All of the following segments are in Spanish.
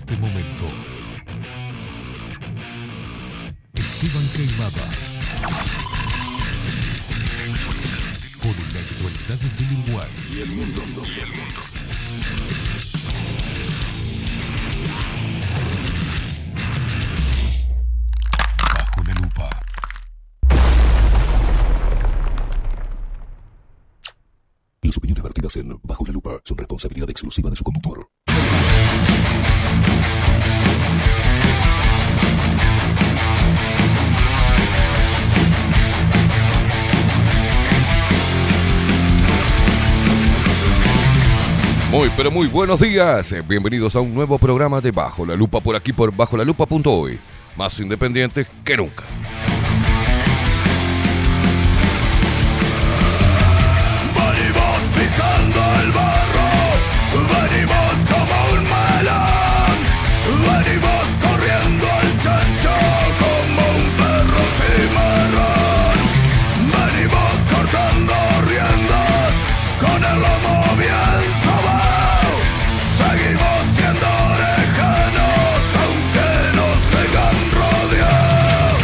este momento. Esteban Queimada. Con la actualidad del Uruguay y el mundo. Bajo la lupa. Las opiniones vertidas en Bajo la Lupa son responsabilidad exclusiva de su conductor. Muy, pero muy buenos días. Bienvenidos a un nuevo programa de Bajo la Lupa por aquí por bajolalupa.hoy. Más independientes que nunca. Venimos pisando el barro, venimos como un melón, venimos corriendo al chancho como un perro cimarrón, venimos cortando riendas con el lomo bien sobao, seguimos siendo orejanos aunque nos tengan rodeados.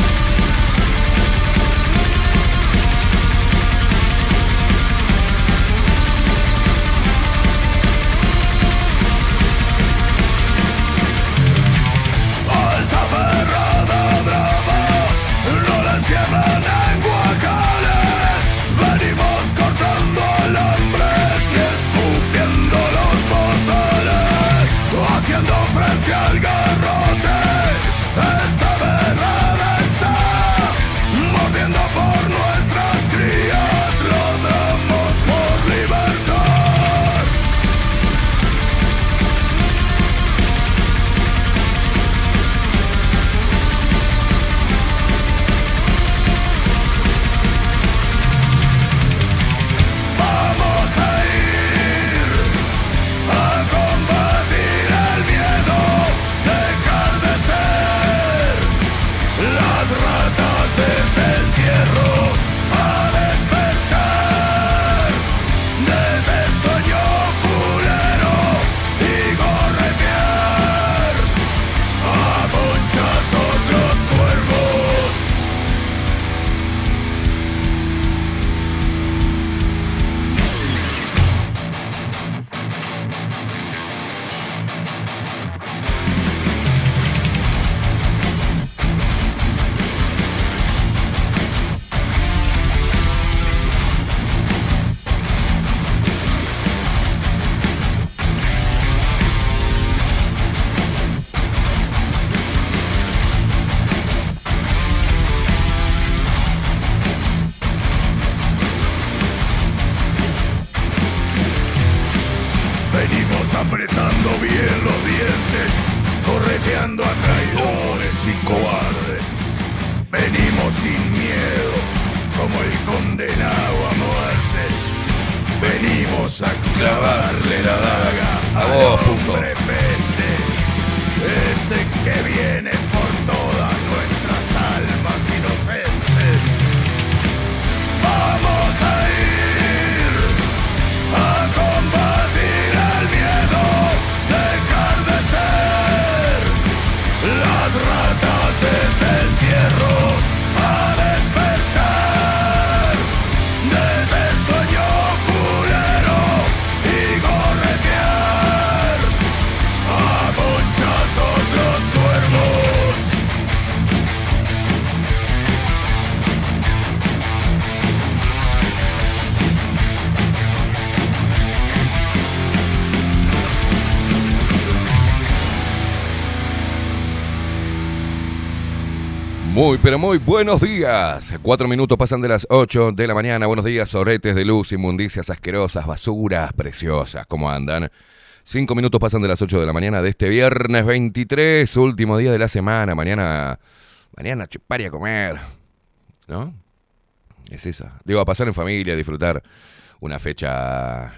Alta ferrada brava, no la encierran en guacales. Venimos cortando alambres y escupiendo los bozales, haciendo frente al garrote. Esta berrada está mordiendo por nuestras crías, lo damos por libertad. Vamos a ir a combatir el miedo, dejar de ser las ratas de este encierro, a despertar desde el sueño fulero y corretear a ponchazos los cuervos. Venimos apretando bien los dientes, correteando a traidores y cobardes. Venimos sin miedo, como el condenado a muerte. Venimos a clavarle la daga A al vos, puto. hombre peste, ese que viene por todas nuestras almas inocentes. Vamos a ir a combatir el miedo, dejar de ser las ratas de este encierro, a despertar desde el sueño fulero y corretear a ponchazos los cuervos. Muy, pero muy buenos días. 4 minutos pasan de las 8 de la mañana. Buenos días, soretes de luz, inmundicias asquerosas, basuras preciosas. ¿Cómo andan? 5 minutos pasan de las 8 de la mañana de este viernes 23, último día de la semana. Mañana a chupar y a comer, ¿no? Es esa. Digo, a pasar en familia, a disfrutar una fecha...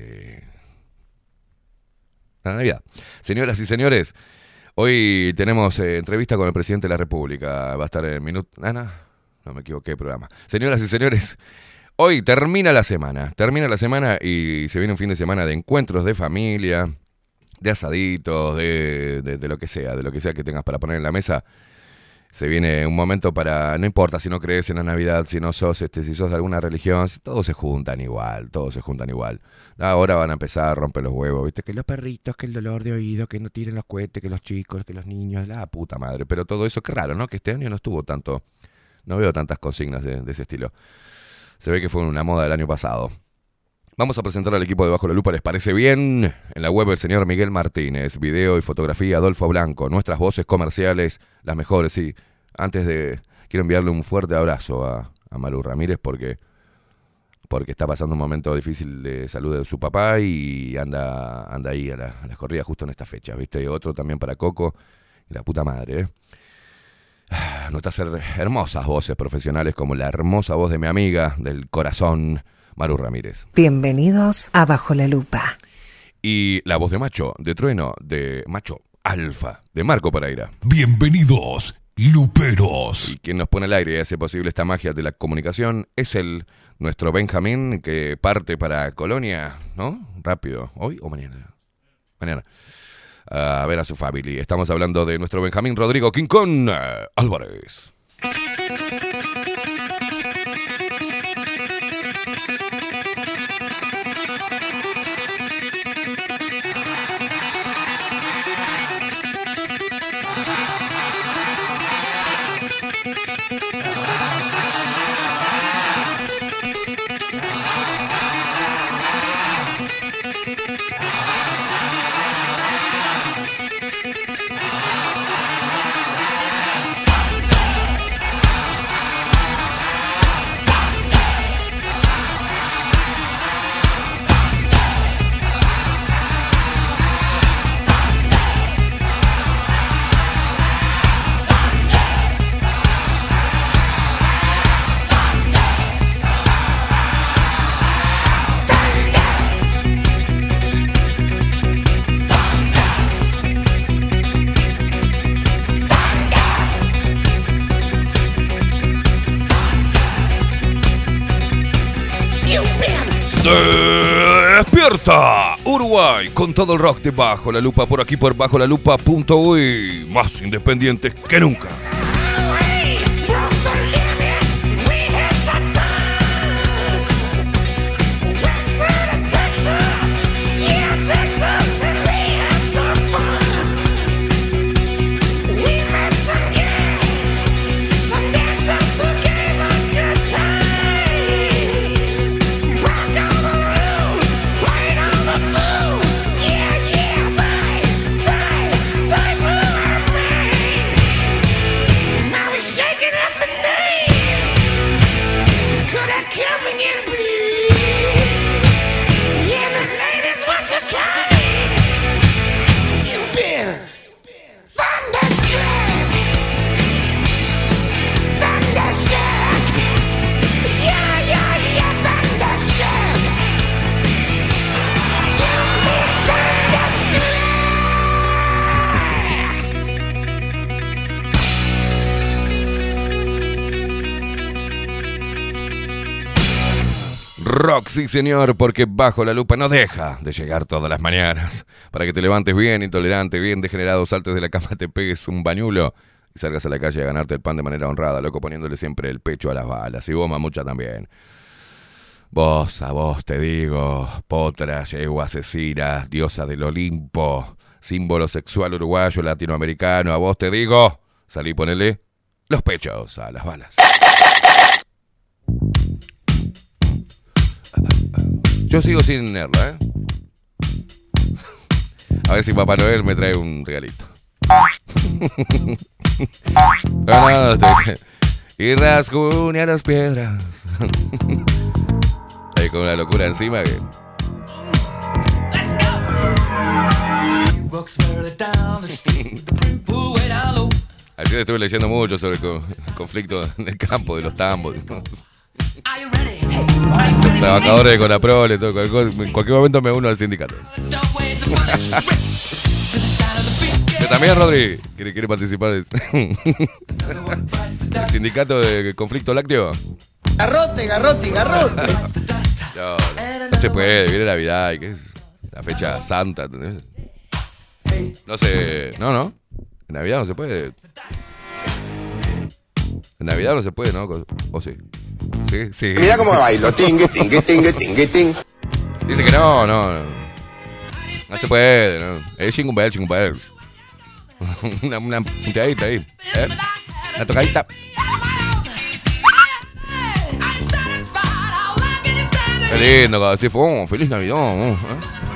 la Navidad. Señoras y señores, hoy tenemos entrevista con el presidente de la República. Va a estar en minuto... no me equivoqué de programa. Señoras y señores, hoy termina la semana y se viene un fin de semana de encuentros de familia, de asaditos, de lo que sea que tengas para poner en la mesa. Se viene un momento para, no importa si no crees en la Navidad, si no sos, si sos de alguna religión, todos se juntan igual. Ahora van a empezar a romper los huevos, ¿viste? Que los perritos, que el dolor de oído, que no tiren los cohetes, que los chicos, que los niños, la puta madre. Pero todo eso, qué raro, ¿no? Que este año no estuvo tanto, no veo tantas consignas de ese estilo. Se ve que fue una moda del año pasado. Vamos a presentar al equipo de Bajo la Lupa, ¿les parece bien? En la web el señor Miguel Martínez, video y fotografía Adolfo Blanco, nuestras voces comerciales, las mejores, sí. Quiero enviarle un fuerte abrazo a Maru Ramírez porque está pasando un momento difícil de salud de su papá y anda ahí a las corridas justo en esta fecha, ¿viste? Y otro también para Coco y la puta madre, ¿eh? Nuestras hermosas voces profesionales como la hermosa voz de mi amiga del corazón, Maru Ramírez. Bienvenidos a Bajo la Lupa. Y la voz de macho, de trueno, de macho alfa, de Marco Pereira. Bienvenidos, luperos. Y quien nos pone al aire y hace posible esta magia de la comunicación es nuestro Benjamín, que parte para Colonia, ¿no? Rápido, ¿hoy o mañana? Mañana. A ver a su familia. Estamos hablando de nuestro Benjamín Rodrigo Quincón Álvarez. ¡Despierta! Uruguay, con todo el rock de Bajo la Lupa, por aquí por bajolalupa.uy, más independientes que nunca. Rock, sí señor, porque Bajo la Lupa no deja de llegar todas las mañanas. Para que te levantes bien, intolerante, bien degenerado, saltes de la cama, te pegues un bañulo y salgas a la calle a ganarte el pan de manera honrada, loco, poniéndole siempre el pecho a las balas. Y vos, mamucha, también. A vos te digo, potra, yegua asesina, diosa del Olimpo, símbolo sexual uruguayo, latinoamericano, a vos te digo, salí y ponele los pechos a las balas. Yo sigo sin tenerla, ¿eh? A ver si Papá Noel me trae un regalito. Y rasguña las piedras. Ahí con una locura encima que... Ayer estuve leyendo mucho sobre el conflicto en el campo de los tambos. Los trabajadores de Conaprole, todo, en cualquier momento me uno al sindicato. ¿Usted también, Rodri? ¿Quiere participar? ¿El sindicato de conflicto lácteo? Garrote. No se puede, viene Navidad y que es la fecha santa, ¿entendés? No sé, no. En Navidad no se puede. En Navidad no se puede, ¿no? ¿O sí? Sí. Mira cómo bailo, tingue, tingue, tingue, tingue, tingue. Dice que no. No se puede, ¿no? Es Jingle Bells. una punteadita ahí, ¿eh? Una tocadita. Qué lindo, cuando así fue, feliz Navidad, ¿eh?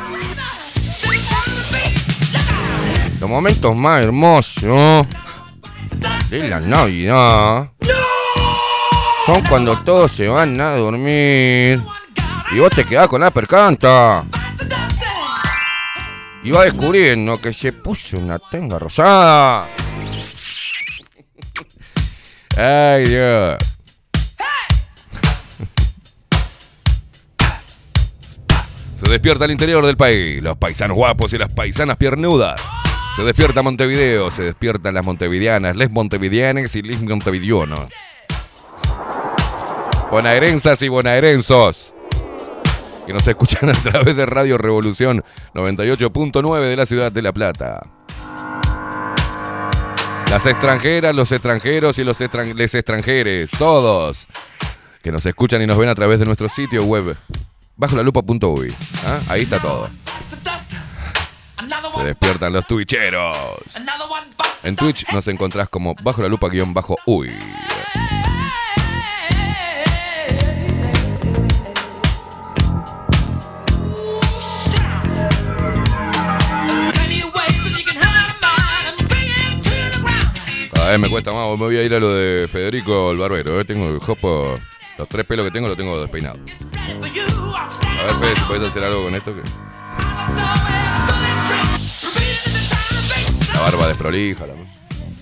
Los momentos más hermosos de la Navidad son cuando todos se van a dormir y vos te quedás con la percanta y vas descubriendo que se puso una tanga rosada. Ay, Dios. Se despierta el interior del país, los paisanos guapos y las paisanas piernudas. Se despierta Montevideo, se despiertan las montevideanas, les montevideanes y les montevideanos. Bonaerensas y bonaerensos, que nos escuchan a través de Radio Revolución 98.9 de la ciudad de La Plata. Las extranjeras, los extranjeros y les extranjeres, todos, que nos escuchan y nos ven a través de nuestro sitio web, bajolalupa.uy. ¿Ah? Ahí está todo. Se despiertan los twitcheros. En Twitch nos encontrás como bajo la lupa_uy. Cada vez me cuesta más, me voy a ir a lo de Federico el barbero. Tengo el jopo, los 3 pelos que tengo los tengo despeinados. A ver, Fede, si podés hacer algo con esto. La barba desprolija también.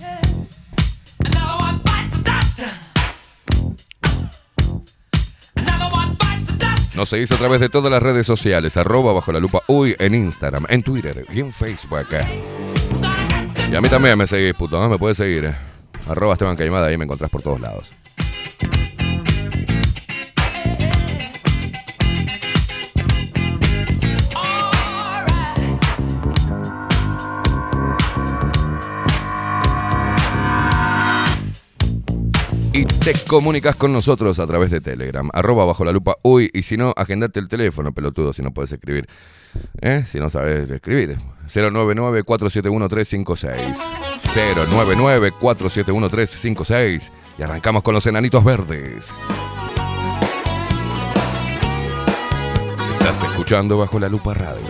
Nos seguís a través de todas las redes sociales, @bajolalupa_uy en Instagram, en Twitter y en Facebook. Y a mí también me seguís, puto, ¿no? Me puedes seguir. @Esteban Caimada, ahí me encontrás por todos lados. Y te comunicas con nosotros a través de Telegram, @bajolalupa_uy. Y si no, agendate el teléfono, pelotudo, si no puedes escribir. Si no sabes escribir. 099-471-356. 099-471-356. Y arrancamos con los enanitos verdes. Estás escuchando Bajo la Lupa Radio.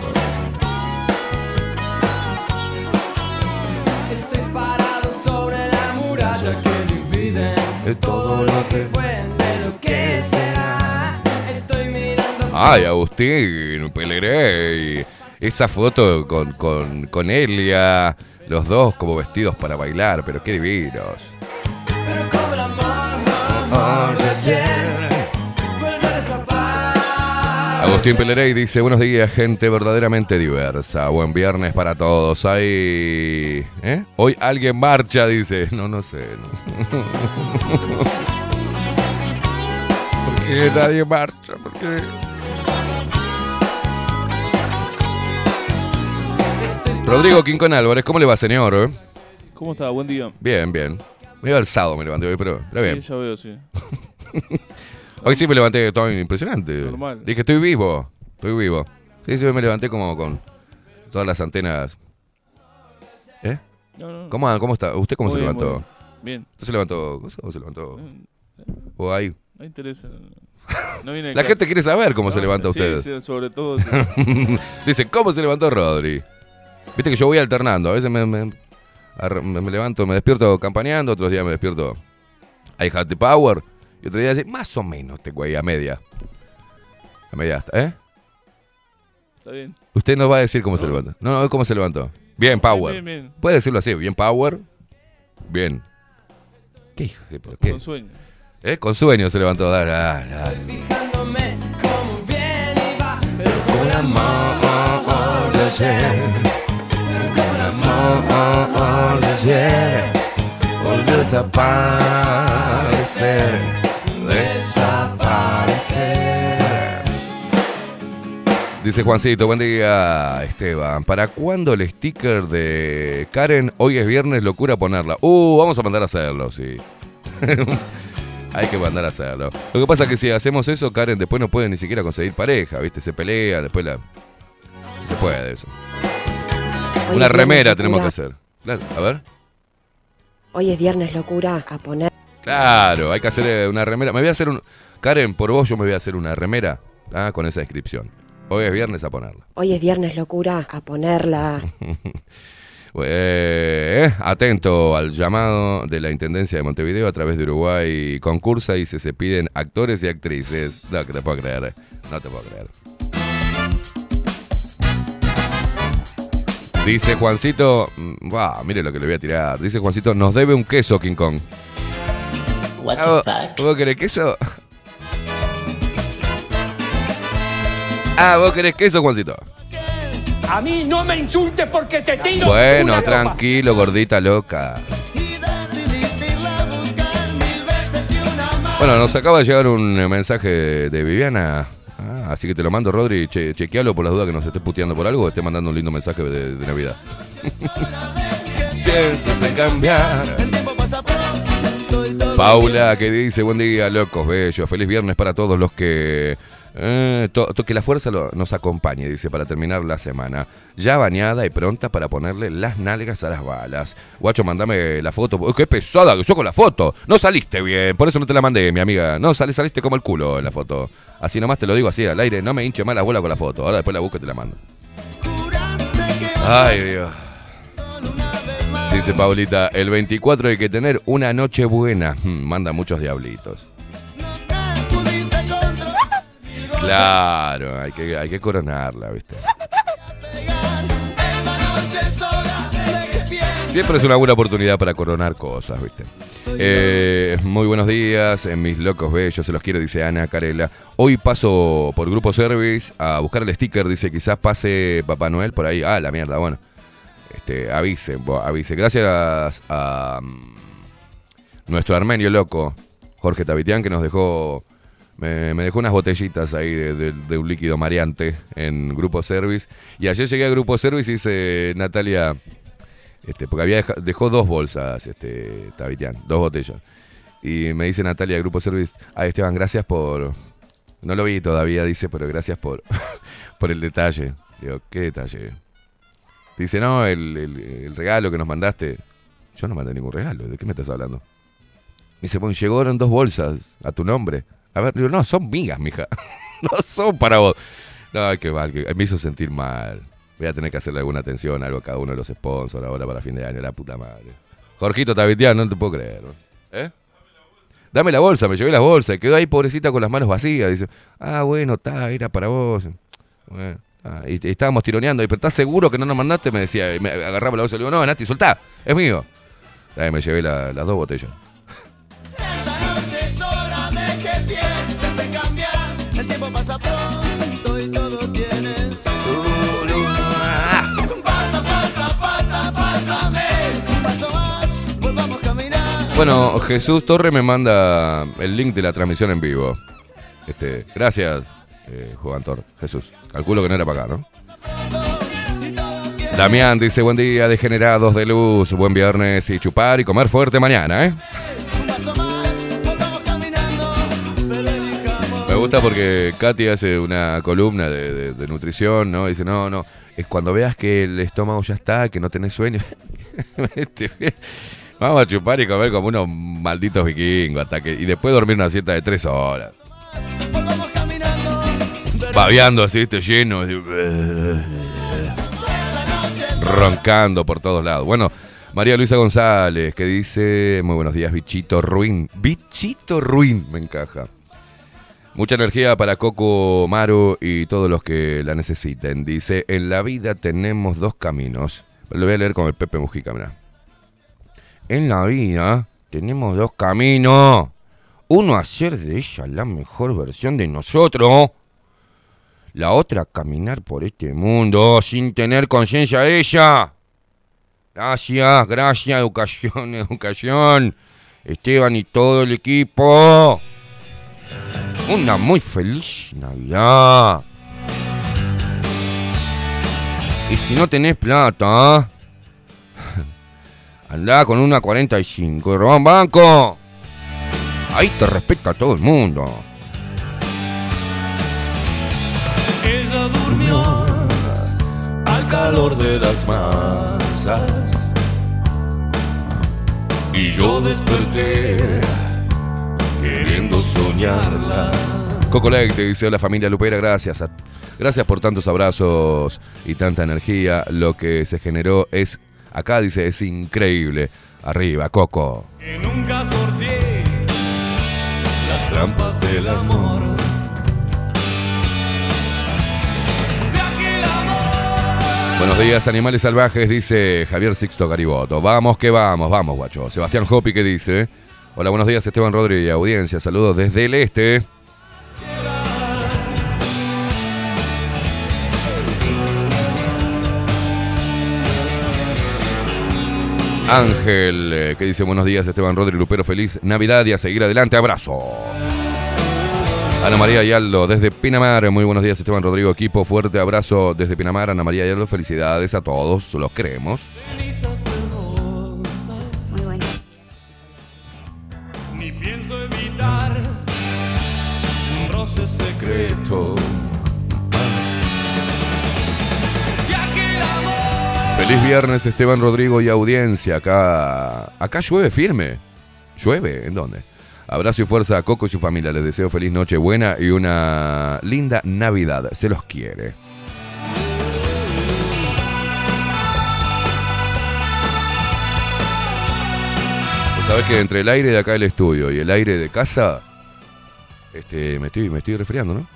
Estoy parado sobre la muralla que divide todo lo que fue de lo que será. Estoy mirando. Ay, Agustín Pelerey. Esa foto con Elia. Los dos como vestidos para bailar, pero qué divinos. Pero como el amor de ayer vuelve a desaparecer. Agustín Pelerey dice: buenos días, gente verdaderamente diversa. Buen viernes para todos. Hoy alguien marcha, dice. No sé. ¿Por qué nadie marcha? ¿Por qué? Rodrigo Quincón Álvarez, ¿cómo le va, señor? ¿Cómo está? Buen día. Bien. Medio alzado me levanté hoy, pero bien. Sí, ya veo, sí. Hoy sí me levanté todo impresionante. Normal. Dije, estoy vivo. Sí, hoy me levanté como con todas las antenas. No. ¿Cómo está? ¿Usted cómo Muy se bien, levantó? Bien. ¿Usted se levantó cosa o se levantó? ¿O ahí? No interesa. No viene La gente quiere saber cómo se levanta usted. Sí, sobre todo. Sí. Dice, ¿cómo se levantó Rodri? Viste que yo voy alternando. A veces me levanto, me despierto campaneando, otros días me despierto I have the power. Y otro día dice, más o menos te güey, a media. A media hasta, Está bien. Usted nos va a decir cómo se levanta. No, ¿cómo se levantó? Bien, power. Bien. Puede decirlo así, bien power. Bien. ¿Qué hijo de por qué? Con sueño. Con sueño se levantó. Dale. Fijándome cómo viene y va, pero Con el amor de ayer. Con el amor de ayer. Volvió a desaparecer. Dice Juancito, buen día, Esteban. ¿Para cuándo el sticker de Karen? Hoy es viernes, locura ponerla. Vamos a mandar a hacerlo, sí. Hay que mandar a hacerlo. Lo que pasa es que si hacemos eso, Karen después no puede ni siquiera conseguir pareja, ¿viste? Se pelea, después se puede eso. Hoy Una es remera viernes, tenemos que locura. hacer. Claro, a ver. Hoy es viernes, locura, a poner. Claro, hay que hacer una remera. Me voy a hacer Karen, por vos yo me voy a hacer una remera con esa inscripción. Hoy es viernes a ponerla. Hoy es viernes, locura, a ponerla. Atento al llamado de la Intendencia de Montevideo a través de Uruguay Concursa y se piden actores y actrices. No, que te puedo creer. No te puedo creer. Dice Juancito, mire lo que le voy a tirar. Dice Juancito, nos debe un queso, King Kong. What the fuck? ¿Vos querés queso? ¿Vos querés queso, Juancito? A mí no me insultes porque te tiro. Bueno, una tranquilo, gordita loca. Bueno, nos acaba de llegar un mensaje de Viviana. Así que te lo mando, Rodri. Chequealo por las dudas que nos esté puteando por algo o esté mandando un lindo mensaje de Navidad. Piensas en cambiar. Paula, que dice, buen día, locos, bellos. Feliz viernes para todos los que... que la fuerza nos acompañe, dice, para terminar la semana. Ya bañada y pronta para ponerle las nalgas a las balas. Guacho, mandame la foto. ¡Qué pesada que sos con la foto! No saliste bien, por eso no te la mandé, mi amiga. No, saliste como el culo en la foto. Así nomás te lo digo así al aire. No me hinche más la bola con la foto. Ahora después la busco y te la mando. Ay, Dios. Dice Paulita, el 24 hay que tener una noche buena. Manda muchos diablitos. Claro, hay que coronarla, ¿viste? Siempre es una buena oportunidad para coronar cosas, ¿viste? Muy buenos días, mis locos bellos, se los quiere, dice Ana Carela. Hoy paso por Grupo Service a buscar el sticker, dice, quizás pase Papá Noel por ahí. La mierda, bueno. Avise. Gracias a nuestro armenio loco, Jorge Tavitián, que nos dejó... Me dejó unas botellitas ahí de un líquido mareante en Grupo Service. Y ayer llegué a Grupo Service y dice Natalia, porque dejó 2 bolsas, Tavitián, 2 botellas. Y me dice Natalia de Grupo Service, Esteban, gracias por... No lo vi todavía, dice, pero gracias por el detalle. Digo, ¿qué detalle? Dice, no, el regalo que nos mandaste. Yo no mandé ningún regalo, ¿de qué me estás hablando? Me dice, bueno, llegaron 2 bolsas a tu nombre. A ver, digo, no, son migas, mija. No son para vos. No, qué mal, me hizo sentir mal. Voy a tener que hacerle alguna atención, algo a cada uno de los sponsors ahora para fin de año, la puta madre. Jorgito Tavitián, no te puedo creer. Dame la bolsa, me llevé las bolsas. Quedó ahí pobrecita con las manos vacías. Dice, bueno, era para vos. Bueno, y estábamos tironeando. Pero ¿estás seguro que no nos mandaste? Me decía, y me agarraba la bolsa y le digo, no, Nati, soltá, es mío. Ahí me llevé las 2 botellas. El tiempo pasa pronto y todo tiene su pásame, un paso más, volvamos a caminar. Bueno, Jesús Torre me manda el link de la transmisión en vivo. Gracias, Juan Torre. Jesús, calculo que no era para acá, ¿no? Damián dice, buen día, degenerados de luz, buen viernes y chupar y comer fuerte mañana, Me gusta porque Katy hace una columna de nutrición, ¿no? Dice, no, es cuando veas que el estómago ya está, que no tenés sueño. Vamos a chupar y comer como unos malditos vikingos y después dormir una siesta de 3 horas. Babeando así, lleno. Así, roncando por todos lados. Bueno, María Luisa González, que dice, muy buenos días, bichito ruin. Bichito ruin, me encaja. Mucha energía para Coco, Maru y todos los que la necesiten. Dice, en la vida tenemos 2 caminos. Lo voy a leer con el Pepe Mujica, mirá. En la vida tenemos 2 caminos. Uno, hacer de ella la mejor versión de nosotros. La otra, caminar por este mundo sin tener conciencia de ella. Gracias, educación. Esteban y todo el equipo. Una muy feliz Navidad. Y si no tenés plata, andá con una 45 y robá un banco. Ahí te respeta todo el mundo. Ella durmió al calor de las masas y yo desperté queriendo soñarla. Coco Leite dice: hola familia Lupera, gracias por tantos abrazos y tanta energía. Lo que se generó es, acá dice, es increíble. Arriba, Coco. Que nunca sorteé las trampas del amor. Buenos días, animales salvajes, dice Javier Sixto Gariboto. Vamos que vamos, vamos, guacho. Sebastián Hopi, que dice: hola, buenos días, Esteban Rodríguez y audiencia. Saludos desde el este. Ángel, que dice: buenos días, Esteban Rodríguez Lupero, feliz Navidad y a seguir adelante, abrazo. Ana María Ayaldo, desde Pinamar, muy buenos días, Esteban Rodrigo, equipo, fuerte abrazo desde Pinamar. Ana María Ayaldo, felicidades a todos, los queremos. Muy bueno. Ni pienso evitar un roce secreto. Feliz viernes, Esteban Rodrigo y audiencia. Acá llueve firme. ¿Llueve? ¿En dónde? Abrazo y fuerza a Coco y su familia. Les deseo feliz noche buena y una linda Navidad. Se los quiere. Pues sabés que entre el aire de acá del estudio y el aire de casa, me estoy resfriando, ¿no?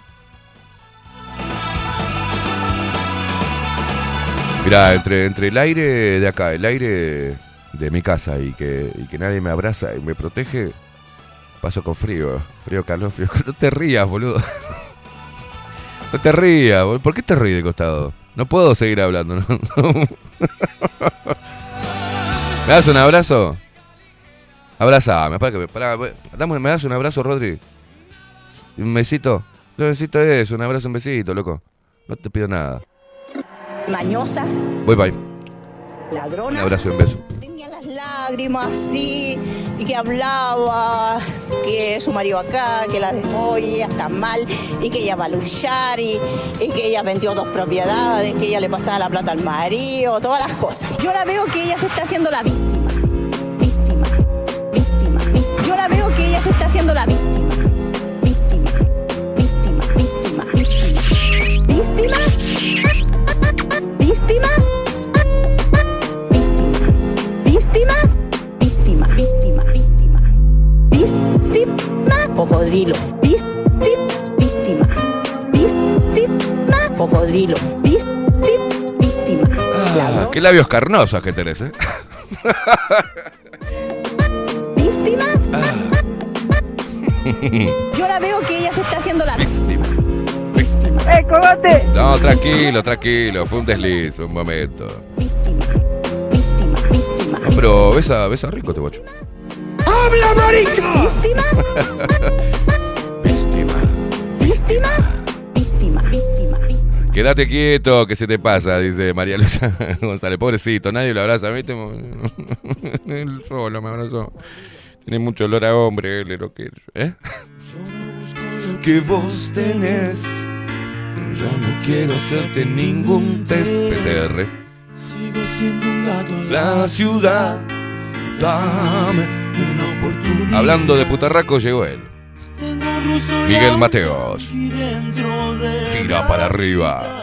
Mirá, entre el aire de acá, el aire de mi casa y que nadie me abraza y me protege, paso con frío, calor. No te rías, boludo. No te rías, boludo. ¿Por qué te ríes de costado? No puedo seguir hablando, ¿no? ¿Me das un abrazo? Abrazame, ¿me das un abrazo, Rodri? ¿Un besito? Un besito es, un abrazo, un besito, loco. No te pido nada. Mañosa. Voy, bye. Ladrona. Un abrazo y un beso. Tenía las lágrimas así, y que hablaba, que su marido acá, que la dejó y ella está mal, y que ella va a luchar, y que ella vendió 2 propiedades, que ella le pasaba la plata al marido, todas las cosas. Yo la veo que ella se está haciendo la víctima. Víctima. Yo la veo que ella se está haciendo la víctima. Víctima. ¿Víctima? ¿Víctima? ¿Víctima? ¿Víctima? ¿Víctima? ¿Víctima? ¿Víctima? Cocodrilo. ¿Víctima? Cocodrilo. ¿Víctima? Ah, qué labios carnosos que tenés, ¿eh? ¿Víctima? Yo la veo que ella se está haciendo la víctima. No, tranquilo, fue un desliz, un momento. Víctima. No, pero besa rico este guacho. ¡Ah, mira, marica! Víctima. Quédate quieto, que se te pasa, dice María Luisa González. Pobrecito, nadie lo abraza. ¿Viste? Él solo me abrazó. Tiene mucho olor a hombre, él, lo que... ¿eh? Que vos tenés. Ya no quiero hacerte ningún test PCR. Sigo siendo un gato en la ciudad. Dame una oportunidad. Hablando de putarraco, llegó él. Miguel Mateos. Tira para arriba.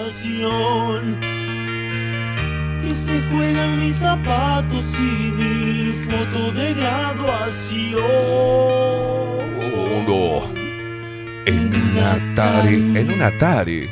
Que se juegan mis zapatos y mi foto de graduación. Oh, no. En un Atari.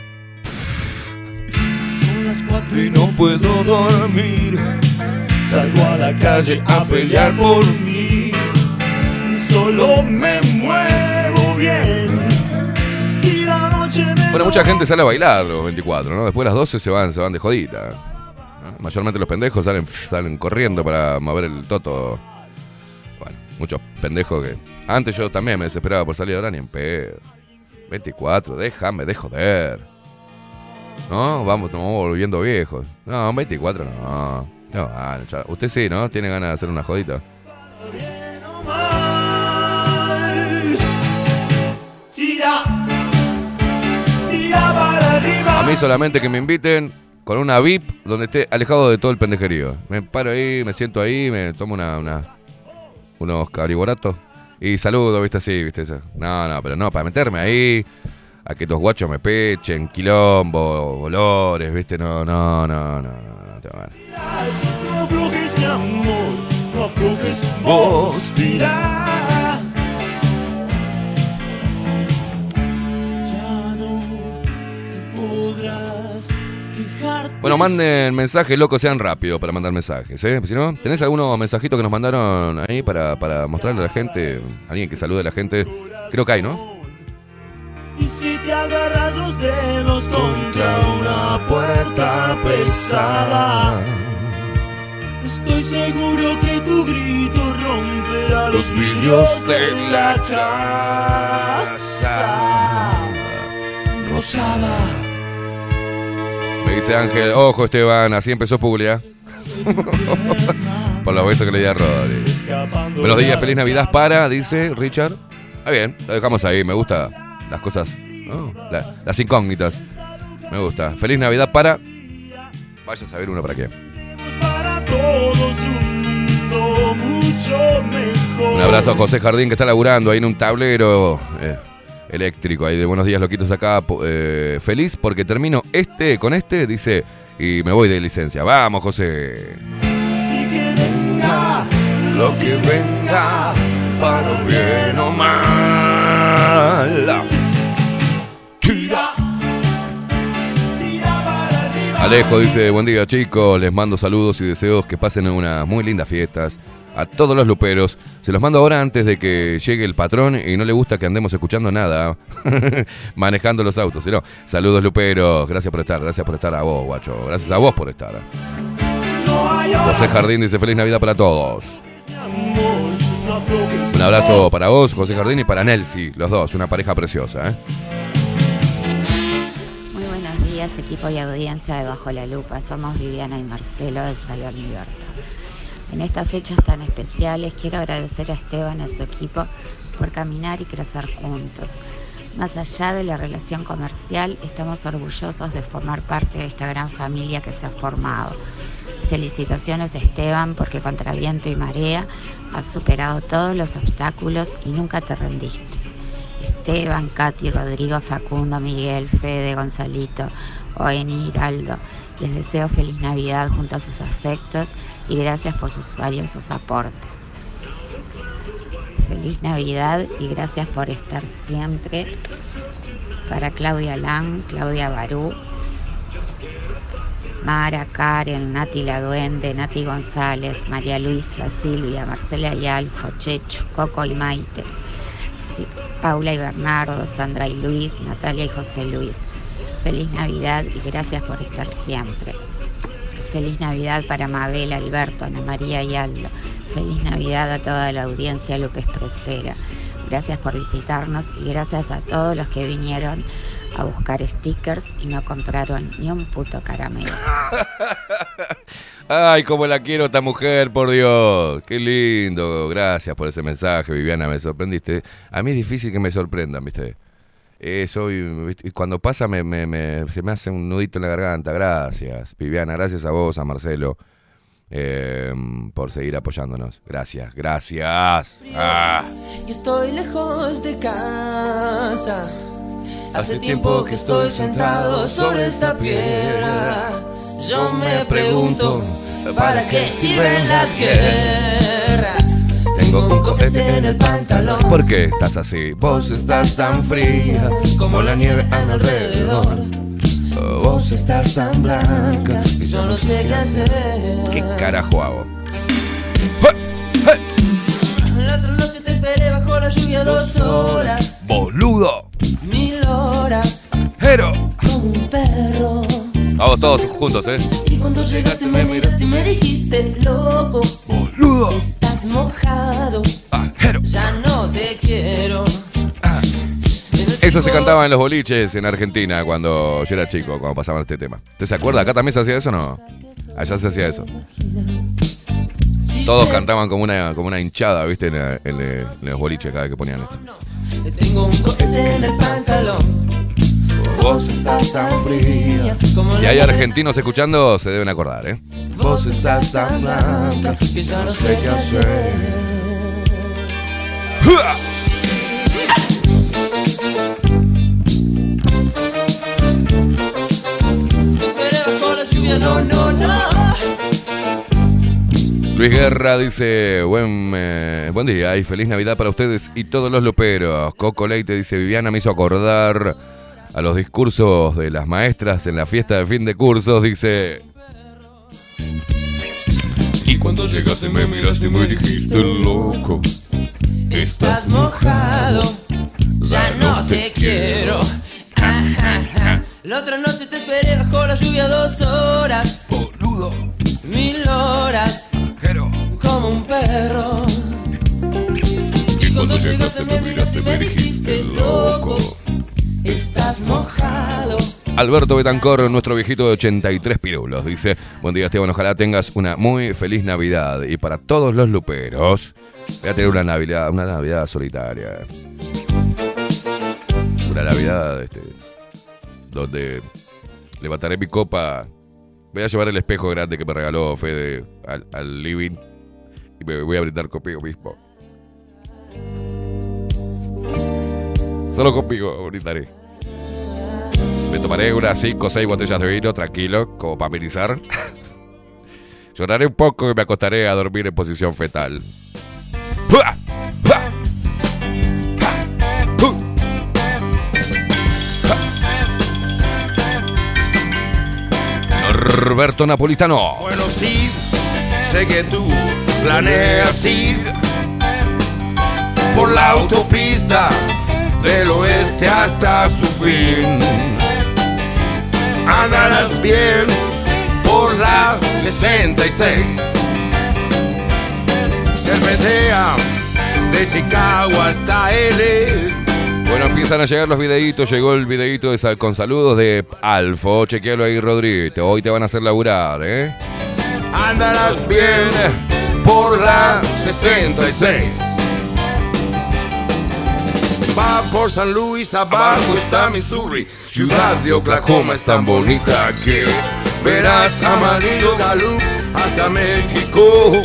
Son las 4 y no puedo dormir. Salgo a la calle a pelear por mí. Solo me muevo bien. Y la noche me... Bueno, mucha gente sale a bailar los 24, ¿no? Después de las 12 se van de jodita, ¿no? Mayormente los pendejos salen corriendo para mover el toto. Bueno, muchos pendejos que... Antes yo también me desesperaba por salir, ahora ni en pedo. 24, déjame de joder. ¿No? Vamos volviendo viejos. No, 24 no. No, ya. Usted sí, ¿no? Tiene ganas de hacer una jodita. A mí solamente que me inviten con una VIP donde esté alejado de todo el pendejerío. Me paro ahí, me siento ahí, me tomo unos cabriboratos y saludo, ¿viste? Así, ¿viste? No, pero no, para meterme ahí, a que los guachos me pechen, quilombo, olores, ¿viste? No. No aflojes, mi amor, no aflojes, vos dirá. Ya no podrás quejarte. Bueno, manden mensajes, locos, sean rápidos para mandar mensajes, ¿eh? Si no, ¿tenés algunos mensajitos que nos mandaron ahí para mostrarle a la gente? Alguien que salude a la gente. Creo que hay, ¿no? Y si te agarras los dedos contra una puerta pesada, estoy seguro que tu grito romperá los vidrios de la casa rosada. Me dice Ángel, ojo Esteban, así empezó Puglia. Por los besos que le di a Rodri. Buenos días, feliz Navidad para, dice Richard. Está bien, lo dejamos ahí, me gusta las cosas, ¿no? Las incógnitas. Me gusta. Feliz Navidad para... Vaya a saber uno para qué. Para todos un mundo mucho mejor. Un abrazo a José Jardín que está laburando ahí en un tablero eléctrico ahí de buenos días loquitos acá. Feliz porque termino con este, dice, y me voy de licencia. Vamos, José. Y que venga lo que venga, para bien o mal. Tira para arriba. Alejo dice, buen día chicos, les mando saludos y deseos que pasen unas muy lindas fiestas. A todos los luperos, se los mando ahora antes de que llegue el patrón y no le gusta que andemos escuchando nada manejando los autos. ¿Sí, no? Saludos luperos, gracias por estar a vos, guacho, gracias a vos por estar. José Jardín dice feliz Navidad para todos. Un abrazo para vos, José Jardín, y para Nelsi, los dos, una pareja preciosa, ¿eh? Muy buenos días, equipo y audiencia de Bajo la Lupa. Somos Viviana y Marcelo de Salón Libertad. En estas fechas tan especiales quiero agradecer a Esteban y a su equipo por caminar y crecer juntos. Más allá de la relación comercial, estamos orgullosos de formar parte de esta gran familia que se ha formado. Felicitaciones Esteban, porque contra viento y marea has superado todos los obstáculos y nunca te rendiste. Esteban, Katy, Rodrigo, Facundo, Miguel, Fede, Gonzalito, Oeni, Hiraldo, les deseo feliz Navidad junto a sus afectos y gracias por sus valiosos aportes. Feliz Navidad y gracias por estar siempre. Para Claudia Lang, Claudia Barú, Mara, Karen, Nati La Duende, Nati González, María Luisa, Silvia, Marcela Yalfo, Chechu, Coco y Maite, Paula y Bernardo, Sandra y Luis, Natalia y José Luis. Feliz Navidad y gracias por estar siempre. Feliz Navidad para Mabel, Alberto, Ana María y Aldo. Feliz Navidad a toda la audiencia Lupe Expresera. Gracias por visitarnos y gracias a todos los que vinieron a buscar stickers y no compraron ni un puto caramelo. Ay, cómo la quiero esta mujer, por Dios. Qué lindo. Gracias por ese mensaje, Viviana, me sorprendiste. A mí es difícil que me sorprendan, ¿viste? Y cuando pasa se me hace un nudito en la garganta. Gracias, Viviana, gracias a vos, a Marcelo, por seguir apoyándonos. Gracias. Y estoy lejos de casa. Hace tiempo que estoy sentado sobre esta piedra. Yo me pregunto, ¿para qué sirven las guerras? Tengo un cohete en el pantalón. ¿Por qué estás así? Vos estás tan fría como la nieve a mi alrededor. Vos estás tan blanca y yo no sé qué hacer. ¿Qué carajo hago? La otra noche te esperé bajo la lluvia 2 horas. ¡Boludo! 1000 horas. ¡Jero! Como un perro. Vamos todos juntos, ¿eh? Y cuando llegaste me miraste y me dijiste, loco, boludo, estás mojado. Jero. Ya no te quiero. Eso se cantaba en los boliches en Argentina cuando yo era chico, cuando pasaban este tema. ¿Usted se acuerda? ¿Acá también se hacía eso o no? Allá se hacía eso. Todos cantaban como una hinchada, ¿viste? En los boliches cada vez que ponían esto. Tengo un cohete en el pantalón. Vos estás tan fría. Si hay argentinos escuchando, se deben acordar, ¿eh? Vos estás tan blanca que ya no sé qué hacer. Esperé bajo la lluvia, no. Luis Guerra dice, buen día y feliz Navidad para ustedes y todos los luperos. Coco Leite dice, Viviana me hizo acordar a los discursos de las maestras en la fiesta de fin de cursos, dice. Y cuando llegaste me miraste y me dijiste, loco, estás mojado, ya no te quiero. La otra noche te esperé bajo la lluvia 2 horas, boludo, 1000 horas, como un perro. Y cuando llegaste me miraste y me dijiste, loco, estás mojado. Alberto Betancor, nuestro viejito de 83 pirulos, dice, buen día Esteban, ojalá tengas una muy feliz Navidad y para todos los luperos voy a tener una Navidad solitaria. Una Navidad donde levantaré mi copa, voy a llevar el espejo grande que me regaló Fede al living y me voy a brindar conmigo mismo. Solo conmigo brindaré. Me tomaré unas 5 o 6 botellas de vino, tranquilo, como para amenizar. Lloraré un poco y me acostaré a dormir en posición fetal. Norberto Napolitano. Bueno, sí, sé que tú planeas ir por la autopista del oeste hasta su fin. Andarás bien por la 66. Cervetea de Chicago hasta L. Bueno, empiezan a llegar los videitos. Llegó el videito con saludos de Alfo. Chequealo ahí, Rodrito. Hoy te van a hacer laburar, ¿eh? Andarás bien por la 66. Va por San Luis, abajo está Missouri. Ciudad de Oklahoma es tan bonita que verás amarillo Gallup hasta México.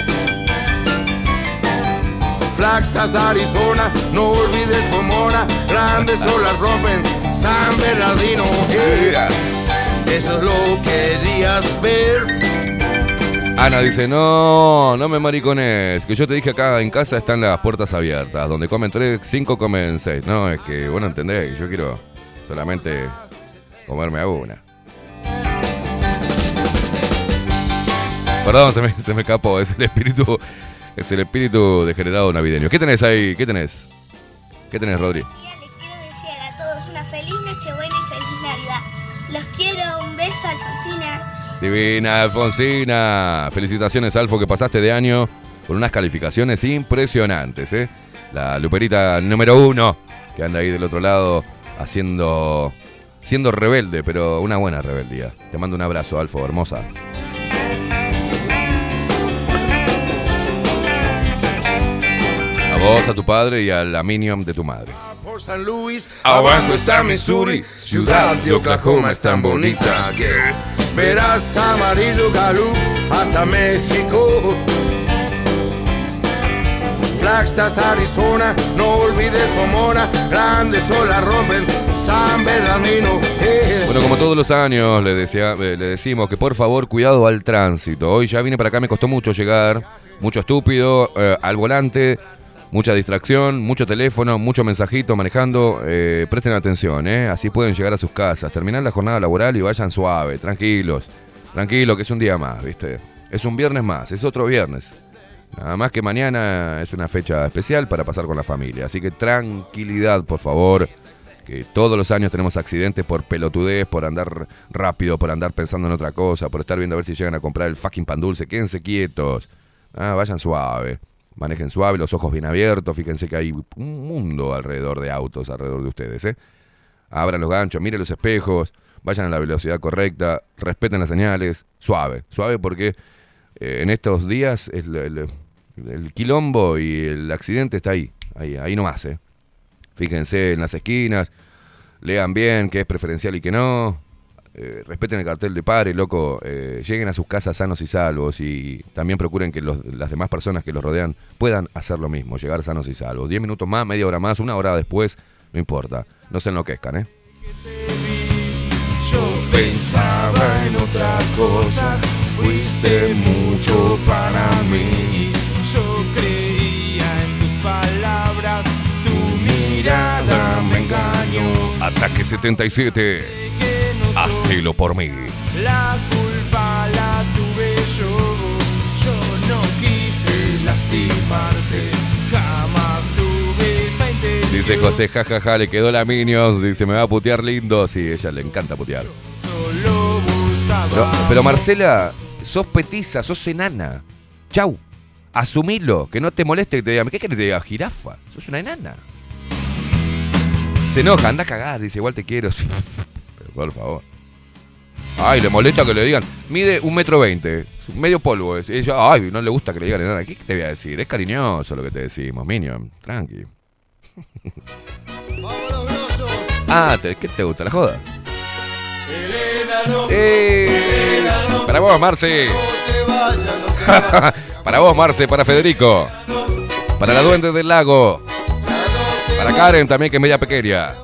Flagstaff, Arizona, no olvides Pomona. Grandes olas rompen San Bernardino. Eso es lo que querías ver. Ana dice, no me maricones, que yo te dije acá en casa están las puertas abiertas, donde comen 3, 5 comen 6. No, es que vos no entendés, yo quiero solamente comerme a una. Perdón, se me escapó, es el espíritu degenerado navideño. ¿Qué tenés ahí? ¿Qué tenés, Rodri? Les quiero desear a todos una feliz Nochebuena y feliz Navidad. Los quiero, un beso, Alfonsina. Divina Alfonsina, felicitaciones Alfo, que pasaste de año con unas calificaciones impresionantes, ¿eh? La luperita número 1 que anda ahí del otro lado siendo rebelde, pero una buena rebeldía. Te mando un abrazo, Alfo, hermosa. A vos, a tu padre y al Minion de tu madre. Por San Luis, abajo está Missouri. Ciudad de Oklahoma es tan bonita que verás amarillo Gallup hasta México. Flagstaff, Arizona, no olvides Pomona. Grandes olas rompen San Bernardino. Bueno, como todos los años le decimos que por favor cuidado al tránsito. Hoy ya vine para acá, me costó mucho llegar, mucho estúpido al volante, mucha distracción, mucho teléfono, mucho mensajito manejando. Presten atención, así pueden llegar a sus casas, terminar la jornada laboral y vayan suave, tranquilos, que es un día más, ¿viste? Es un viernes más, es otro viernes. Nada más que mañana es una fecha especial para pasar con la familia. Así que tranquilidad, por favor. Que todos los años tenemos accidentes por pelotudez, por andar rápido, por andar pensando en otra cosa, por estar viendo a ver si llegan a comprar el fucking pan dulce. Quédense quietos. Vayan suave. Manejen suave, los ojos bien abiertos. Fíjense que hay un mundo alrededor de autos, alrededor de ustedes, abran los ganchos, miren los espejos, vayan a la velocidad correcta, respeten las señales, suave porque en estos días el quilombo y el accidente está ahí nomás, Fíjense en las esquinas, lean bien qué es preferencial y qué no, respeten el cartel de pare, loco, lleguen a sus casas sanos y salvos y también procuren que las demás personas que los rodean puedan hacer lo mismo, llegar sanos y salvos. 10 minutos más, media hora más, una hora después, no importa, no se enloquezcan, Yo pensaba en otra cosa, fuiste mucho para mí. Yo creía en tus palabras, tu mirada me engañó. Ataque 77, hacelo por mí. La culpa la tuve yo no quise lastimarte, jamás tuve esa intención. Dice José, jajaja, le quedó la Minions, dice, me va a putear lindo. Sí, ella le encanta putear. Pero Marcela, sos petiza, sos enana. Chau, asumilo, que no te moleste que te diga, ¿qué querés que te diga? Jirafa, sos una enana. Se enoja, anda a cagar, dice, igual te quiero. Pero por favor. Ay, le molesta que le digan, mide 1,20 m, medio polvo. Y ella, ay, no le gusta que le digan enana. ¿Qué te voy a decir? Es cariñoso lo que te decimos, Minion, tranqui. ¿Qué te gusta? ¿La joda? Para vos, Marce. Para vos, Marce, para Federico. Para la Duende del Lago. Para Karen también, que es media pequeña.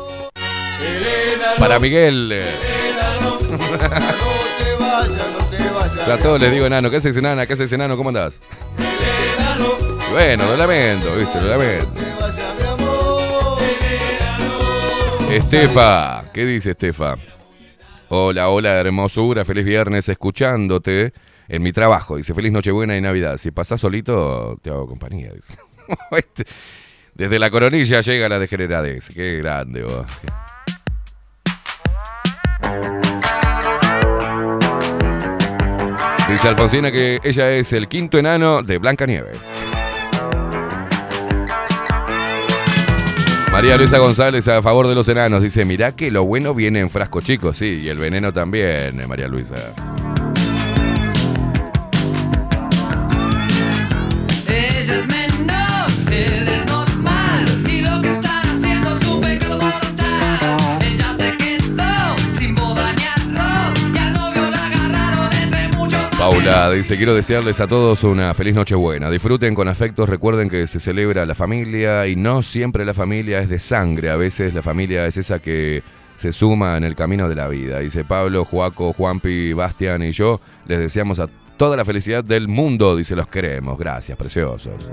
Para Miguel. Yo a todos les digo enano. ¿Qué haces, enana? ¿Qué haces, enano? ¿Cómo andás? Y bueno, lo lamento, ¿viste? Lo lamento. Estefa, ¿qué dice Estefa? Hola, hermosura, feliz viernes, escuchándote en mi trabajo. Dice, feliz Nochebuena y Navidad. Si pasás solito, te hago compañía. Dice. Desde la Coronilla llega la degeneradez. Qué grande vos. Dice Alfonsina que ella es el quinto enano de Blancanieves. María Luisa González a favor de los enanos. Dice, mirá que lo bueno viene en frasco chico. Sí, y el veneno también, María Luisa. Ella es menor, él es normal, y lo que están haciendo es un pecado mortal. Ella se quedó sin boda ni arroz, y al novio la agarraron entre muchos. Paula dice, quiero desearles a todos una feliz Nochebuena. Disfruten con afectos, recuerden que se celebra la familia y no siempre la familia es de sangre. A veces la familia es esa que se suma en el camino de la vida. Dice Pablo, Joaco, Juanpi, Bastián y yo les deseamos a toda la felicidad del mundo. Dice, los queremos. Gracias, preciosos.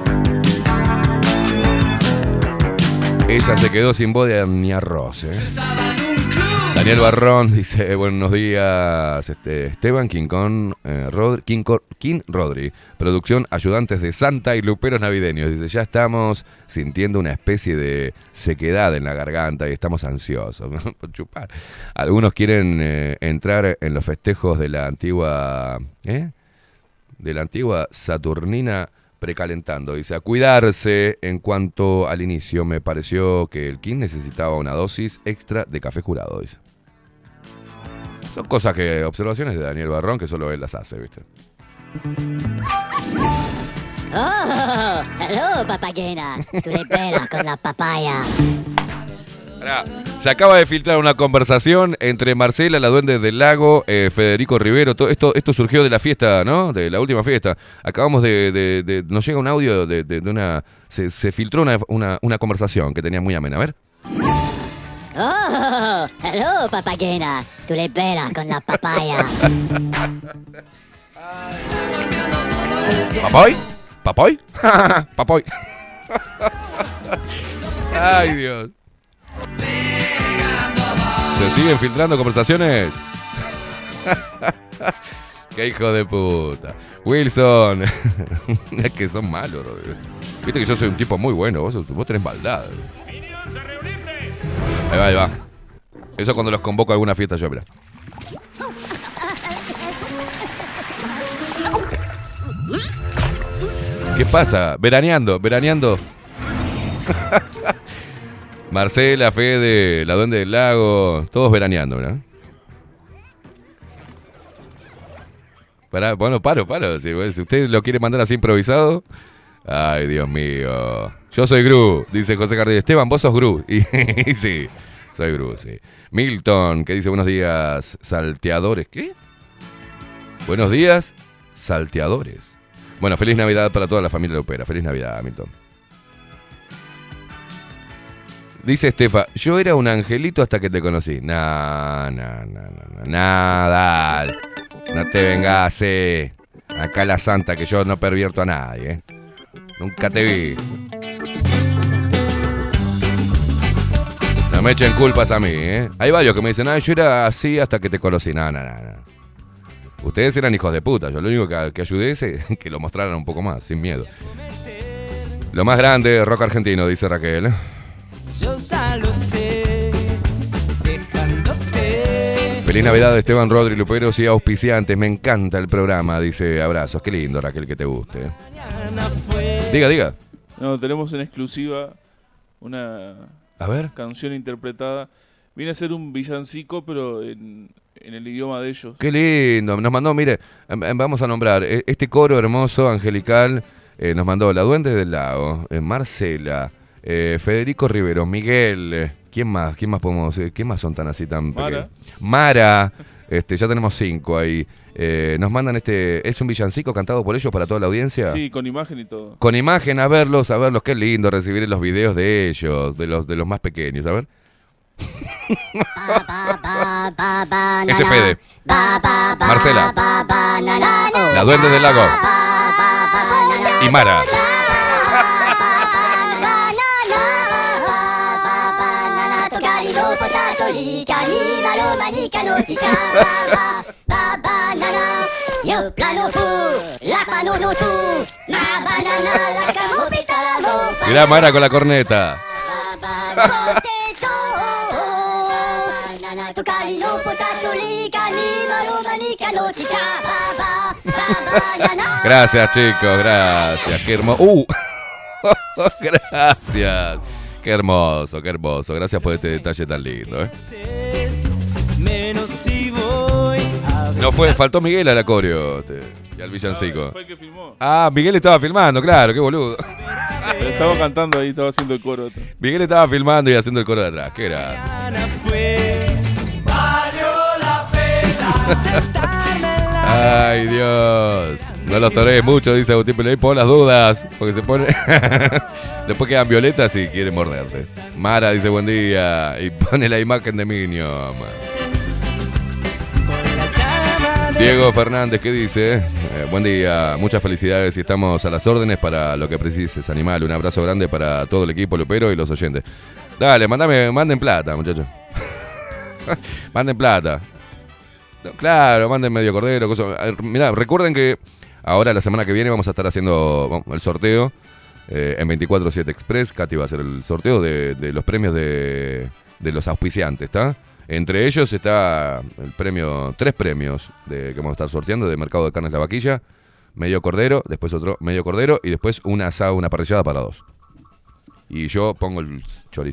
Ella se quedó sin boda ni arroz, Daniel Barrón dice, buenos días, Esteban, King Rodri, producción Ayudantes de Santa y Luperos Navideños. Dice, ya estamos sintiendo una especie de sequedad en la garganta y estamos ansiosos por chupar. Algunos quieren entrar en los festejos de la antigua Saturnina precalentando. Dice, a cuidarse. En cuanto al inicio, me pareció que el King necesitaba una dosis extra de café jurado, dice. Son cosas observaciones de Daniel Barrón que solo él las hace, ¿viste? Oh, hello, papayena. Tú le pegas con la papaya. Se acaba de filtrar una conversación entre Marcela, la Duende del Lago, Federico Rivero. Todo esto surgió de la fiesta, ¿no? De la última fiesta. Acabamos nos llega un audio de una... Se filtró una conversación que tenía muy amena. A ver. Oh, hello, papayena. Tú le pegas con la papaya. ¿Papoy? ¿Papoy? ¿Papoy? Ay, Dios. ¿Se siguen filtrando conversaciones? ¡Qué hijo de puta! Wilson. Es que son malos. Viste que yo soy un tipo muy bueno. Vos tenés maldad. Ahí va. Eso cuando los convoco a alguna fiesta yo, mira. ¿Qué pasa? Veraneando. Marcela, Fede, la Duende del Lago, todos veraneando, ¿no? Bueno, paro. Si usted lo quiere mandar así improvisado. Ay, Dios mío. Yo soy Gru, dice José Cardillo. Esteban, vos sos Gru. Y sí, soy Gru, sí. Milton, que dice buenos días, salteadores. ¿Qué? Buenos días, salteadores. Bueno, feliz Navidad para toda la familia Lupera. Feliz Navidad, Milton. Dice Estefa, yo era un angelito hasta que te conocí. Nada. No te vengas, acá la santa, que yo no pervierto a nadie, Nunca te vi. No me echen culpas a mí, Hay varios que me dicen, yo era así hasta que te conocí. No. Ustedes eran hijos de puta. Yo lo único que ayudé es que lo mostraran un poco más, sin miedo. Lo más grande, rock argentino, dice Raquel. Yo ya lo sé, dejándote. Feliz Navidad, Esteban, Rodri, Luperos y auspiciantes. Me encanta el programa, dice abrazos. Qué lindo, Raquel, que te guste. Diga. No, tenemos en exclusiva una canción interpretada. Viene a ser un villancico, pero en el idioma de ellos. Qué lindo. Nos mandó, mire, vamos a nombrar este coro hermoso, angelical. Nos mandó la Duende del Lago, Marcela, Federico Rivero, Miguel, ¿quién más podemos decir? ¿Quién más son tan así tan pequeños? Mara, ya tenemos 5 ahí. Nos mandan es un villancico cantado por ellos para toda la audiencia. Sí, con imagen y todo. Con imagen, a verlos, qué lindo recibir los videos de ellos, de los más pequeños, a ver. Ese Fede. Marcela, la Duende del Lago y Mara. Mirá Mara con la corneta. Gracias, chicos, gracias. Qué hermoso. Gracias. Qué hermoso. Gracias por este detalle tan lindo, No faltó Miguel al acorio y al villancico. Fue el que filmó. Miguel estaba filmando, claro, qué boludo. Estaba cantando ahí, estaba haciendo el coro. Miguel estaba filmando y haciendo el coro de atrás, qué era. Ay, Dios. No los torees mucho, dice Agustín Pelé, pon las dudas, porque se pone... Después quedan violetas y quieren morderte. Mara dice buen día y pone la imagen de Minion. Diego Fernández, ¿qué dice? Buen día, muchas felicidades y estamos a las órdenes para lo que precises, animal. Un abrazo grande para todo el equipo Lupero y los oyentes. Dale, manden plata, muchachos. Manden plata. Claro, manden medio cordero. Mirá, recuerden que ahora la semana que viene vamos a estar haciendo el sorteo en 24/7 Express. Katy va a hacer el sorteo de los premios de los auspiciantes, ¿está? Entre ellos está el premio, 3 premios que vamos a estar sorteando de Mercado de Carnes La Vaquilla, medio cordero, después otro medio cordero y después una asada, una parrillada para 2. Y yo pongo el chorizo,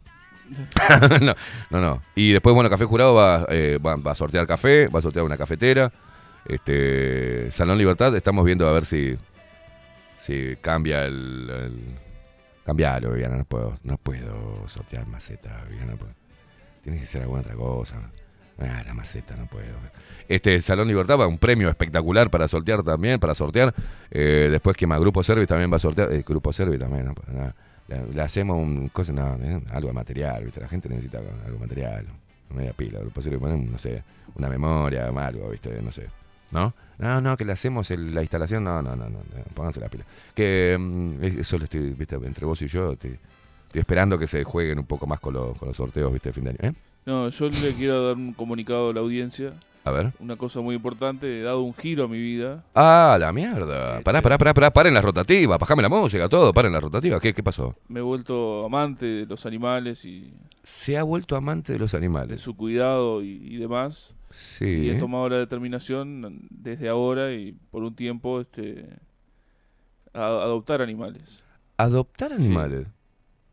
No. Y después, bueno, Café Jurado va a sortear café, va a sortear una cafetera. Salón Libertad, estamos viendo a ver si cambia cambiarlo, Viviana, no puedo sortear maceta, Viviana, tiene que ser alguna otra cosa. La maceta no puedo. Salón Libertad va a un premio espectacular para sortear también, después que más Grupo Service también va a sortear, Grupo Service también, no, le hacemos algo de material, ¿viste? La gente necesita algo de material, media pila, Grupo Service, ponemos, no sé, una memoria, algo, ¿viste? No sé. ¿No? No, que le hacemos la instalación, no, pónganse la pila. Que eso lo estoy, ¿viste? Entre vos y yo, estoy esperando que se jueguen un poco más con los sorteos, ¿viste? De fin de año, No, yo le quiero dar un comunicado a la audiencia. A ver. Una cosa muy importante, he dado un giro a mi vida. La mierda. Pará, paren la rotativa, bajame la música, todo, paren la rotativa. ¿Qué pasó? Me he vuelto amante de los animales y... Se ha vuelto amante de los animales. De su cuidado y demás. Sí. Y he tomado la determinación desde ahora y por un tiempo adoptar animales. ¿Adoptar animales?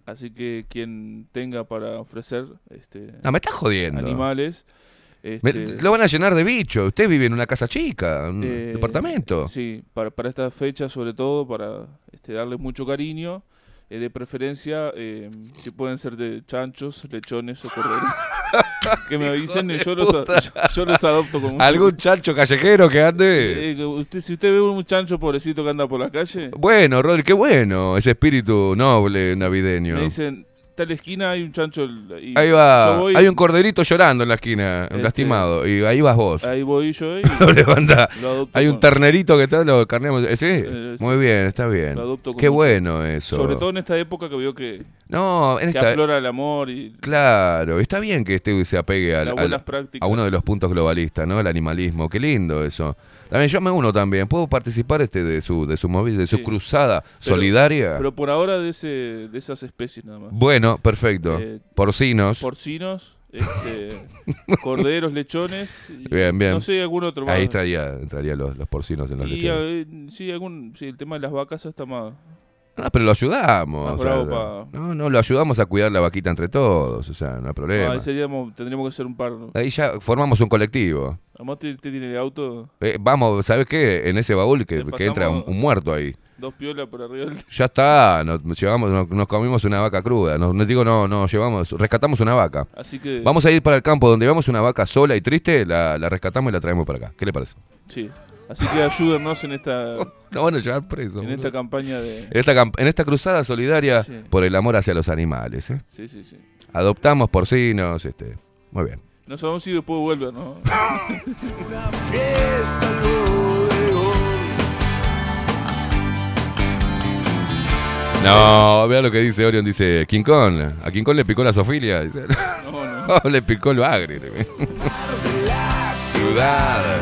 Así que quien tenga para ofrecer No, me estás jodiendo. animales... Lo van a llenar de bichos. Usted vive en una casa chica, un departamento. Sí, para esta fecha sobre todo, para darles mucho cariño. De preferencia, si pueden ser de chanchos, lechones o corderos. Que me avisen y yo los adopto con mucho. ¿Algún chancho callejero que ande? Si usted ve un chancho pobrecito que anda por la calle... Bueno, Rodri, qué bueno, ese espíritu noble navideño. Me dicen, tal esquina hay un chancho... Y ahí va, hay un corderito llorando en la esquina, lastimado, y ahí vas vos. Ahí voy yo y lo levanta. Lo adopto. Hay un ternerito que está, lo carneamos. ¿Sí? Muy bien, está bien. Lo adopto con qué mucho. Bueno eso. Sobre todo en esta época que veo que que aflora el amor. Claro, está bien que se apegue a uno de los puntos globalistas, ¿no? El animalismo, qué lindo eso. También yo me uno también. ¿Puedo participar de su movida, de su cruzada solidaria? Pero por ahora de esas especies nada más. Bueno, perfecto. Porcinos. Corderos, lechones. Bien. No sé, algún otro más. Ahí entraría los porcinos en los lechones. Sí, el tema de las vacas está más... No, pero lo ayudamos. No, lo ayudamos a cuidar la vaquita entre todos. O sea, no hay problema. Ahí tendríamos que ser un par. Ahí ya formamos un colectivo. Además, ¿te tiene el auto? Vamos, ¿sabes qué? En ese baúl que entra un muerto ahí. 2 piolas por arriba. Ya está, nos comimos una vaca cruda. Rescatamos una vaca. Así que... Vamos a ir para el campo donde veamos una vaca sola y triste, la rescatamos y la traemos para acá. ¿Qué le parece? Sí. Así que ayúdennos en esta... No van a llevar preso. En esta campaña de... En esta cruzada solidaria por el amor hacia los animales. Sí. Adoptamos porcinos, muy bien. No sabemos si después vuelve, ¿no? Una fiesta al bodegón. No, vea lo que dice Orion, dice King Kong. A King Kong le picó la zoofilia. Dice. No, le picó el bagre. La ciudad.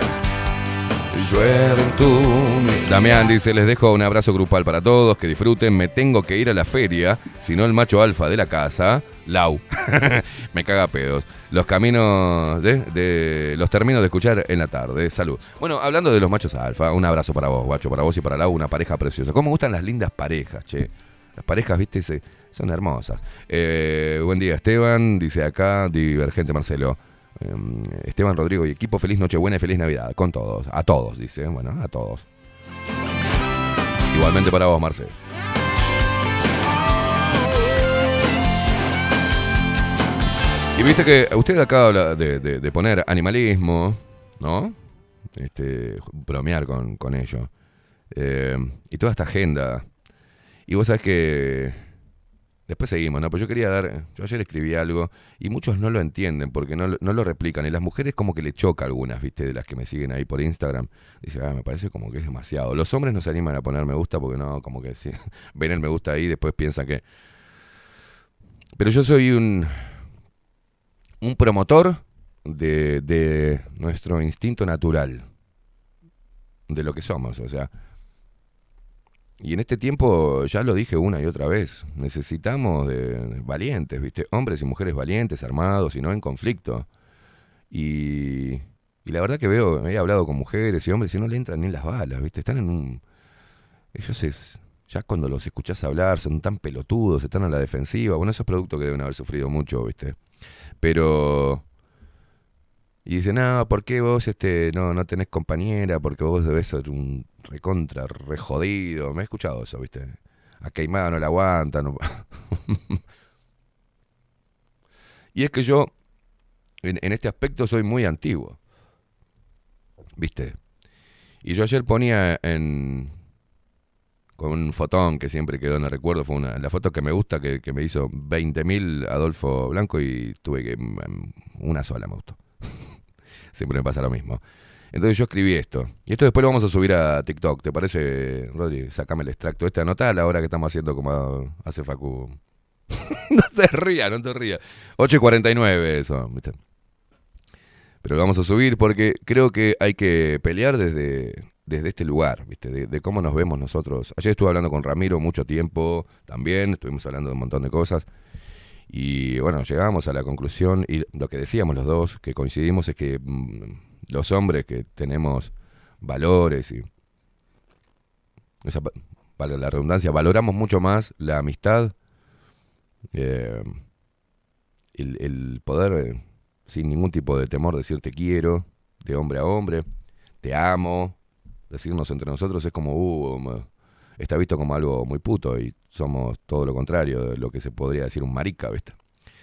Damián dice, les dejo un abrazo grupal para todos, que disfruten, me tengo que ir a la feria, si no el macho alfa de la casa, Lau, me caga pedos. Los caminos los termino de escuchar en la tarde, salud. Bueno, hablando de los machos alfa, un abrazo para vos, guacho, para vos y para Lau, una pareja preciosa. ¿Cómo me gustan las lindas parejas, che? Las parejas, viste, son hermosas. Buen día, Esteban, dice acá, Divergente Marcelo. Esteban, Rodrigo y equipo, feliz Nochebuena y feliz Navidad con todos, a todos, dice, bueno, a todos. Igualmente para vos, Marcel. Y viste que usted acá habla de poner animalismo, ¿no? Bromear con ello. Y toda esta agenda. Y vos sabés que... Después seguimos, ¿no? Pues yo ayer escribí algo y muchos no lo entienden porque no lo replican. Y las mujeres como que le choca a algunas, ¿viste? De las que me siguen ahí por Instagram. Dicen, me parece como que es demasiado. Los hombres no se animan a poner me gusta porque no, como que sí, ven el me gusta ahí y después piensan que... Pero yo soy un promotor de nuestro instinto natural. De lo que somos, o sea... Y en este tiempo, ya lo dije una y otra vez, necesitamos de valientes, ¿viste? Hombres y mujeres valientes, armados y no en conflicto. Y la verdad que he hablado con mujeres y hombres y no le entran ni las balas, ¿viste? Están en un... Ellos ya cuando los escuchás hablar son tan pelotudos, están a la defensiva. Bueno, eso es producto que deben haber sufrido mucho, ¿viste? Pero... Y dicen, no, ¿por qué vos no tenés compañera? Porque vos debés ser un re jodido. Me he escuchado eso, ¿viste? A Queimada no la aguanta. No... Y es que yo, en este aspecto, soy muy antiguo. ¿Viste? Y yo ayer ponía con un fotón que siempre quedó en el recuerdo. Fue la foto que me gusta, que me hizo 20.000 Adolfo Blanco y tuve que... Una sola me gustó. Siempre me pasa lo mismo. Entonces yo escribí esto. Y esto después lo vamos a subir a TikTok. ¿Te parece, Rodri? Sácame el extracto. Anotá a la hora que estamos haciendo como hace Facu. No te rías. 8:49 eso, ¿viste? Pero lo vamos a subir porque creo que hay que pelear desde este lugar, ¿viste? De cómo nos vemos nosotros. Ayer estuve hablando con Ramiro mucho tiempo también. Estuvimos hablando de un montón de cosas. Y bueno, llegamos a la conclusión y lo que decíamos los dos, que coincidimos, es que los hombres que tenemos valores y, valga la redundancia, valoramos mucho más la amistad el poder, sin ningún tipo de temor, decir te quiero, de hombre a hombre, te amo, decirnos entre nosotros es como, está visto como algo muy puto y somos todo lo contrario de lo que se podría decir un marica, ¿viste?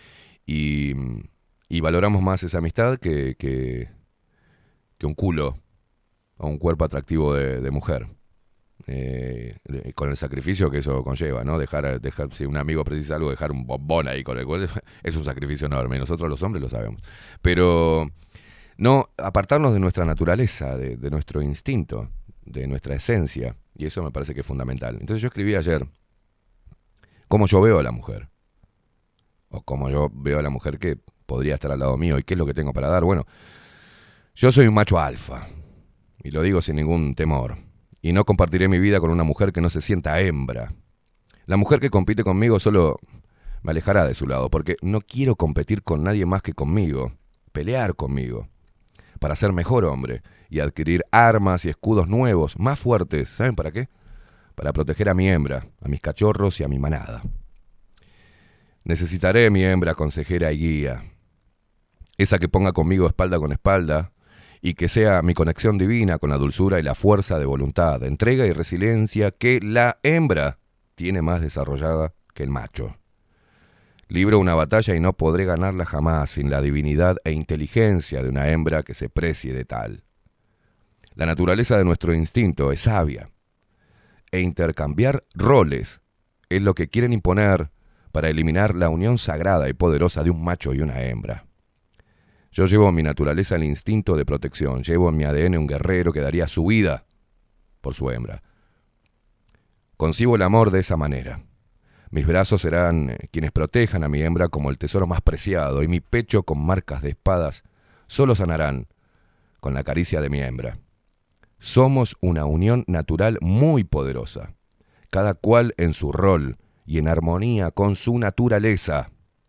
Y valoramos más esa amistad que un culo o un cuerpo atractivo de mujer. Con el sacrificio que eso conlleva, ¿no? Dejar si un amigo precisa algo, dejar un bombón ahí con el cual es un sacrificio enorme, y nosotros los hombres lo sabemos. Pero no apartarnos de nuestra naturaleza, de nuestro instinto, de nuestra esencia, y eso me parece que es fundamental. Entonces yo escribí ayer cómo yo veo a la mujer, o cómo yo veo a la mujer que podría estar al lado mío, y qué es lo que tengo para dar. Bueno, yo soy un macho alfa, y lo digo sin ningún temor. Y no compartiré mi vida con una mujer que no se sienta hembra. La mujer que compite conmigo solo me alejará de su lado, porque no quiero competir con nadie más que conmigo, pelear conmigo, para ser mejor hombre y adquirir armas y escudos nuevos, más fuertes. ¿Saben para qué? Para proteger a mi hembra, a mis cachorros y a mi manada. Necesitaré mi hembra consejera y guía, esa que ponga conmigo espalda con espalda, y que sea mi conexión divina con la dulzura y la fuerza de voluntad, entrega y resiliencia que la hembra tiene más desarrollada que el macho. Libro una batalla y no podré ganarla jamás sin la divinidad e inteligencia de una hembra que se precie de tal. La naturaleza de nuestro instinto es sabia, e intercambiar roles es lo que quieren imponer para eliminar la unión sagrada y poderosa de un macho y una hembra. Yo llevo en mi naturaleza el instinto de protección, llevo en mi ADN un guerrero que daría su vida por su hembra. Concibo el amor de esa manera. Mis brazos serán quienes protejan a mi hembra como el tesoro más preciado, y mi pecho con marcas de espadas solo sanarán con la caricia de mi hembra. Somos una unión natural muy poderosa, cada cual en su rol y en armonía con su naturaleza.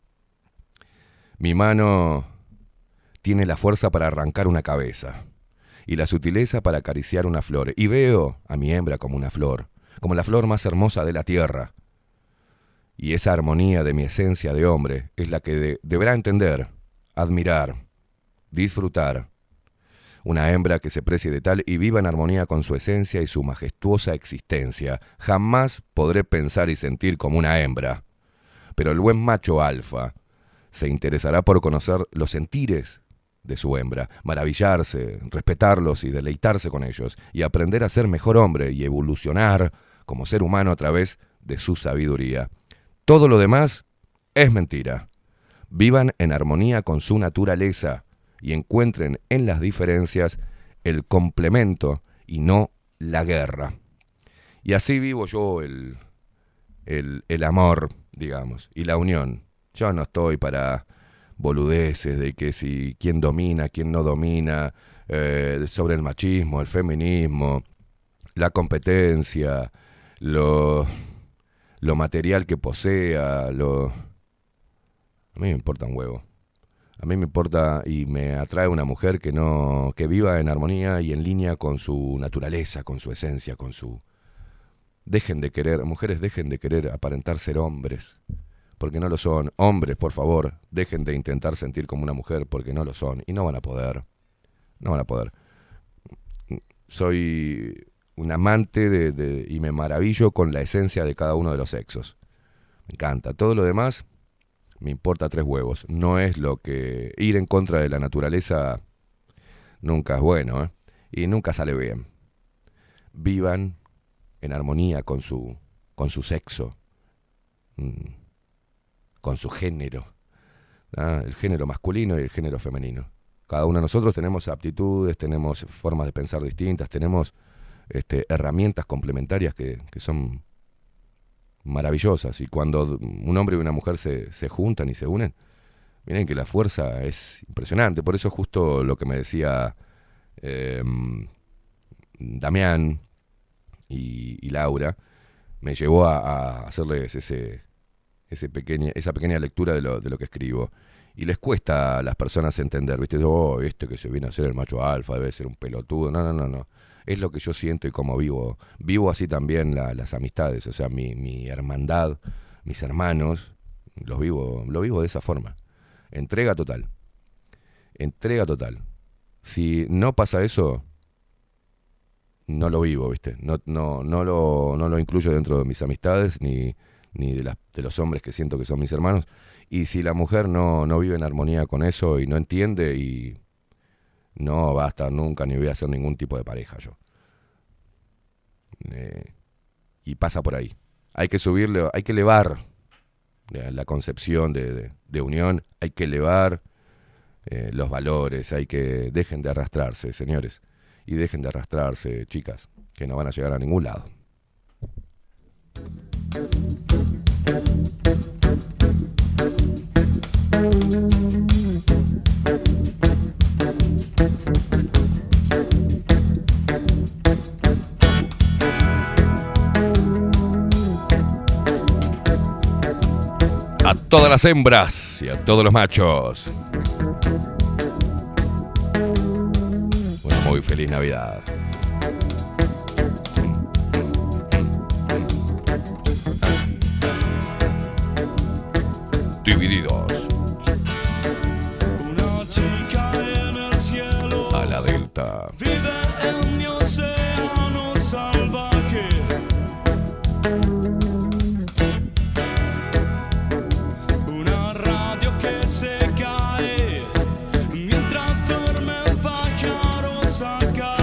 Mi mano tiene la fuerza para arrancar una cabeza y la sutileza para acariciar una flor. Y veo a mi hembra como una flor, como la flor más hermosa de la tierra. Y esa armonía de mi esencia de hombre es la que deberá entender, admirar, disfrutar. Una hembra que se precie de tal y viva en armonía con su esencia y su majestuosa existencia. Jamás podré pensar y sentir como una hembra. Pero el buen macho alfa se interesará por conocer los sentires de su hembra, maravillarse, respetarlos y deleitarse con ellos, y aprender a ser mejor hombre y evolucionar como ser humano a través de su sabiduría. Todo lo demás es mentira. Vivan en armonía con su naturaleza y encuentren en las diferencias el complemento y no la guerra. Y así vivo yo el amor, digamos, y la unión. Yo no estoy para boludeces de que si quién domina, quién no domina, sobre el machismo, el feminismo, la competencia, lo material que posea, a mí me importa un huevo. A mí me importa y me atrae una mujer que viva en armonía y en línea con su naturaleza, con su esencia, con su... Mujeres, dejen de querer aparentar ser hombres, porque no lo son. Hombres, por favor, dejen de intentar sentir como una mujer, porque no lo son, y no van a poder. No van a poder. Soy un amante y me maravillo con la esencia de cada uno de los sexos. Me encanta. Todo lo demás me importa tres huevos. No es lo que... Ir en contra de la naturaleza nunca es bueno, ¿eh? Y nunca sale bien. Vivan en armonía con su sexo, con su género, el género masculino y el género femenino. Cada uno de nosotros tenemos aptitudes, tenemos formas de pensar distintas, tenemos herramientas complementarias que son maravillosas. Y cuando un hombre y una mujer se juntan y se unen, miren que la fuerza es impresionante. Por eso justo lo que me decía Damián y Laura me llevó a hacerles esa pequeña lectura de lo que escribo. Y les cuesta a las personas entender, ¿viste? Este que se viene a hacer el macho alfa debe ser un pelotudo. No. Es lo que yo siento y cómo vivo. Vivo así también las amistades, o sea, mi hermandad, mis hermanos, Lo vivo de esa forma. Entrega total. Si no pasa eso, no lo vivo, ¿viste? No lo incluyo dentro de mis amistades ni de los hombres que siento que son mis hermanos. Y si la mujer no vive en armonía con eso y no entiende, y no va a estar nunca, ni voy a hacer ningún tipo de pareja yo. Y pasa por ahí. Hay que subirle, hay que elevar la concepción de unión, hay que elevar los valores, dejen de arrastrarse, señores, y dejen de arrastrarse, chicas, que no van a llegar a ningún lado. A todas las hembras y a todos los machos, una muy feliz Navidad. Divididos. Una chica en el cielo a la delta. vive en mi océano salvaje. Una radio que se cae mientras duermen pájaros acá.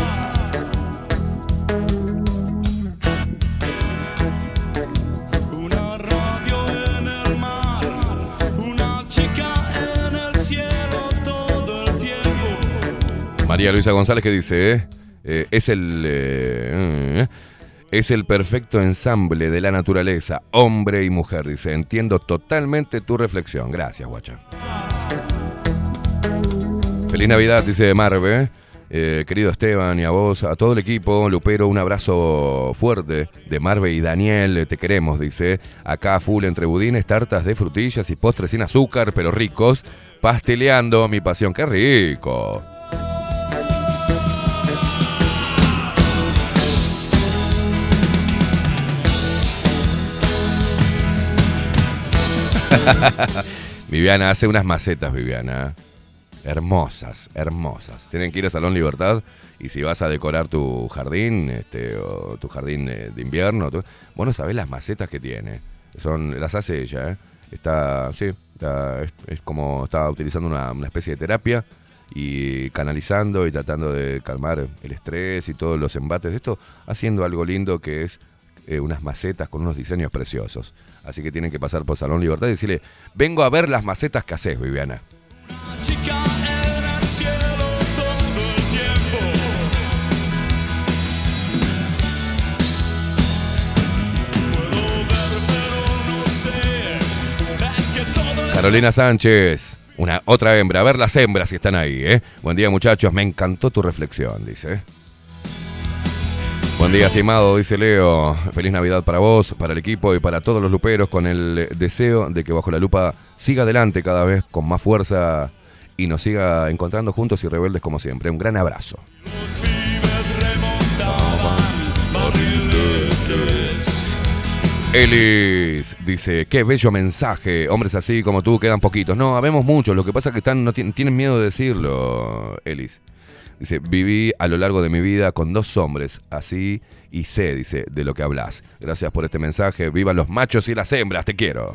Una radio en el mar, una chica en el cielo todo el tiempo. María Luisa González, que dice, es el perfecto ensamble de la naturaleza, hombre y mujer, dice. Entiendo totalmente tu reflexión. Gracias, guacha. Feliz Navidad, dice Marve. Querido Esteban, y a vos, a todo el equipo Lupero, un abrazo fuerte de Marve y Daniel. Te queremos, dice. Acá full entre budines, tartas de frutillas y postres sin azúcar, pero ricos. Pasteleando mi pasión. ¡Qué rico! Viviana hace unas macetas, Viviana. Hermosas. Tienen que ir a Salón Libertad, y si vas a decorar tu jardín, o tu jardín de invierno, vos no sabés las macetas que tiene. Las hace ella, es como está utilizando una especie de terapia y canalizando y tratando de calmar el estrés y todos los embates de esto, haciendo algo lindo que es unas macetas con unos diseños preciosos. Así que tienen que pasar por Salón Libertad y decirle: vengo a ver las macetas que haces, Viviana. Chica en el cielo todo el tiempo. Puedo ver pero no sé. Es que todo Carolina Sánchez, otra hembra. A ver las hembras si están ahí, ¿eh? Buen día, muchachos. Me encantó tu reflexión, dice. Buen día, estimado, dice Leo. Feliz Navidad para vos, para el equipo y para todos los luperos, con el deseo de que Bajo la Lupa siga adelante cada vez con más fuerza y nos siga encontrando juntos y rebeldes como siempre. Un gran abrazo. Elis dice: qué bello mensaje. Hombres así como tú quedan poquitos. No, habemos muchos. Lo que pasa es que tienen miedo de decirlo, Elis. Dice: viví a lo largo de mi vida con 2 hombres así y sé, dice, de lo que hablas. Gracias por este mensaje. Vivan los machos y las hembras. Te quiero.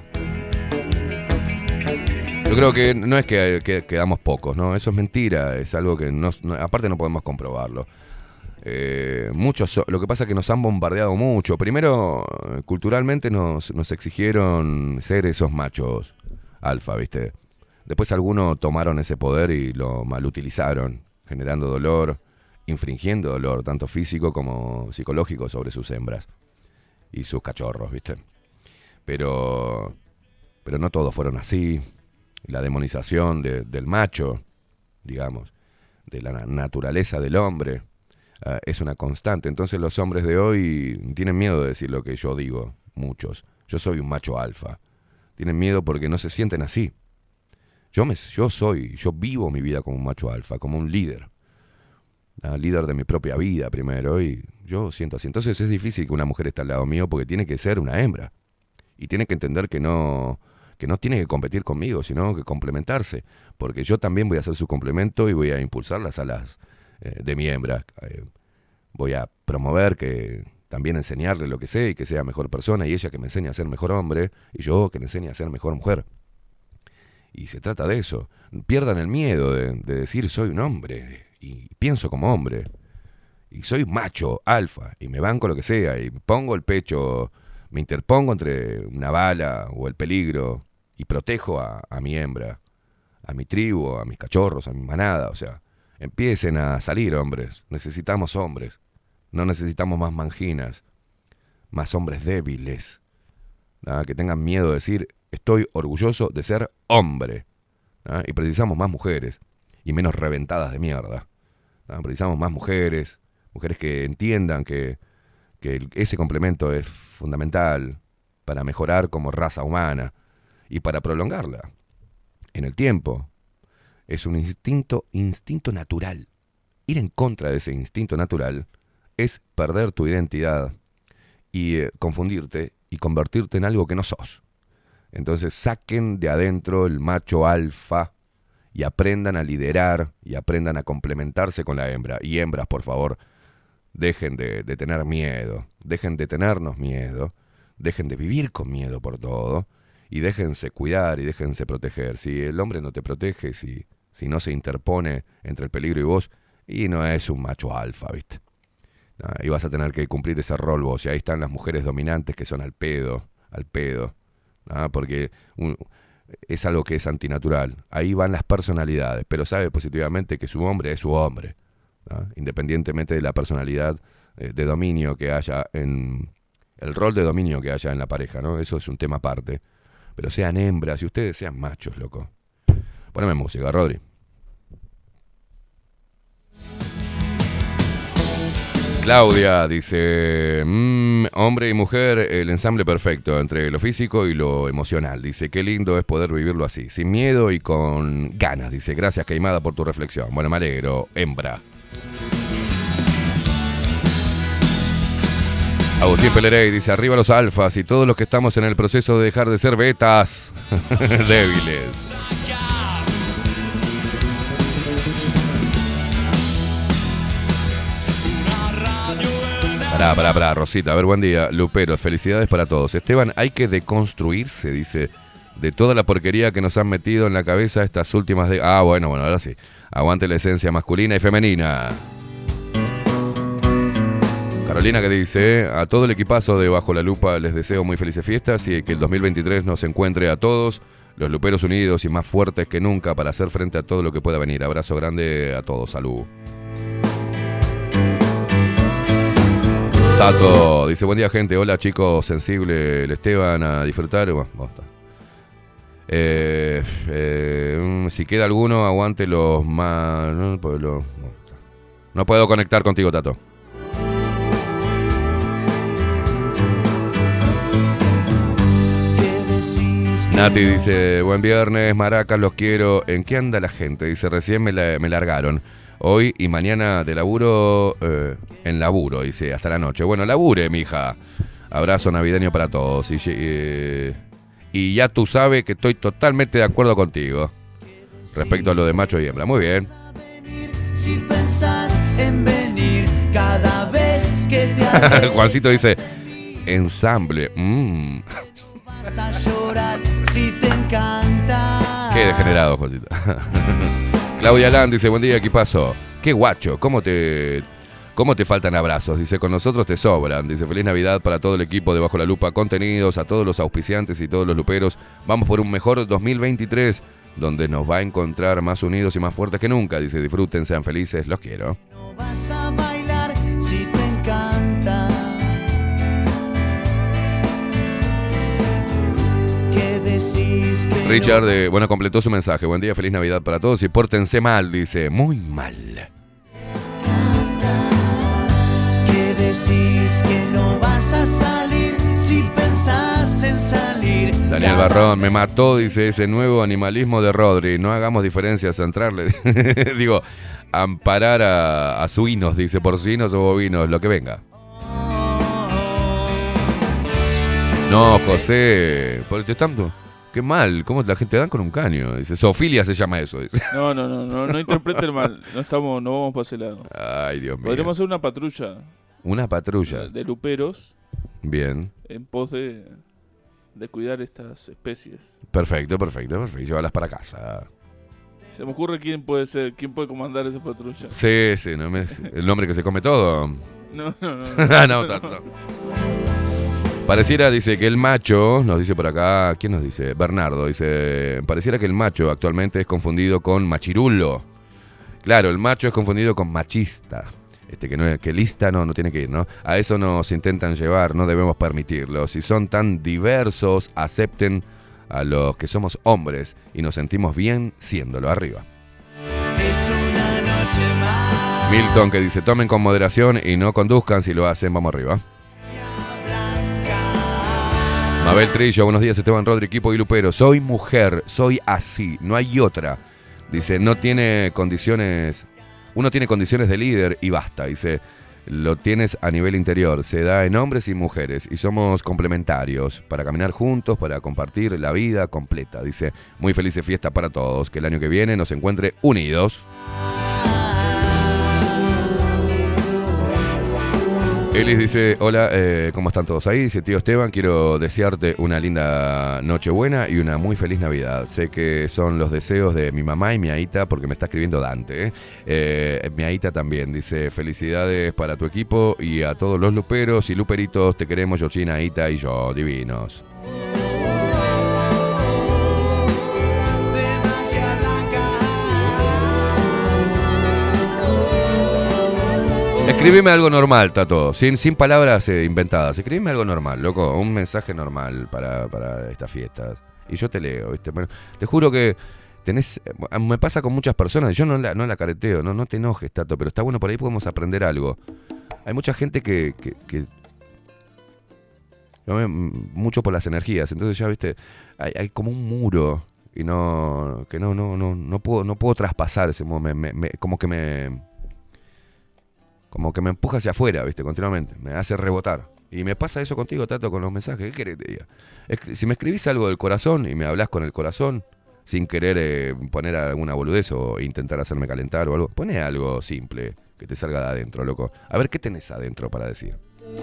Yo creo que no es que quedamos pocos, ¿no? Eso es mentira. Es algo que aparte no podemos comprobarlo. Lo que pasa es que nos han bombardeado mucho. Primero, culturalmente nos exigieron ser esos machos alfa, ¿viste? Después algunos tomaron ese poder y lo malutilizaron, generando dolor, infringiendo dolor, tanto físico como psicológico, sobre sus hembras y sus cachorros, ¿viste? Pero no todos fueron así. La demonización del macho, digamos, de la naturaleza del hombre, es una constante. Entonces los hombres de hoy tienen miedo de decir lo que yo digo, muchos. Yo soy un macho alfa. Tienen miedo porque no se sienten así. Yo vivo mi vida como un macho alfa, como un líder. Líder de mi propia vida primero, y yo siento así. Entonces es difícil que una mujer esté al lado mío porque tiene que ser una hembra. Y tiene que entender que no que no tiene que competir conmigo, sino que complementarse, porque yo también voy a hacer su complemento y voy a impulsar las alas de mi hembra. Voy a promover que también enseñarle lo que sé y que sea mejor persona, y ella que me enseñe a ser mejor hombre y yo que le enseñe a ser mejor mujer. Y se trata de eso. Pierdan el miedo de decir soy un hombre y pienso como hombre y soy macho, alfa, y me banco lo que sea y pongo el pecho, me interpongo entre una bala o el peligro y protejo a mi hembra, a mi tribu, a mis cachorros, a mi manada. O sea, empiecen a salir hombres. Necesitamos hombres. No necesitamos más manginas, más hombres débiles, ¿no? Que tengan miedo de decir estoy orgulloso de ser hombre, ¿no? Y precisamos más mujeres y menos reventadas de mierda, ¿no? Precisamos más mujeres que entiendan que ese complemento es fundamental para mejorar como raza humana y para prolongarla en el tiempo. Es un instinto natural. Ir en contra de ese instinto natural es perder tu identidad y confundirte y convertirte en algo que no sos. Entonces saquen de adentro el macho alfa y aprendan a liderar y aprendan a complementarse con la hembra. Y hembras, por favor, dejen de tener miedo, dejen de tenernos miedo, dejen de vivir con miedo por todo y déjense cuidar y déjense proteger. Si el hombre no te protege, si no se interpone entre el peligro y vos, y no es un macho alfa, ¿viste? Y vas a tener que cumplir ese rol vos. Y ahí están las mujeres dominantes que son al pedo, porque es algo que es antinatural. Ahí van las personalidades, pero sabe positivamente que su hombre es su hombre, ¿no? Independientemente de la personalidad de dominio que haya el rol de dominio que haya en la pareja, ¿no? Eso es un tema aparte. Pero sean hembras y ustedes sean machos, loco. Poneme música, Rodri. Claudia dice, hombre y mujer, el ensamble perfecto entre lo físico y lo emocional. Dice, qué lindo es poder vivirlo así, sin miedo y con ganas. Dice, gracias Queimada por tu reflexión. Bueno, me alegro, hembra. Agustín Pelerey dice, arriba los alfas y todos los que estamos en el proceso de dejar de ser betas débiles. Pará, Rosita. A ver, buen día. Luperos, felicidades para todos. Esteban, hay que deconstruirse, dice, de toda la porquería que nos han metido en la cabeza estas últimas de... Bueno, ahora sí. Aguante la esencia masculina y femenina. Carolina que dice, a todo el equipazo de Bajo la Lupa les deseo muy felices fiestas y que el 2023 nos encuentre a todos, los luperos unidos y más fuertes que nunca para hacer frente a todo lo que pueda venir. Abrazo grande a todos. Salud. Tato dice, buen día gente, hola chicos, sensible el Esteban a disfrutar. Bueno, si queda alguno, aguante los más... No puedo conectar contigo, Tato. Nati dice, buen viernes, maracas, los quiero. ¿En qué anda la gente? Dice, recién me largaron. Hoy y mañana de laburo, en laburo, dice, hasta la noche. Bueno, labure, mija. Abrazo navideño para todos. Y ya tú sabes que estoy totalmente de acuerdo contigo respecto a lo de macho y hembra. Muy bien. Si pensás en venir cada vez que te Juancito dice, ensamble. Vas a llorar si te encanta. Qué degenerado, Juancito. Claudia Land dice, buen día, equipazo. Qué guacho, ¿cómo te faltan abrazos? Dice, con nosotros te sobran. Dice, feliz Navidad para todo el equipo de Bajo la Lupa Contenidos, a todos los auspiciantes y todos los luperos. Vamos por un mejor 2023, donde nos va a encontrar más unidos y más fuertes que nunca. Dice, disfruten, sean felices, los quiero. No vas a bailar si te encanta. Richard, completó su mensaje. Buen día, feliz Navidad para todos y pórtense mal, dice, muy mal. ¿Qué decís que no vas a salir si pensás en salir? Daniel Barrón, me mató, dice, ese nuevo animalismo de Rodri. No hagamos diferencias, centrarle. Digo, amparar a suinos, dice, porcinos o bovinos, lo que venga. No, José, ¿por qué tanto? Qué mal, ¿cómo la gente dan con un caño? Dice, zoofilia se llama eso. Dice. No interpreten mal. No vamos para ese lado. Ay, Dios mío. Podríamos hacer una patrulla. Una patrulla. De luperos. Bien. En pos de cuidar estas especies. Perfecto. Llévalas para casa. Se me ocurre quién puede comandar esa patrulla. Sí, el hombre que se come todo. No. No. Pareciera, dice, que el macho, nos dice por acá, ¿quién nos dice? Bernardo, dice, pareciera que el macho actualmente es confundido con machirulo. Claro, el macho es confundido con machista. Que lista no tiene que ir, ¿no? A eso nos intentan llevar, no debemos permitirlo. Si son tan diversos, acepten a los que somos hombres y nos sentimos bien siéndolo. Arriba. Es una noche más. Milton, que dice, tomen con moderación y no conduzcan, si lo hacen, vamos arriba. Mabel Trillo, buenos días, Esteban Rodri, equipo y Lupero. Soy mujer, soy así, no hay otra. Dice, uno tiene condiciones de líder y basta. Dice, lo tienes a nivel interior, se da en hombres y mujeres y somos complementarios para caminar juntos, para compartir la vida completa. Dice, muy feliz fiesta para todos, que el año que viene nos encuentre unidos. Elis dice, hola, ¿cómo están todos ahí? Dice, tío Esteban, quiero desearte una linda Nochebuena y una muy feliz Navidad. Sé que son los deseos de mi mamá y mi Aita, porque me está escribiendo Dante. Mi Aita también, dice, felicidades para tu equipo y a todos los luperos y luperitos, te queremos, Yochina, Aita y yo, divinos. Escribime algo normal, Tato, sin palabras inventadas. Escribime algo normal, loco, un mensaje normal para estas fiestas. Y yo te leo, ¿viste? Bueno, te juro que me pasa con muchas personas, yo no la careteo, no te enojes, Tato, pero está bueno, por ahí podemos aprender algo. Hay mucha gente que mucho por las energías, entonces ya, ¿viste? Hay como un muro y no puedo traspasar ese muro, como que me empuja hacia afuera, ¿viste? Continuamente. Me hace rebotar. Y me pasa eso contigo, Tato, con los mensajes. ¿Qué querés que te diga? Si me escribís algo del corazón y me hablás con el corazón, sin querer poner alguna boludez o intentar hacerme calentar o algo, poné algo simple que te salga de adentro, loco. A ver, ¿qué tenés adentro para decir?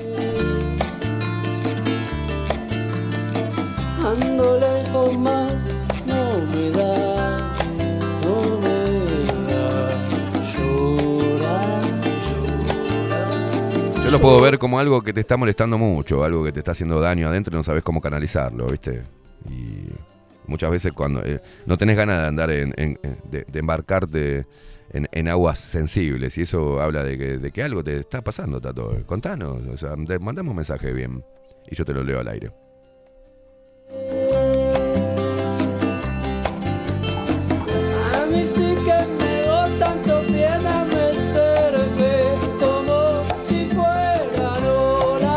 Ando lejos más, no me da. Yo lo puedo ver como algo que te está molestando mucho, algo que te está haciendo daño adentro y no sabes cómo canalizarlo, ¿viste? Y muchas veces cuando no tenés ganas de andar de embarcarte en aguas sensibles, y eso habla de que algo te está pasando, Tato. Contanos, o sea, mandame un mensaje bien y yo te lo leo al aire. A mí sí que me dio tanto bien a mecerse como si fuera Lola.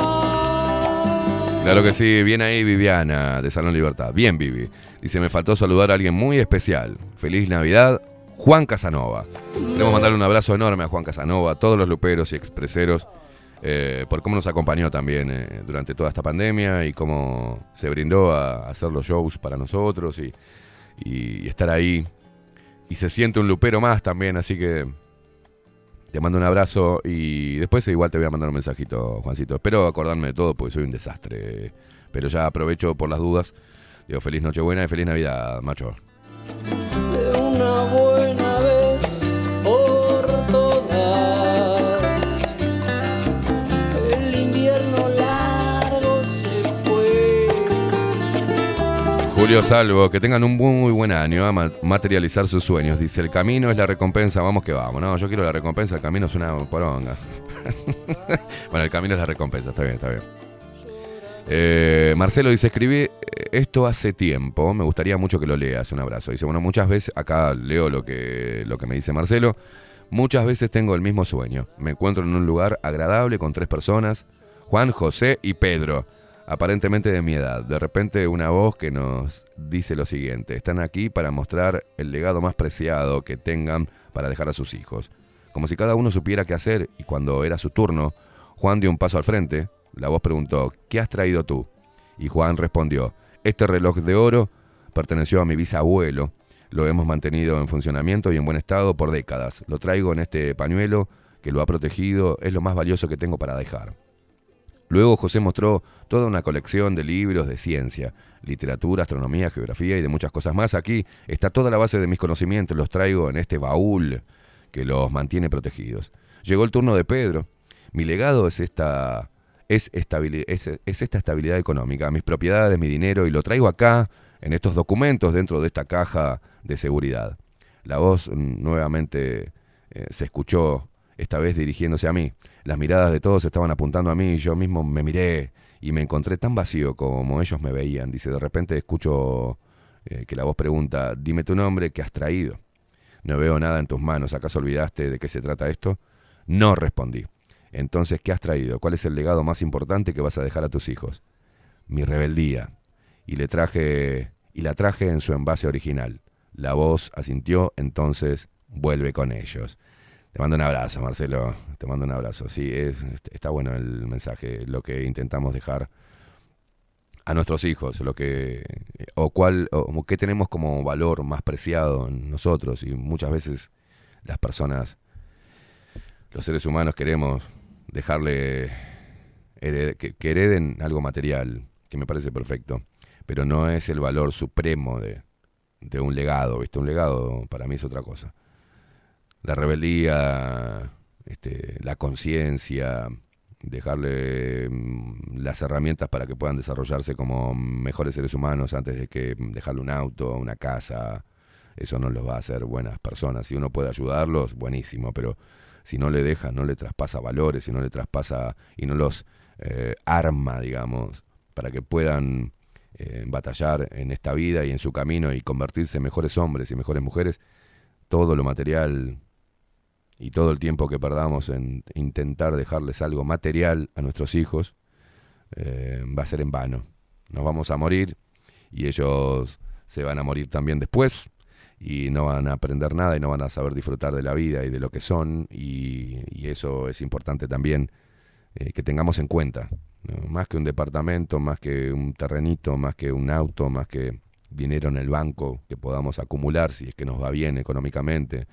Claro que sí, bien ahí Viviana de Salón Libertad. Bien, Vivi. Dice, me faltó saludar a alguien muy especial. Feliz Navidad, Juan Casanova. Queremos mandarle un abrazo enorme a Juan Casanova, a todos los luperos y expreseros, por cómo nos acompañó también durante toda esta pandemia y cómo se brindó a hacer los shows para nosotros y estar ahí. Y se siente un lupero más también, así que te mando un abrazo y después igual te voy a mandar un mensajito, Juancito. Espero acordarme de todo porque soy un desastre, pero ya aprovecho por las dudas. Digo, feliz Nochebuena y feliz Navidad, macho. De una buena vez por todas. El invierno largo se fue. Julio Salvo, que tengan un muy buen año a materializar sus sueños. Dice, el camino es la recompensa, vamos que vamos. No, yo quiero la recompensa, el camino es una poronga. Bueno, el camino es la recompensa, está bien. Marcelo dice, escribí esto hace tiempo, me gustaría mucho que lo leas, un abrazo. Dice, bueno, muchas veces, acá leo lo que me dice Marcelo, muchas veces tengo el mismo sueño, me encuentro en un lugar agradable con 3 personas, Juan, José y Pedro, aparentemente de mi edad. De repente una voz que nos dice lo siguiente, están aquí para mostrar el legado más preciado que tengan para dejar a sus hijos. Como si cada uno supiera qué hacer, y cuando era su turno, Juan dio un paso al frente. La voz preguntó, ¿qué has traído tú? Y Juan respondió, Este reloj de oro perteneció a mi bisabuelo. Lo hemos mantenido en funcionamiento y en buen estado por décadas. Lo traigo en este pañuelo que lo ha protegido. Es lo más valioso que tengo para dejar. Luego José mostró toda una colección de libros de ciencia, literatura, astronomía, geografía y de muchas cosas más. Aquí está toda la base de mis conocimientos. Los traigo en este baúl que los mantiene protegidos. Llegó el turno de Pedro. Mi legado es esta estabilidad económica, mis propiedades, mi dinero, y lo traigo acá, en estos documentos, dentro de esta caja de seguridad. La voz nuevamente se escuchó, esta vez dirigiéndose a mí. Las miradas de todos estaban apuntando a mí y yo mismo me miré y me encontré tan vacío como ellos me veían. Dice, de repente escucho que la voz pregunta, dime tu nombre, ¿qué has traído? No veo nada en tus manos, ¿acaso olvidaste de qué se trata esto? No, respondí. Entonces, ¿qué has traído? ¿Cuál es el legado más importante que vas a dejar a tus hijos? Mi rebeldía. Y la traje en su envase original. La voz asintió, entonces vuelve con ellos. Te mando un abrazo, Marcelo. Te mando un abrazo. Sí, está bueno el mensaje, lo que intentamos dejar a nuestros hijos, qué tenemos como valor más preciado en nosotros. Y muchas veces las personas, los seres humanos, queremos dejarle que hereden algo material, que me parece perfecto, pero no es el valor supremo de un legado, ¿viste? Un legado para mí es otra cosa. La rebeldía, la conciencia, dejarle las herramientas para que puedan desarrollarse como mejores seres humanos antes de que dejarle un auto, una casa, eso no los va a hacer buenas personas. Si uno puede ayudarlos, buenísimo, pero si no le deja, no le traspasa valores, si no le traspasa y no los arma, digamos, para que puedan batallar en esta vida y en su camino y convertirse en mejores hombres y mejores mujeres, todo lo material y todo el tiempo que perdamos en intentar dejarles algo material a nuestros hijos va a ser en vano. Nos vamos a morir y ellos se van a morir también después y no van a aprender nada y no van a saber disfrutar de la vida y de lo que son, y eso es importante también que tengamos en cuenta, ¿no? Más que un departamento, más que un terrenito, más que un auto, más que dinero en el banco que podamos acumular si es que nos va bien económicamente,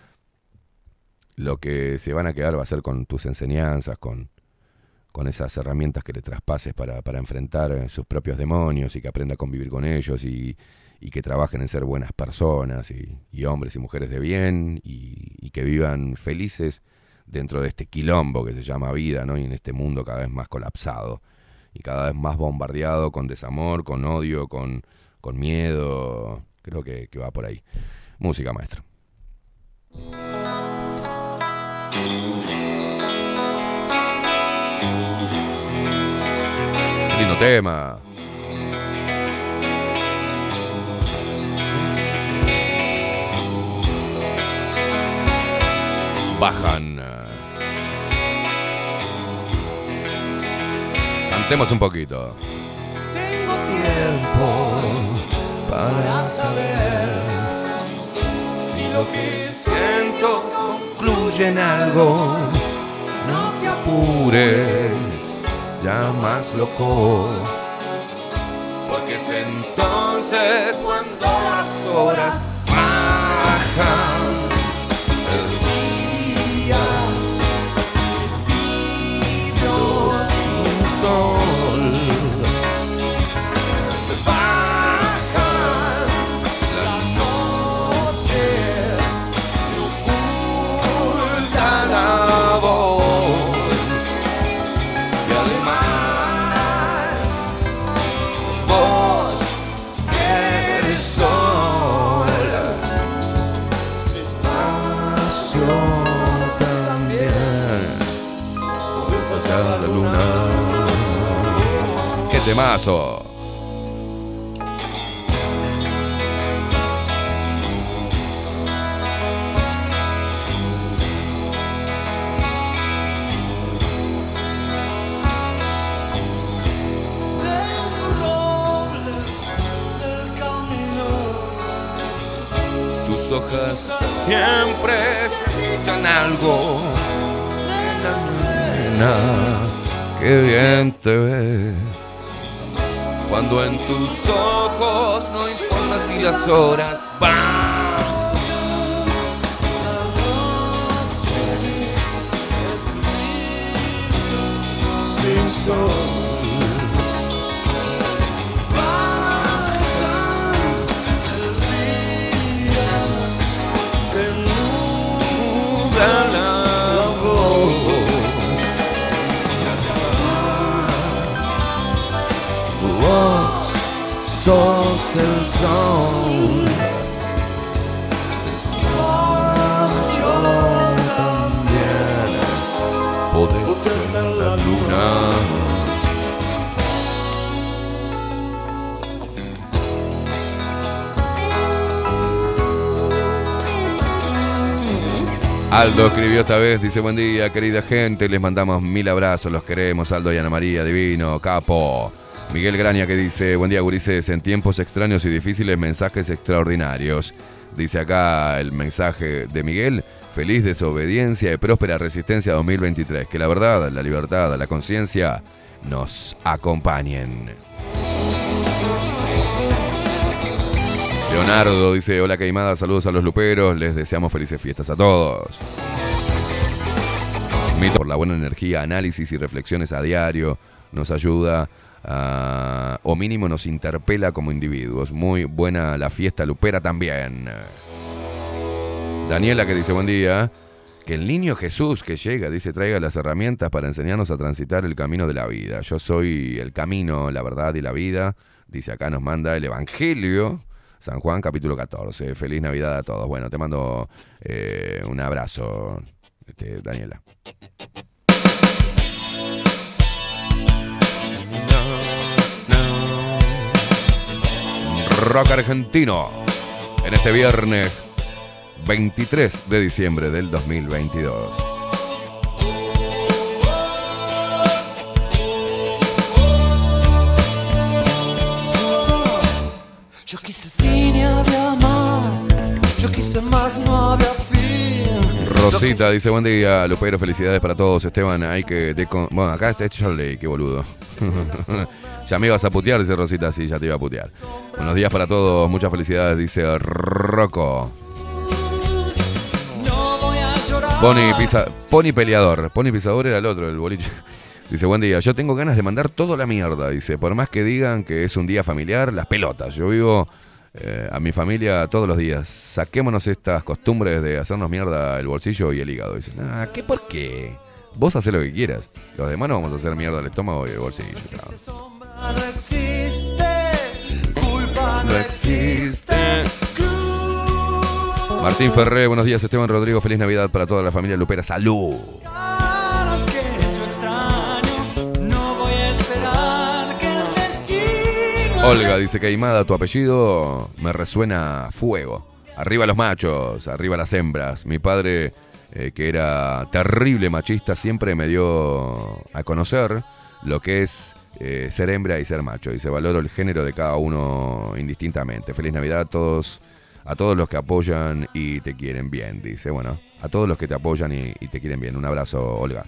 lo que se van a quedar va a ser con tus enseñanzas, con esas herramientas que le traspases para enfrentar sus propios demonios y que aprenda a convivir con ellos y que trabajen en ser buenas personas y hombres y mujeres de bien y que vivan felices dentro de este quilombo que se llama vida, ¿no? Y en este mundo cada vez más colapsado y cada vez más bombardeado con desamor, con odio, con miedo. Creo que va por ahí. Música, maestro. Qué lindo tema. Bajan. Cantemos un poquito. Tengo tiempo para saber si lo que siento concluye en algo. No te apures, ya más loco, porque es entonces cuando las horas bajan. El día es tibio sin sol. Baja la noche, no oculta la voz. Y además, vos que eres sola, despacio también, puedes hacer la luna. ¡Qué temazo! Tus hojas siempre significan algo. Nena, ¡Qué bien te ves! Cuando en tus ojos no importa si las horas van. Sin sol. Vos sos el sol. Yo también. Podés ser la luna. Aldo escribió esta vez, dice: buen día, querida gente, les mandamos 1000 abrazos, los queremos, Aldo y Ana María, divino, capo. Miguel Graña que dice: buen día, gurises, en tiempos extraños y difíciles, mensajes extraordinarios. Dice acá el mensaje de Miguel: feliz desobediencia y próspera resistencia 2023. Que la verdad, la libertad, la conciencia nos acompañen. Leonardo dice: hola Caimada, saludos a los luperos, les deseamos felices fiestas a todos. Mito por la buena energía, análisis y reflexiones a diario, nos ayuda o mínimo nos interpela como individuos. Muy buena la fiesta lupera también. Daniela que dice: buen día, que el niño Jesús que llega, dice, traiga las herramientas para enseñarnos a transitar el camino de la vida. Yo soy el camino, la verdad y la vida. Dice acá, nos manda el Evangelio, San Juan capítulo 14. Feliz Navidad a todos. Bueno, te mando un abrazo, Daniela. Rock argentino en este viernes 23 de diciembre del 2022. Yo quise fin y había más. Yo quise más, no había fin. Rosita dice: buen día, Lupero, felicidades para todos. Esteban, hay que... Bueno, acá está hecho, ya leí, qué boludo. Ya me ibas a putear, dice Rosita. Sí, ya te iba a putear. Buenos días para todos, muchas felicidades, dice Rocco. Pony peleador. Pony pisador era el otro, el boliche. Dice: buen día, yo tengo ganas de mandar todo a la mierda. Dice: por más que digan que es un día familiar, las pelotas. Yo vivo a mi familia todos los días. Saquémonos estas costumbres de hacernos mierda el bolsillo y el hígado. Dice: ¿qué por qué? Vos hacés lo que quieras. Los demás no vamos a hacer mierda el estómago y el bolsillo. No existe, culpa no existe. Martín Ferré, buenos días. Esteban Rodrigo, feliz Navidad para toda la familia lupera. ¡Salud! Olga dice: Caimada, tu apellido me resuena fuego. Arriba los machos, arriba las hembras. Mi padre, que era terrible machista, siempre me dio a conocer lo que es ser hembra y ser macho. Dice: valoro el género de cada uno indistintamente. Feliz Navidad a todos los que apoyan y te quieren bien. Dice: bueno, a todos los que te apoyan y te quieren bien. Un abrazo, Olga.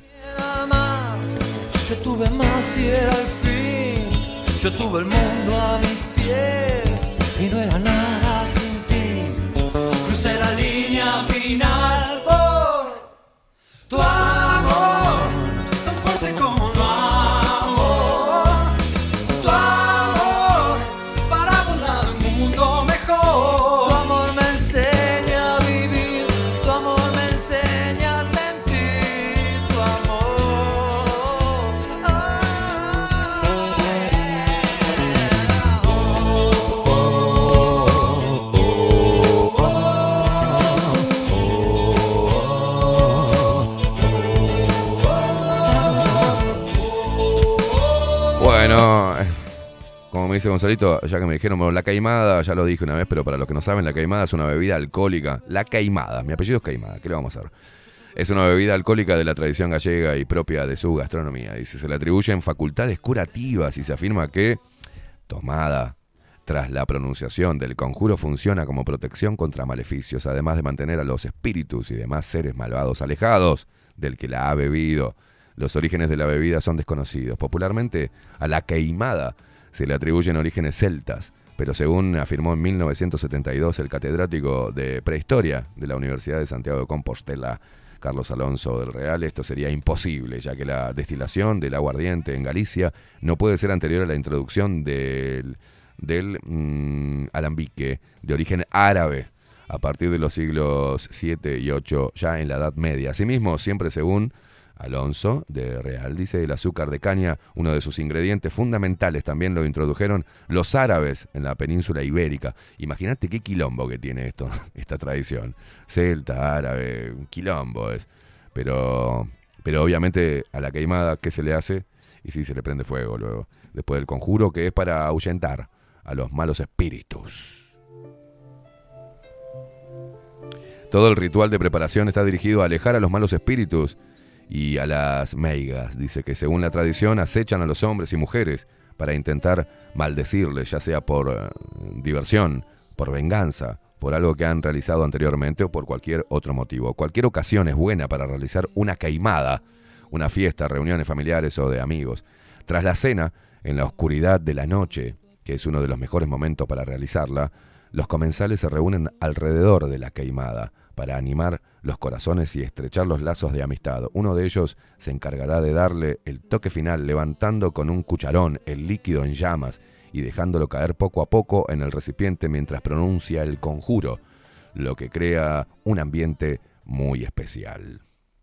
Yo tuve más y era el fin. Yo tuve el mundo a mis pies y no era nada sin ti. Crucé la línea final por tu amor, tan fuerte como no amor. Tu amor para volar un mundo mejor. Tu amor me enseña a vivir, tu amor me enseña a sentir. Tu amor. Bueno, como me dice Gonzalito, ya que me dijeron, bueno, la caimada, ya lo dije una vez, pero para los que no saben, la caimada es una bebida alcohólica. La caimada, mi apellido es Caimada, ¿qué le vamos a hacer? Es una bebida alcohólica de la tradición gallega y propia de su gastronomía. Dice: se le atribuyen facultades curativas y se afirma que, tomada tras la pronunciación del conjuro, funciona como protección contra maleficios, además de mantener a los espíritus y demás seres malvados alejados del que la ha bebido. Los orígenes de la bebida son desconocidos. Popularmente, a la queimada se le atribuyen orígenes celtas, pero según afirmó en 1972 el catedrático de prehistoria de la Universidad de Santiago de Compostela, Carlos Alonso del Real, esto sería imposible, ya que la destilación del aguardiente en Galicia no puede ser anterior a la introducción del alambique de origen árabe a partir de los siglos 7 y 8, ya en la Edad Media. Asimismo, siempre según Alonso de Real, dice, el azúcar de caña, uno de sus ingredientes fundamentales, también lo introdujeron los árabes en la península ibérica. Imagínate qué quilombo que tiene esto, esta tradición. Celta, árabe, un quilombo es. Pero obviamente a la queimada, ¿qué se le hace? Y sí, se le prende fuego luego. Después del conjuro, que es para ahuyentar a los malos espíritus. Todo el ritual de preparación está dirigido a alejar a los malos espíritus y a las meigas. Dice que según la tradición acechan a los hombres y mujeres para intentar maldecirles, ya sea por diversión, por venganza, por algo que han realizado anteriormente o por cualquier otro motivo. Cualquier ocasión es buena para realizar una queimada, una fiesta, reuniones familiares o de amigos. Tras la cena, en la oscuridad de la noche, que es uno de los mejores momentos para realizarla, los comensales se reúnen alrededor de la queimada para animar los corazones y estrechar los lazos de amistad. Uno de ellos se encargará de darle el toque final levantando con un cucharón el líquido en llamas y dejándolo caer poco a poco en el recipiente mientras pronuncia el conjuro, lo que crea un ambiente muy especial.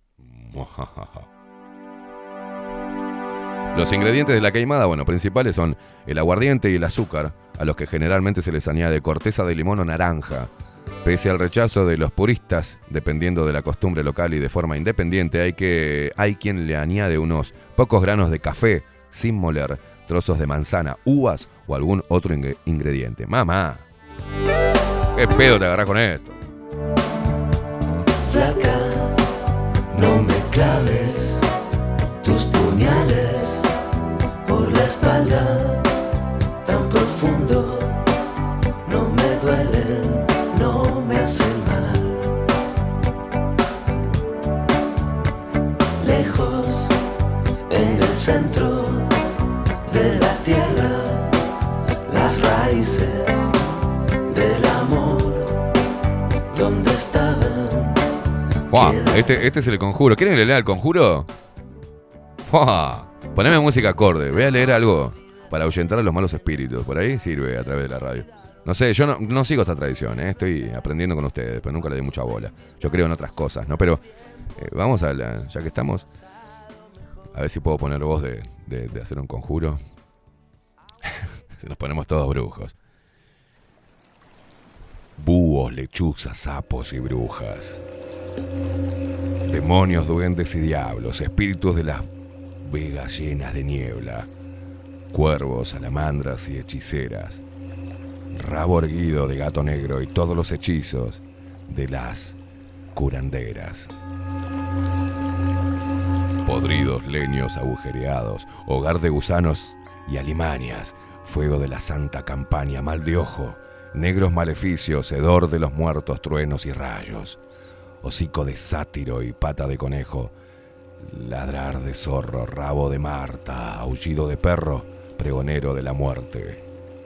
Los ingredientes de la queimada, principales son el aguardiente y el azúcar, a los que generalmente se les añade corteza de limón o naranja. Pese al rechazo de los puristas, dependiendo de la costumbre local y de forma independiente, hay quien le añade unos pocos granos de café sin moler, trozos de manzana, uvas o algún otro ingrediente. ¡Mamá! ¿Qué pedo te agarrás con esto? Flaca, no me claves tus puñales por la espalda tan profundo. No me duelen, no me hacen mal. Lejos, en el centro de la tierra, las raíces del amor, ¿dónde estaban? Wow, este es el conjuro. ¿Quieren que le lea el conjuro? Wow, poneme música acorde. Voy a leer algo para ahuyentar a los malos espíritus. Por ahí sirve a través de la radio. No sé, yo no sigo esta tradición, ¿eh? Estoy aprendiendo con ustedes, pero nunca le di mucha bola. Yo creo en otras cosas, ¿no? Pero vamos a ya que estamos, a ver si puedo poner voz de hacer un conjuro. Se nos ponemos todos brujos. Búhos, lechuzas, sapos y brujas. Demonios, duendes y diablos, espíritus de las vegas llenas de niebla. Cuervos, salamandras y hechiceras. Rabo erguido de gato negro y todos los hechizos de las curanderas. Podridos leños agujereados, hogar de gusanos y alimañas, fuego de la santa campaña, mal de ojo, negros maleficios, hedor de los muertos, truenos y rayos, hocico de sátiro y pata de conejo, ladrar de zorro, rabo de Marta, aullido de perro, pregonero de la muerte.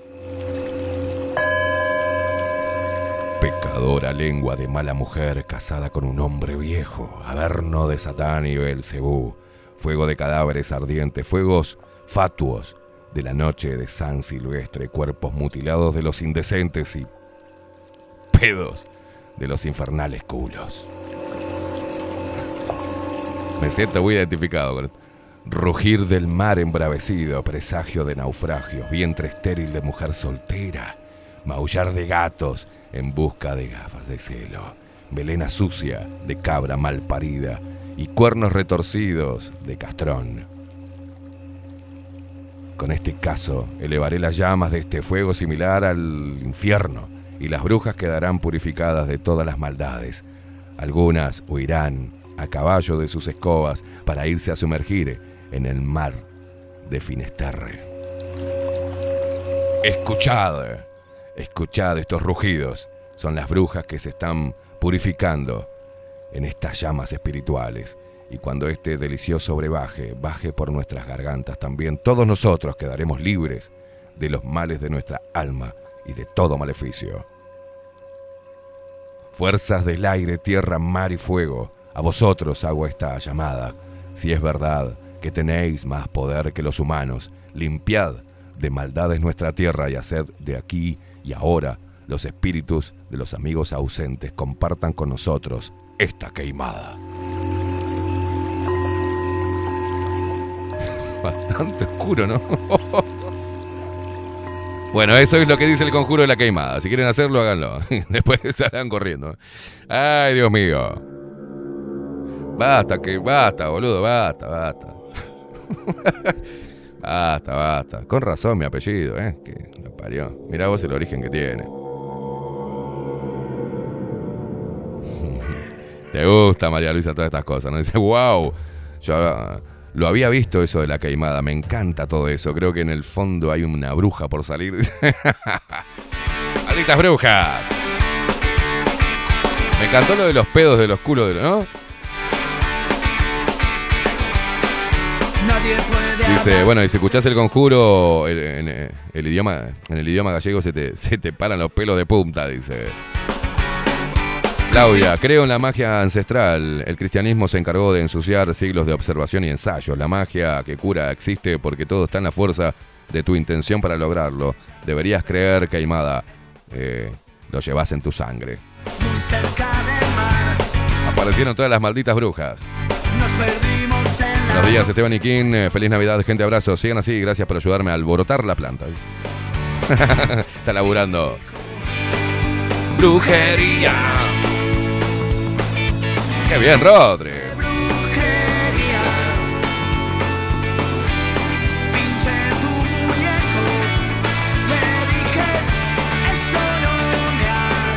Pecadora lengua de mala mujer casada con un hombre viejo, averno de Satán y Belcebú, fuego de cadáveres ardientes, fuegos fatuos de la noche de San Silvestre, cuerpos mutilados de los indecentes y pedos de los infernales culos. Me siento muy identificado con rugir del mar embravecido, presagio de naufragios, vientre estéril de mujer soltera, maullar de gatos en busca de gafas de celo, melena sucia de cabra mal parida y cuernos retorcidos de castrón. Con este caso elevaré las llamas de este fuego similar al infierno y las brujas quedarán purificadas de todas las maldades. Algunas huirán a caballo de sus escobas para irse a sumergir en el mar de Finisterre. Escuchad estos rugidos. Son las brujas que se están purificando en estas llamas espirituales. Y cuando este delicioso brebaje baje por nuestras gargantas también, todos nosotros quedaremos libres de los males de nuestra alma y de todo maleficio. Fuerzas del aire, tierra, mar y fuego, a vosotros hago esta llamada. Si es verdad que tenéis más poder que los humanos, limpiad de maldades nuestra tierra y haced de aquí y ahora los espíritus de los amigos ausentes compartan con nosotros esta queimada. Bastante oscuro, ¿no? Bueno, eso es lo que dice el conjuro de la queimada. Si quieren hacerlo, háganlo. Después salgan corriendo. Ay, Dios mío. Basta, boludo, basta. Basta. Con razón mi apellido, que lo parió. Mirá vos el origen que tiene. Te gusta, María Luisa, todas estas cosas, ¿no? Dice, wow, yo lo había visto eso de la queimada, me encanta todo eso. Creo que en el fondo hay una bruja por salir. ¡Malditas brujas! Me encantó lo de los pedos de los culos, ¿no? Dice, bueno, y si escuchás el conjuro en el idioma gallego se te paran los pelos de punta, dice. Claudia, creo en la magia ancestral. El cristianismo se encargó de ensuciar siglos de observación y ensayo. La magia que cura existe porque todo está en la fuerza de tu intención para lograrlo. Deberías creer, Queimada. Lo llevas en tu sangre. Muy cerca del mar. Aparecieron todas las malditas brujas. Nos perdimos en la... Buenos días, Esteban y Kim. Feliz Navidad, gente, abrazo. Sigan así, gracias por ayudarme a alborotar la planta. Está laburando. Brujería. ¡Qué bien, Rodri! Brujería. Pinché tu muñeco. Le dije, eso no me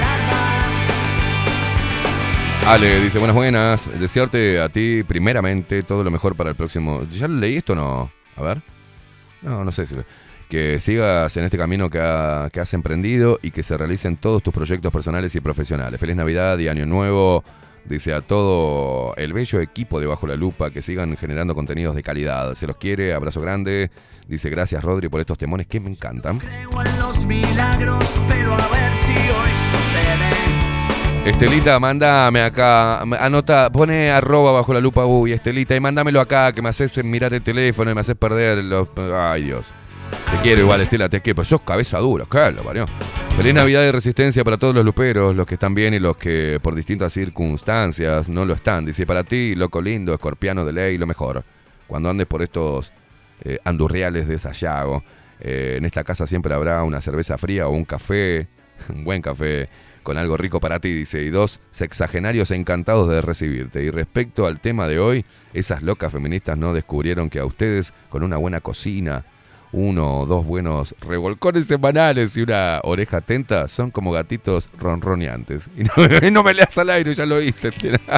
alarma. Ale dice, buenas. Desearte a ti primeramente todo lo mejor para el próximo... ¿Ya lo leí esto o no? A ver. No sé si... Que sigas en este camino que has emprendido y que se realicen todos tus proyectos personales y profesionales. Feliz Navidad y Año Nuevo. Dice a todo el bello equipo de Bajo la Lupa que sigan generando contenidos de calidad. Se los quiere, abrazo grande. Dice gracias, Rodri, por estos temones que me encantan. Creo en los milagros, pero a ver si hoy sucede. Estelita, mándame acá, anota, pone @BajoLaLupa, Estelita, y mándamelo acá, que me haces mirar el teléfono y me haces perder los... Ay, Dios. Te quiero igual, Estela, te quiero, pero sos cabeza dura, ¿qué lo parió? Feliz Navidad y resistencia para todos los luperos, los que están bien y los que por distintas circunstancias no lo están. Dice, para ti, loco lindo, escorpiano de ley, lo mejor. Cuando andes por estos andurriales de Sayago, en esta casa siempre habrá una cerveza fría o un café, un buen café, con algo rico para ti, dice, y 2 sexagenarios encantados de recibirte. Y respecto al tema de hoy, esas locas feministas no descubrieron que a ustedes, con una buena cocina, 1 o 2 buenos revolcones semanales y una oreja atenta, son como gatitos ronroneantes. Y no me leas al aire, ya lo hice.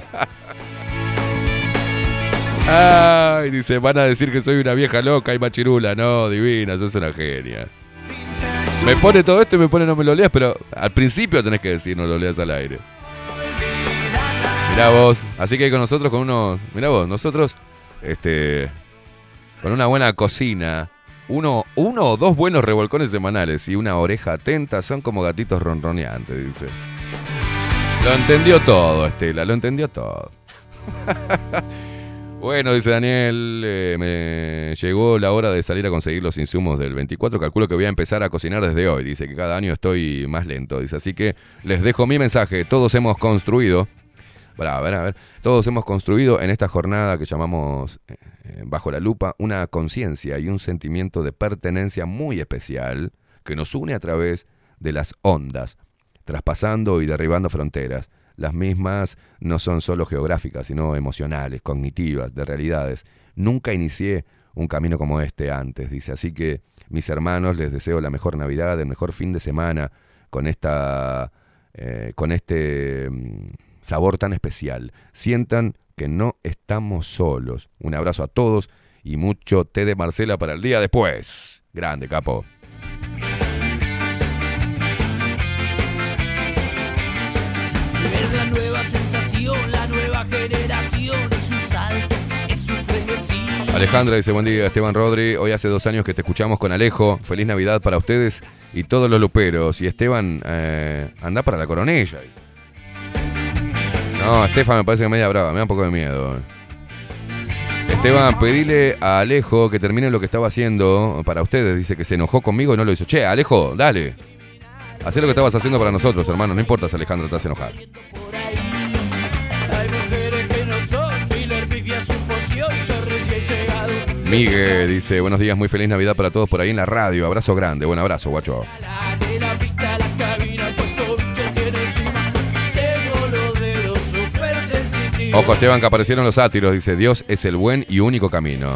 Ay, dice, van a decir que soy una vieja loca y machirula. No, divina, sos una genia. Me pone todo esto y me pone no me lo leas, pero al principio tenés que decir no lo leas al aire. Mirá vos, así que con nosotros nosotros, con una buena cocina, uno o 2 buenos revolcones semanales y una oreja atenta, son como gatitos ronroneantes, dice. Lo entendió todo, Estela, lo entendió todo. Bueno, dice Daniel, me llegó la hora de salir a conseguir los insumos del 24. Calculo que voy a empezar a cocinar desde hoy. Dice que cada año estoy más lento. Dice, así que les dejo mi mensaje. Todos hemos construido, a ver. Todos hemos construido en esta jornada que llamamos Bajo la Lupa una conciencia y un sentimiento de pertenencia muy especial que nos une a través de las ondas, traspasando y derribando fronteras. Las mismas no son solo geográficas, sino emocionales, cognitivas, de realidades. Nunca inicié un camino como este antes, dice. Así que, mis hermanos, les deseo la mejor Navidad, el mejor fin de semana, con este sabor tan especial. Sientan que no estamos solos. Un abrazo a todos y mucho té de Marcela para el día después. Grande, capo. Es la nueva sensación, la nueva generación, es un salto, es un frenesí. Alejandra dice, buen día, Esteban, Rodri. Hoy hace 2 años que te escuchamos con Alejo. Feliz Navidad para ustedes y todos los luperos. Y Esteban, anda para la Coronella. No, Estefan me parece que media brava, me da un poco de miedo. Esteban, pedile a Alejo que termine lo que estaba haciendo para ustedes. Dice que se enojó conmigo y no lo hizo. Che, Alejo, dale. Hacé lo que estabas haciendo para nosotros, hermano. No importa si Alejandro te hace enojar. Miguel dice, buenos días, muy feliz Navidad para todos por ahí en la radio. Abrazo grande, buen abrazo, guacho. Ojo, Esteban, que aparecieron los sátiros. Dice, Dios es el buen y único camino.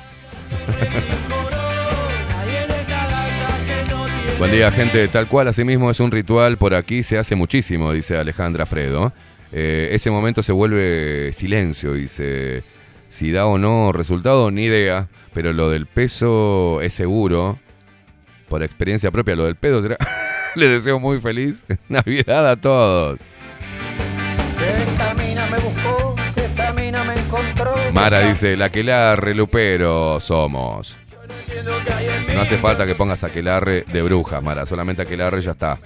Buen día, gente. Tal cual, asimismo es un ritual. Por aquí se hace muchísimo, dice Alejandra Fredo. Ese momento se vuelve silencio, dice. Si da o no resultado, ni idea. Pero lo del peso es seguro. Por experiencia propia, lo del pedo será. Les deseo muy feliz Navidad a todos. Esta mina me buscó, esta mina me encontró. Mara dice, la aquelarre lupero somos. No hace falta que pongas aquelarre de bruja, Mara. Solamente aquelarre ya está.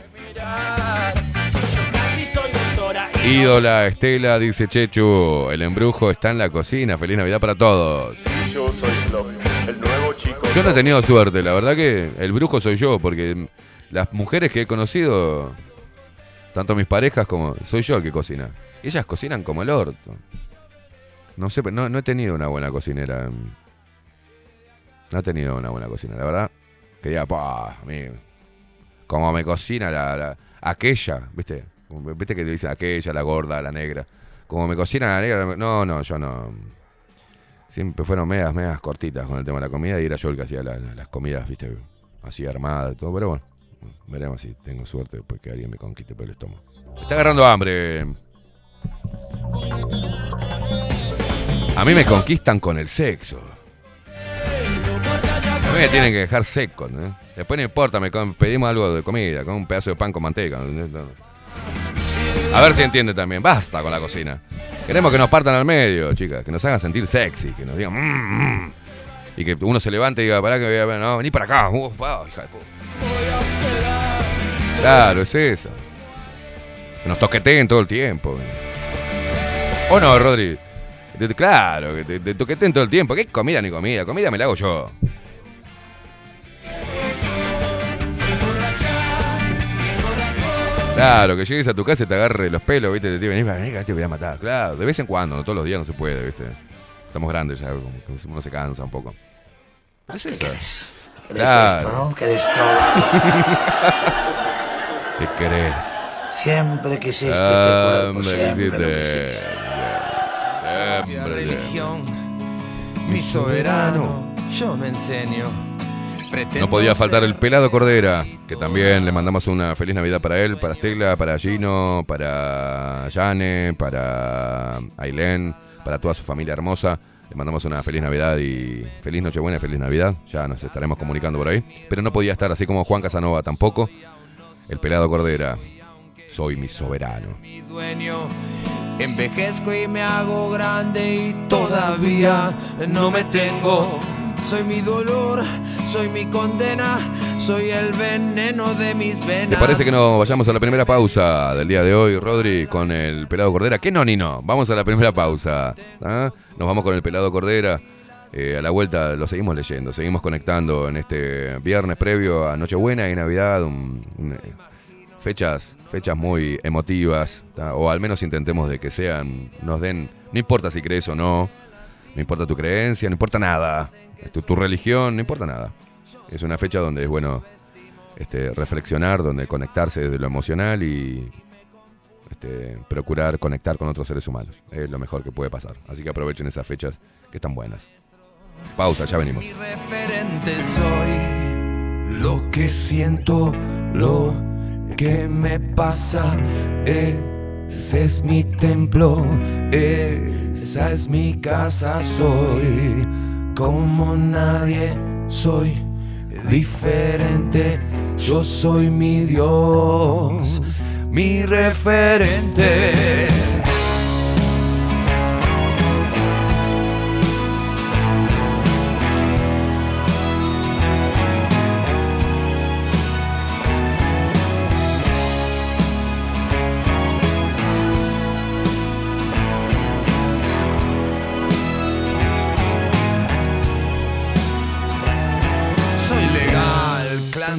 Ídola Estela dice, Chechu, el embrujo está en la cocina. Feliz Navidad para todos. Yo soy Flo, el nuevo chico. Yo no he tenido suerte, la verdad que el brujo soy yo, porque las mujeres que he conocido, tanto mis parejas como soy yo el que cocina. Y ellas cocinan como el orto. No sé, no he tenido una buena cocinera. No he tenido una buena cocina, la verdad. Que diga, como me cocina aquella, ¿viste? ¿Viste que le dicen aquella, la gorda, la negra? Como me cocina la negra, no, yo no. Siempre fueron medias cortitas con el tema de la comida y era yo el que hacía las comidas, ¿viste? Así armadas y todo, pero bueno. Veremos si tengo suerte después que alguien me conquiste por el estómago. Me está agarrando hambre. A mí me conquistan con el sexo. A mí me tienen que dejar seco, ¿no? Después no importa, pedimos algo de comida, con un pedazo de pan con manteca. A ver si entiende también. Basta con la cocina. Queremos que nos partan al medio, chicas. Que nos hagan sentir sexy. Que nos digan y que uno se levante y diga, pará que voy a ver. No, vení para acá. Hija de puta. Claro, es eso. Que nos toqueteen todo el tiempo. ¿O no, Rodri? Claro, que te toqueteen todo el tiempo. ¿Qué comida ni comida? Comida me la hago yo. Claro, que llegues a tu casa y te agarre los pelos, ¿viste? Te venís, te voy a matar. Claro, de vez en cuando, no todos los días no se puede, ¿viste? Estamos grandes ya, uno se cansa un poco. Pero es eso. Claro. Esto, ¿no? ¿Querés todo? ¿Te querés? Siempre quisiste este cuerpo, siempre Mi religión, mi soberano, yo me enseño. No podía faltar el Pelado Cordera, que también le mandamos una feliz Navidad para él, para Estela, para Gino, para Yane, para Ailén, para toda su familia hermosa. Le mandamos una feliz Navidad y feliz Nochebuena y feliz Navidad. Ya nos estaremos comunicando por ahí. Pero no podía estar, así como Juan Casanova tampoco. El Pelado Cordera, soy mi soberano. Mi dueño, envejezco y me hago grande y todavía no me tengo. Soy mi dolor, soy mi condena, soy el veneno de mis venas. ¿Te parece que nos vayamos a la primera pausa del día de hoy, Rodri, con el Pelado Cordera? ¿Qué no ni no? Vamos a la primera pausa. ¿Ah? Nos vamos con el Pelado Cordera. A la vuelta lo seguimos leyendo, seguimos conectando en este viernes previo a Nochebuena y Navidad. Fechas muy emotivas, ¿tá? O al menos intentemos de que sean, nos den, no importa si crees o no, no importa tu creencia, no importa nada. Tu religión, no importa nada. Es una fecha donde es bueno reflexionar, donde conectarse desde lo emocional y procurar conectar con otros seres humanos. Es lo mejor que puede pasar. Así que aprovechen esas fechas que están buenas. Pausa, ya venimos. Mi referente soy lo que siento, lo que me pasa. Ese es mi templo, esa es mi casa. Soy como nadie, soy diferente. Yo soy mi Dios, mi referente.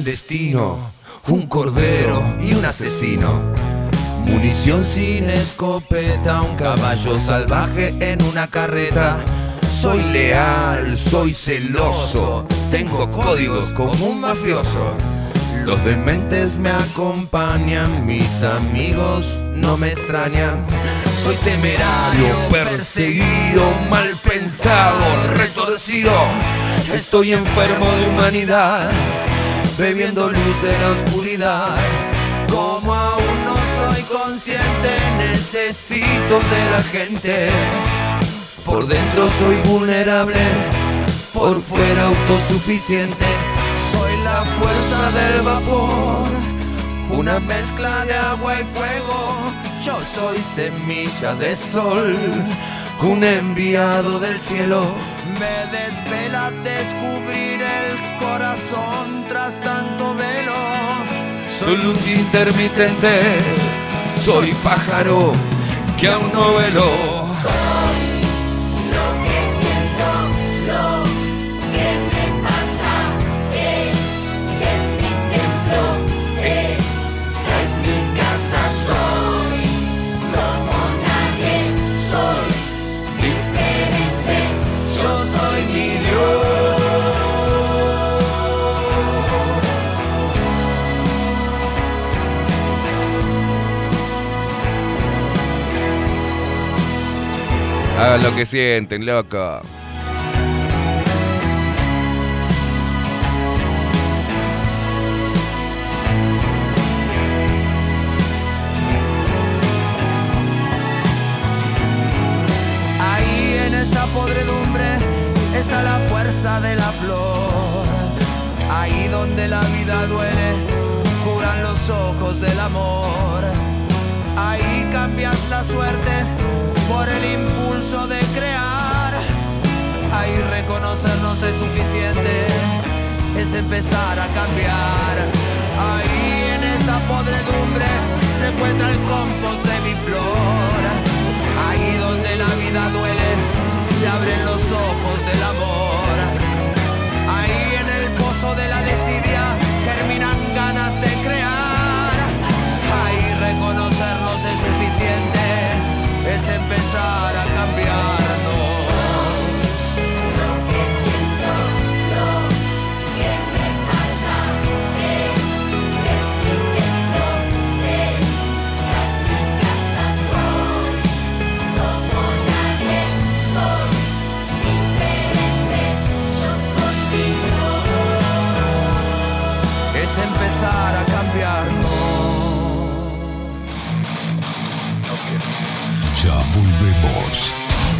clandestino, un cordero y un asesino. Munición sin escopeta, un caballo salvaje en una carreta. Soy leal, soy celoso, tengo códigos como un mafioso. Los dementes me acompañan, mis amigos no me extrañan. Soy temerario, perseguido, mal pensado, retorcido. Estoy enfermo de humanidad, bebiendo luz de la oscuridad. Como aún no soy consciente, necesito de la gente. Por dentro soy vulnerable, por fuera autosuficiente. Soy la fuerza del vapor, una mezcla de agua y fuego. Yo soy semilla de sol, un enviado del cielo. Me desvela descubrir el corazón tras tanto velo. Soy luz intermitente, soy pájaro que aún no veló. Soy como nadie, soy diferente, yo soy mi Dios. Hagan lo que sienten, loco. Podredumbre está la fuerza de la flor. Ahí donde la vida duele, curan los ojos del amor. Ahí cambias la suerte por el impulso de crear. Ahí reconocernos es suficiente, es empezar a cambiar. Ahí en esa podredumbre se encuentra el compost de mi flor. Ahí donde la vida duele, se abren los ojos del amor. Ahí en el pozo de la desidia germinan ganas de crear. Ahí reconocernos es suficiente, es empezar a cambiarnos. Lo que siento, lo que me pasa, ese es mi templo, esa es mi casa. Soy como nadie, soy diferente, yo soy mi Dios. Es empezar a cambiarnos. Ya volvemos.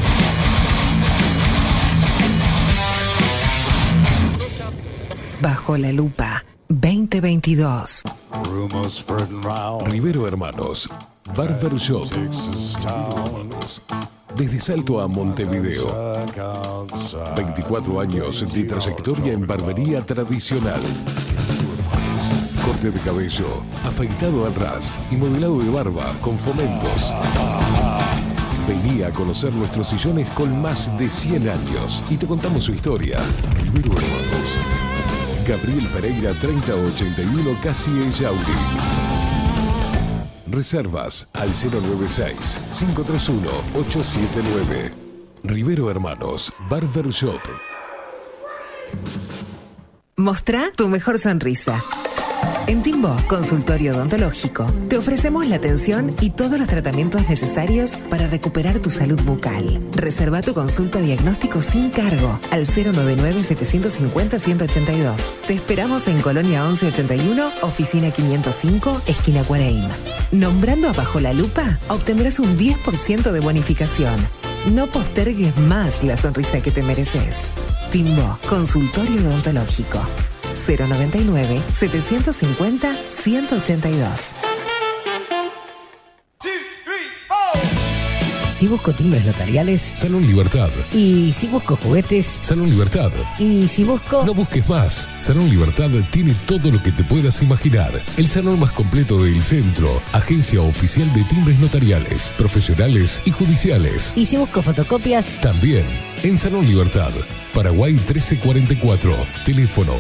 Bajo la lupa 2022. Rivero Hermanos, Barber Shop. Desde Salto a Montevideo. 24 años de trayectoria en barbería tradicional. Corte de cabello, afeitado al ras y modelado de barba con fomentos. Vení a conocer nuestros sillones con más de 100 años y te contamos su historia. Rivero Hermanos. Gabriel Pereira 3081 Casi Yauri. Reservas al 096-531-879. Rivero Hermanos, Barber Shop. Mostrá tu mejor sonrisa. En Timbo, consultorio odontológico, te ofrecemos la atención y todos los tratamientos necesarios para recuperar tu salud bucal. Reserva tu consulta diagnóstico sin cargo al 099-750-182. Te esperamos en Colonia 1181, oficina 505, esquina Cuareim. Nombrando a Bajo la Lupa, obtendrás un 10% de bonificación. No postergues más la sonrisa que te mereces. Timbo, consultorio odontológico. 099-750-182. Si busco timbres notariales, Salón Libertad. Y si busco juguetes, Salón Libertad. Y si busco... No busques más. Salón Libertad tiene todo lo que te puedas imaginar. El salón más completo del centro. Agencia oficial de timbres notariales, profesionales y judiciales. Y si busco fotocopias, también. En Salón Libertad, Paraguay 1344, teléfono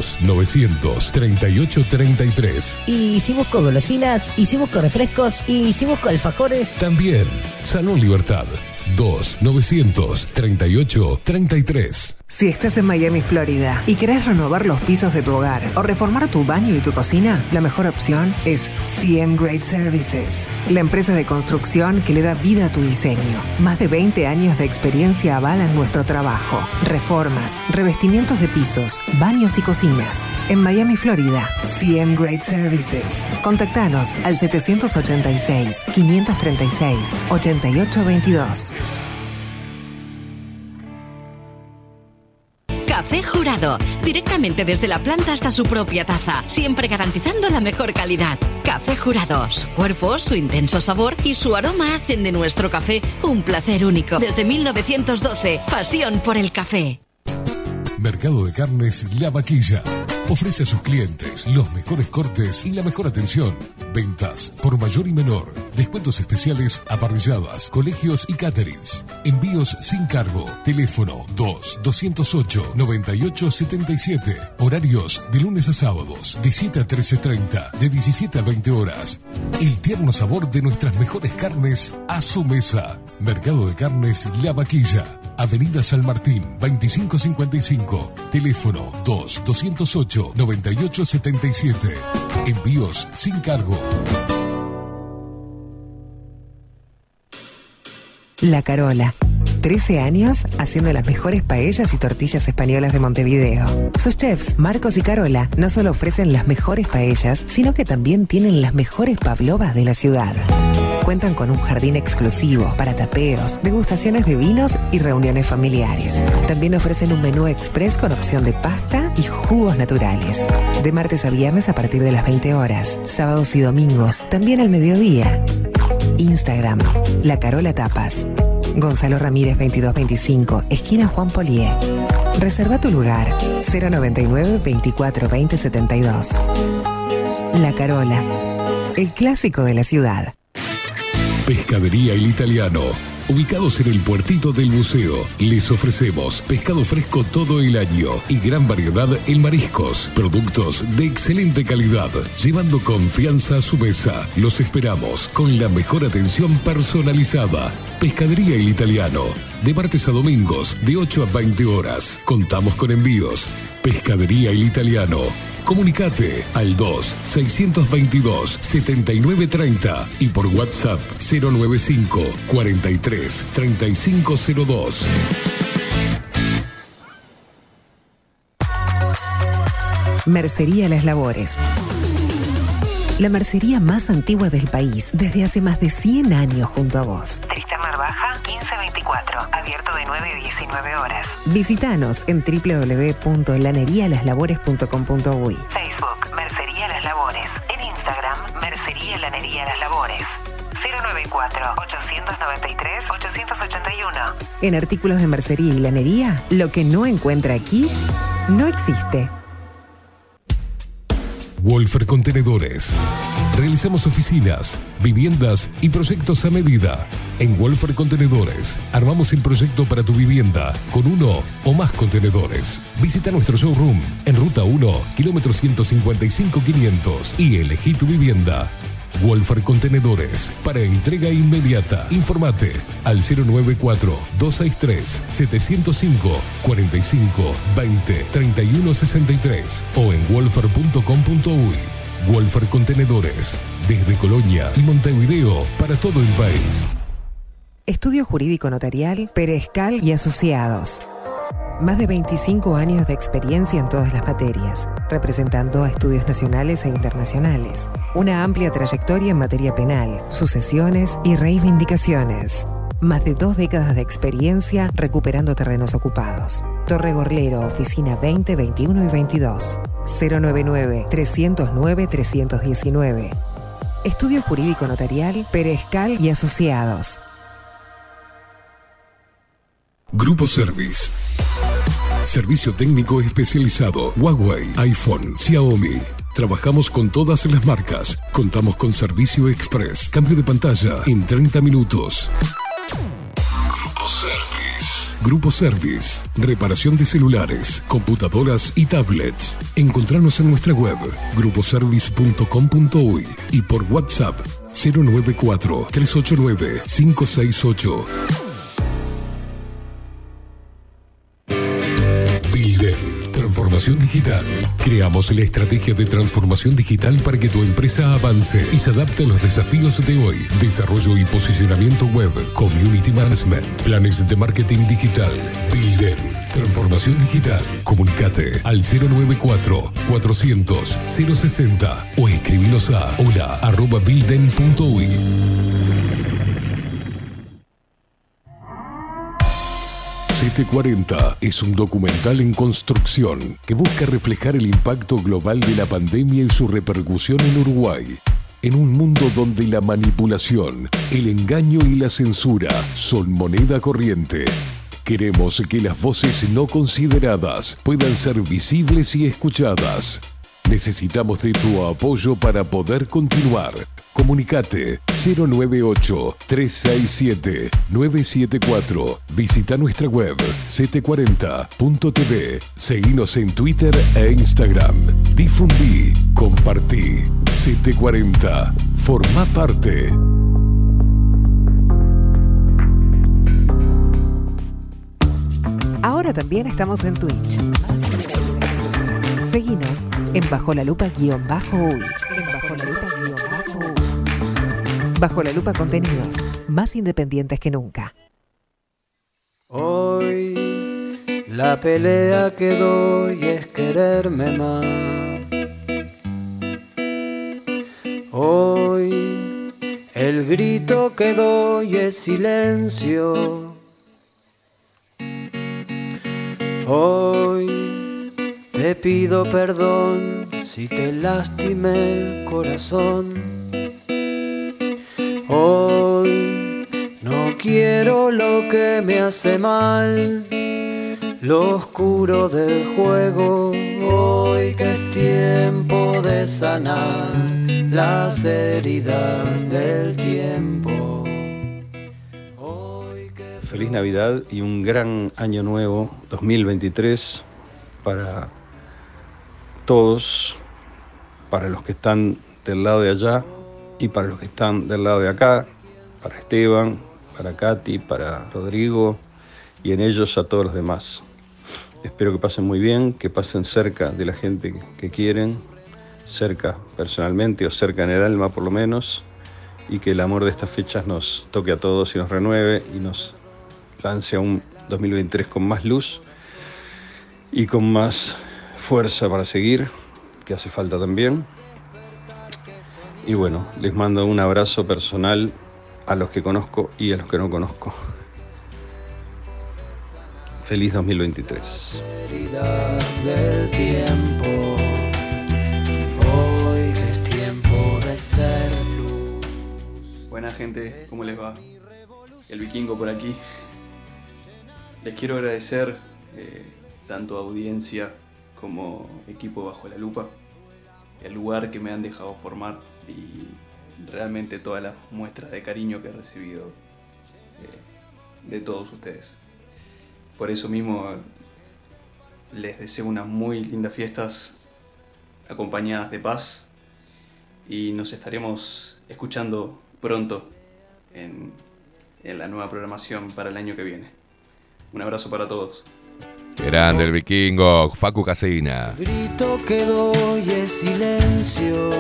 2900-3833. Y si busco golosinas, y si busco refrescos, y si busco alfajores. También, Salón Libertad, 2900-3833. Si estás en Miami, Florida, y querés renovar los pisos de tu hogar o reformar tu baño y tu cocina, la mejor opción es CM Great Services, la empresa de construcción que le da vida a tu diseño. Más de 20 años de experiencia avalan nuestro trabajo. Reformas, revestimientos de pisos, baños y cocinas. En Miami, Florida, CM Great Services. Contactanos al 786-536-8822. Café Jurado, directamente desde la planta hasta su propia taza, siempre garantizando la mejor calidad. Café Jurado, su cuerpo, su intenso sabor y su aroma hacen de nuestro café un placer único. Desde 1912, pasión por el café. Mercado de Carnes La Vaquilla. Ofrece a sus clientes los mejores cortes y la mejor atención. Ventas por mayor y menor. Descuentos especiales a parrilladas, colegios y caterings. Envíos sin cargo. Teléfono 2-208-9877. Horarios de lunes a sábados, de 7 a 13:30, de 17 a 20 horas. El tierno sabor de nuestras mejores carnes a su mesa. Mercado de Carnes La Vaquilla. Avenida San Martín, 2555. Teléfono 2-208-9877. Envíos sin cargo. La Carola. 13 años haciendo las mejores paellas y tortillas españolas de Montevideo. Sus chefs, Marcos y Carola, no solo ofrecen las mejores paellas, sino que también tienen las mejores pavlovas de la ciudad. Cuentan con un jardín exclusivo para tapeos, degustaciones de vinos y reuniones familiares. También ofrecen un menú express con opción de pasta y jugos naturales. De martes a viernes a partir de las 20 horas. Sábados y domingos, también al mediodía. Instagram, La Carola Tapas. Gonzalo Ramírez 2225, esquina Juan Polié. Reserva tu lugar, 099 24 20 72. La Carola, el clásico de la ciudad. Pescadería El Italiano. Ubicados en el puertito del buceo, les ofrecemos pescado fresco todo el año y gran variedad en mariscos, productos de excelente calidad, llevando confianza a su mesa. Los esperamos con la mejor atención personalizada. Pescadería El Italiano, de martes a domingos, de 8 a 20 horas. Contamos con envíos. Pescadería El Italiano. Comunicate al 2-622-7930 y por WhatsApp 095 43 3502. Mercería Las Labores. La mercería más antigua del país, desde hace más de 100 años junto a vos. Tristán Marbaja, 1524, abierto de 9 a 19 horas. Visítanos en www.lanerialaslabores.com.uy. Facebook, Mercería Las Labores. En Instagram, Mercería Lanería Las Labores. 094-893-881. En artículos de mercería y lanería, lo que no encuentra aquí, no existe. Wolfer Contenedores. Realizamos oficinas, viviendas y proyectos a medida. En Wolfer Contenedores armamos el proyecto para tu vivienda con uno o más contenedores. Visita nuestro showroom en Ruta 1, kilómetro 155-500 y elegí tu vivienda. Wolfer Contenedores, para entrega inmediata. Informate al 094-263-705-45-20-3163 o en wolfer.com.uy. Wolfer Contenedores, desde Colonia y Montevideo para todo el país. Estudio Jurídico Notarial, Perezcal y Asociados. Más de 25 años de experiencia en todas las materias, representando a estudios nacionales e internacionales. Una amplia trayectoria en materia penal, sucesiones y reivindicaciones. Más de 2 décadas de experiencia recuperando terrenos ocupados. Torre Gorlero, oficina 20, 21 y 22. 099-309-319. Estudio Jurídico Notarial, Perezcal y Asociados. Grupo Service. Servicio técnico especializado. Huawei, iPhone, Xiaomi. Trabajamos con todas las marcas. Contamos con servicio express. Cambio de pantalla en 30 minutos. Grupo Service. Grupo Service, reparación de celulares, computadoras y tablets. Encontranos en nuestra web gruposervice.com.uy y por WhatsApp 094-389-568. Builden, transformación digital. Creamos la estrategia de transformación digital para que tu empresa avance y se adapte a los desafíos de hoy. Desarrollo y posicionamiento web, community management, planes de marketing digital. Builden, transformación digital. Comunicate al 094-400-060 o escribinos a hola@builden.uy. CT40 es un documental en construcción que busca reflejar el impacto global de la pandemia y su repercusión en Uruguay. En un mundo donde la manipulación, el engaño y la censura son moneda corriente, queremos que las voces no consideradas puedan ser visibles y escuchadas. Necesitamos de tu apoyo para poder continuar. Comunicate 098-367-974. Visita nuestra web ct40.tv. Seguinos en Twitter e Instagram. Difundí, compartí. CT40. Forma parte. Ahora también estamos en Twitch. Seguinos en Bajo la Lupa _uy. Bajo la Lupa Contenidos, más independientes que nunca. Hoy la pelea que doy es quererme más. Hoy el grito que doy es silencio. Hoy te pido perdón si te lastimé el corazón. Hoy no quiero lo que me hace mal, lo oscuro del juego. Hoy que es tiempo de sanar las heridas del tiempo. Feliz Navidad y un gran año nuevo 2023 para todos, para los que están del lado de allá y para los que están del lado de acá, para Esteban, para Katy, para Rodrigo y en ellos a todos los demás. Espero que pasen muy bien, que pasen cerca de la gente que quieren, cerca personalmente o cerca en el alma por lo menos, y que el amor de estas fechas nos toque a todos y nos renueve y nos lance a un 2023 con más luz y con más fuerza para seguir, que hace falta también. Y bueno, les mando un abrazo personal a los que conozco y a los que no conozco. Feliz 2023. Heridas del tiempo. Hoy que es tiempo de ser luz. Buena gente, ¿cómo les va? El Vikingo por aquí. Les quiero agradecer tanto a audiencia como equipo Bajo la Lupa el lugar que me han dejado formar y realmente todas las muestras de cariño que he recibido de todos ustedes. Por eso mismo les deseo unas muy lindas fiestas acompañadas de paz y nos estaremos escuchando pronto en la nueva programación para el año que viene. Un abrazo para todos. Grande el Vikingo, Facu Casina. Grito que doy es silencio.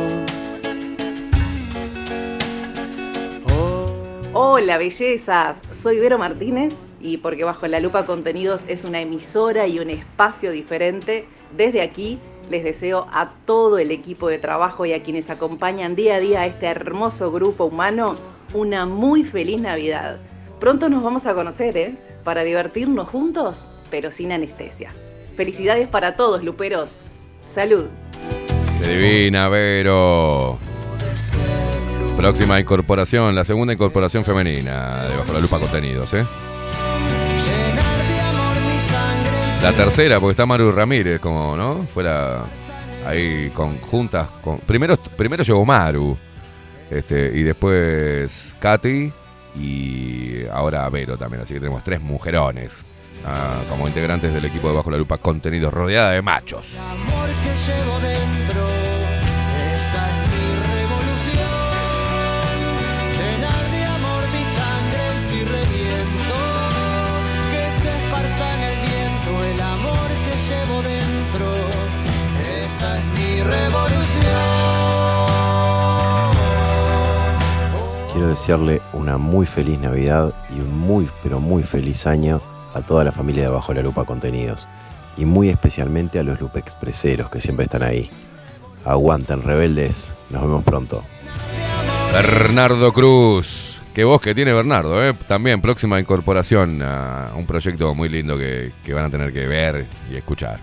Hola bellezas, soy Vero Martínez y porque Bajo la Lupa Contenidos es una emisora y un espacio diferente, desde aquí les deseo a todo el equipo de trabajo y a quienes acompañan día a día a este hermoso grupo humano una muy feliz Navidad. Pronto nos vamos a conocer, para divertirnos juntos, pero sin anestesia. Felicidades para todos, luperos. Salud. ¡Qué divina, Vero! Próxima incorporación, la segunda incorporación femenina de Bajo la Lupa Contenidos, La tercera, porque está Maru Ramírez, como, ¿no? Fuera ahí conjuntas. Primero llegó Maru, y después Katy y ahora a Vero también. Así que tenemos 3 mujerones como integrantes del equipo de Bajo la Lupa Contenidos, rodeada de machos. El amor que llevo dentro, esa es mi revolución. Llenar de amor mi sangre si reviento, que se esparza en el viento el amor que llevo dentro, esa es mi revolución. Quiero desearle una muy feliz Navidad y un muy, pero muy feliz año a toda la familia de Bajo la Lupa Contenidos y muy especialmente a los Lupexpreseros que siempre están ahí. Aguanten, rebeldes. Nos vemos pronto. Bernardo Cruz. Qué voz que tiene Bernardo, ¿eh? También próxima incorporación a un proyecto muy lindo que van a tener que ver y escuchar.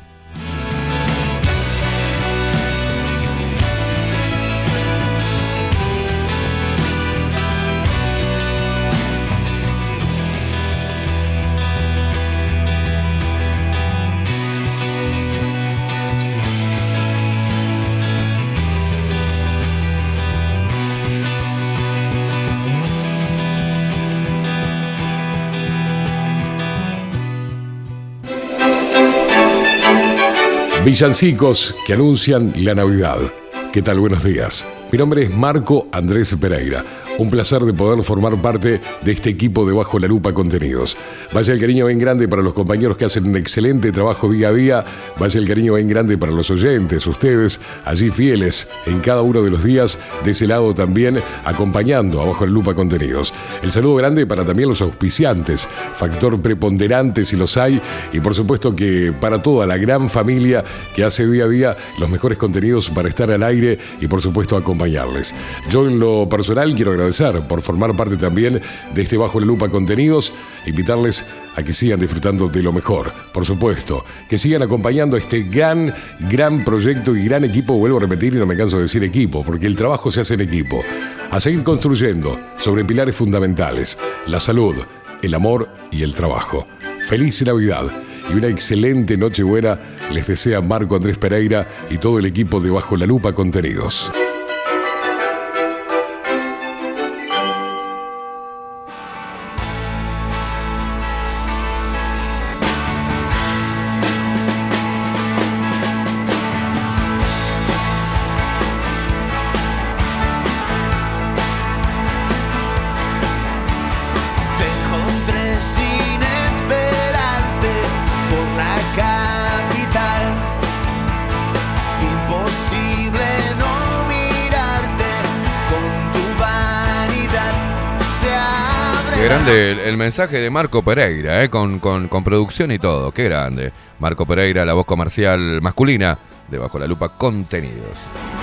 Villancicos que anuncian la Navidad. ¿Qué tal? Buenos días. Mi nombre es Marco Andrés Pereira. Un placer de poder formar parte de este equipo de Bajo la Lupa Contenidos. Vaya el cariño bien grande para los compañeros que hacen un excelente trabajo día a día. Vaya el cariño bien grande para los oyentes, ustedes, allí fieles en cada uno de los días, de ese lado también, acompañando a Bajo la Lupa Contenidos. El saludo grande para también los auspiciantes, factor preponderante si los hay, y por supuesto que para toda la gran familia que hace día a día los mejores contenidos para estar al aire y por supuesto acompañarles. Yo en lo personal quiero agradecer por formar parte también de este Bajo la Lupa Contenidos, invitarles a que sigan disfrutando de lo mejor, por supuesto, que sigan acompañando a este gran proyecto y gran equipo, vuelvo a repetir y no me canso de decir equipo, porque el trabajo se hace en equipo, a seguir construyendo sobre pilares fundamentales, la salud, el amor y el trabajo. Feliz Navidad y una excelente Nochebuena les desea Marco Andrés Pereira y todo el equipo de Bajo la Lupa Contenidos. Grande el mensaje de Marco Pereira, con producción y todo. Qué grande. Marco Pereira, la voz comercial masculina de Bajo la Lupa Contenidos.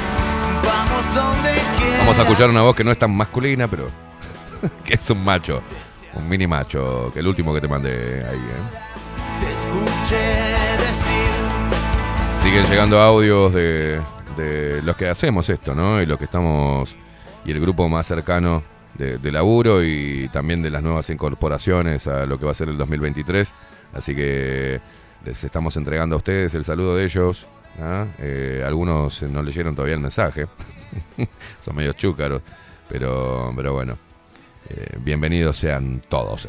Vamos a escuchar una voz que no es tan masculina, pero que es un macho, un mini macho, que el último que te mandé ahí. Te escuché decir. Siguen llegando audios de los que hacemos esto, ¿no? Y los que estamos, y el grupo más cercano de laburo y también de las nuevas incorporaciones a lo que va a ser el 2023. Así que les estamos entregando a ustedes el saludo de ellos. Algunos no leyeron todavía el mensaje. Son medio chúcaros. Pero bueno, bienvenidos sean todos.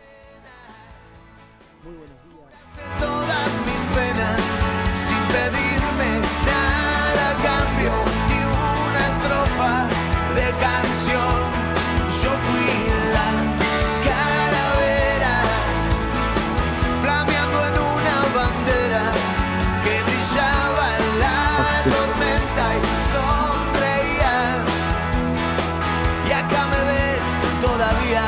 Todas mis penas, sin pedirme nada a cambio, ni una estrofa de canción. Yo fui la calavera, flameando en una bandera que brillaba en la tormenta y sonreía. Y acá me ves todavía.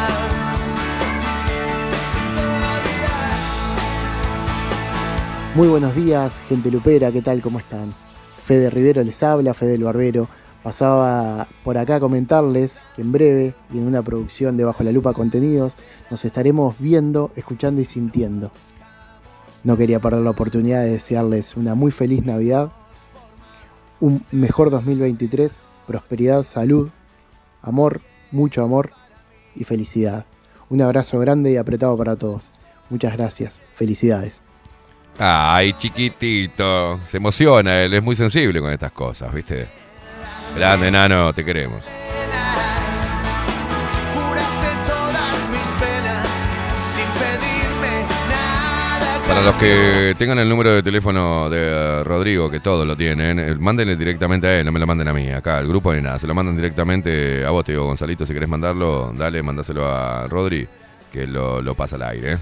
Muy buenos días, gente lupera, ¿qué tal? ¿Cómo están? Fede Rivero les habla, Fede el Barbero. Pasaba por acá a comentarles que en breve y en una producción de Bajo la Lupa Contenidos nos estaremos viendo, escuchando y sintiendo. No quería perder la oportunidad de desearles una muy feliz Navidad, un mejor 2023, prosperidad, salud, amor, mucho amor y felicidad. Un abrazo grande y apretado para todos. Muchas gracias, felicidades. Ay, chiquitito, se emociona, él es muy sensible con estas cosas, ¿viste? Grande, nano, te queremos. Curaste todas Para los que tengan el número de teléfono de Rodrigo, que todos lo tienen, mándenle directamente a él, no me lo manden a mí, acá, al grupo ni nada, se lo mandan directamente a vos, te digo, Gonzalito, si querés mandarlo, dale, mandáselo a Rodri, que lo pasa al aire.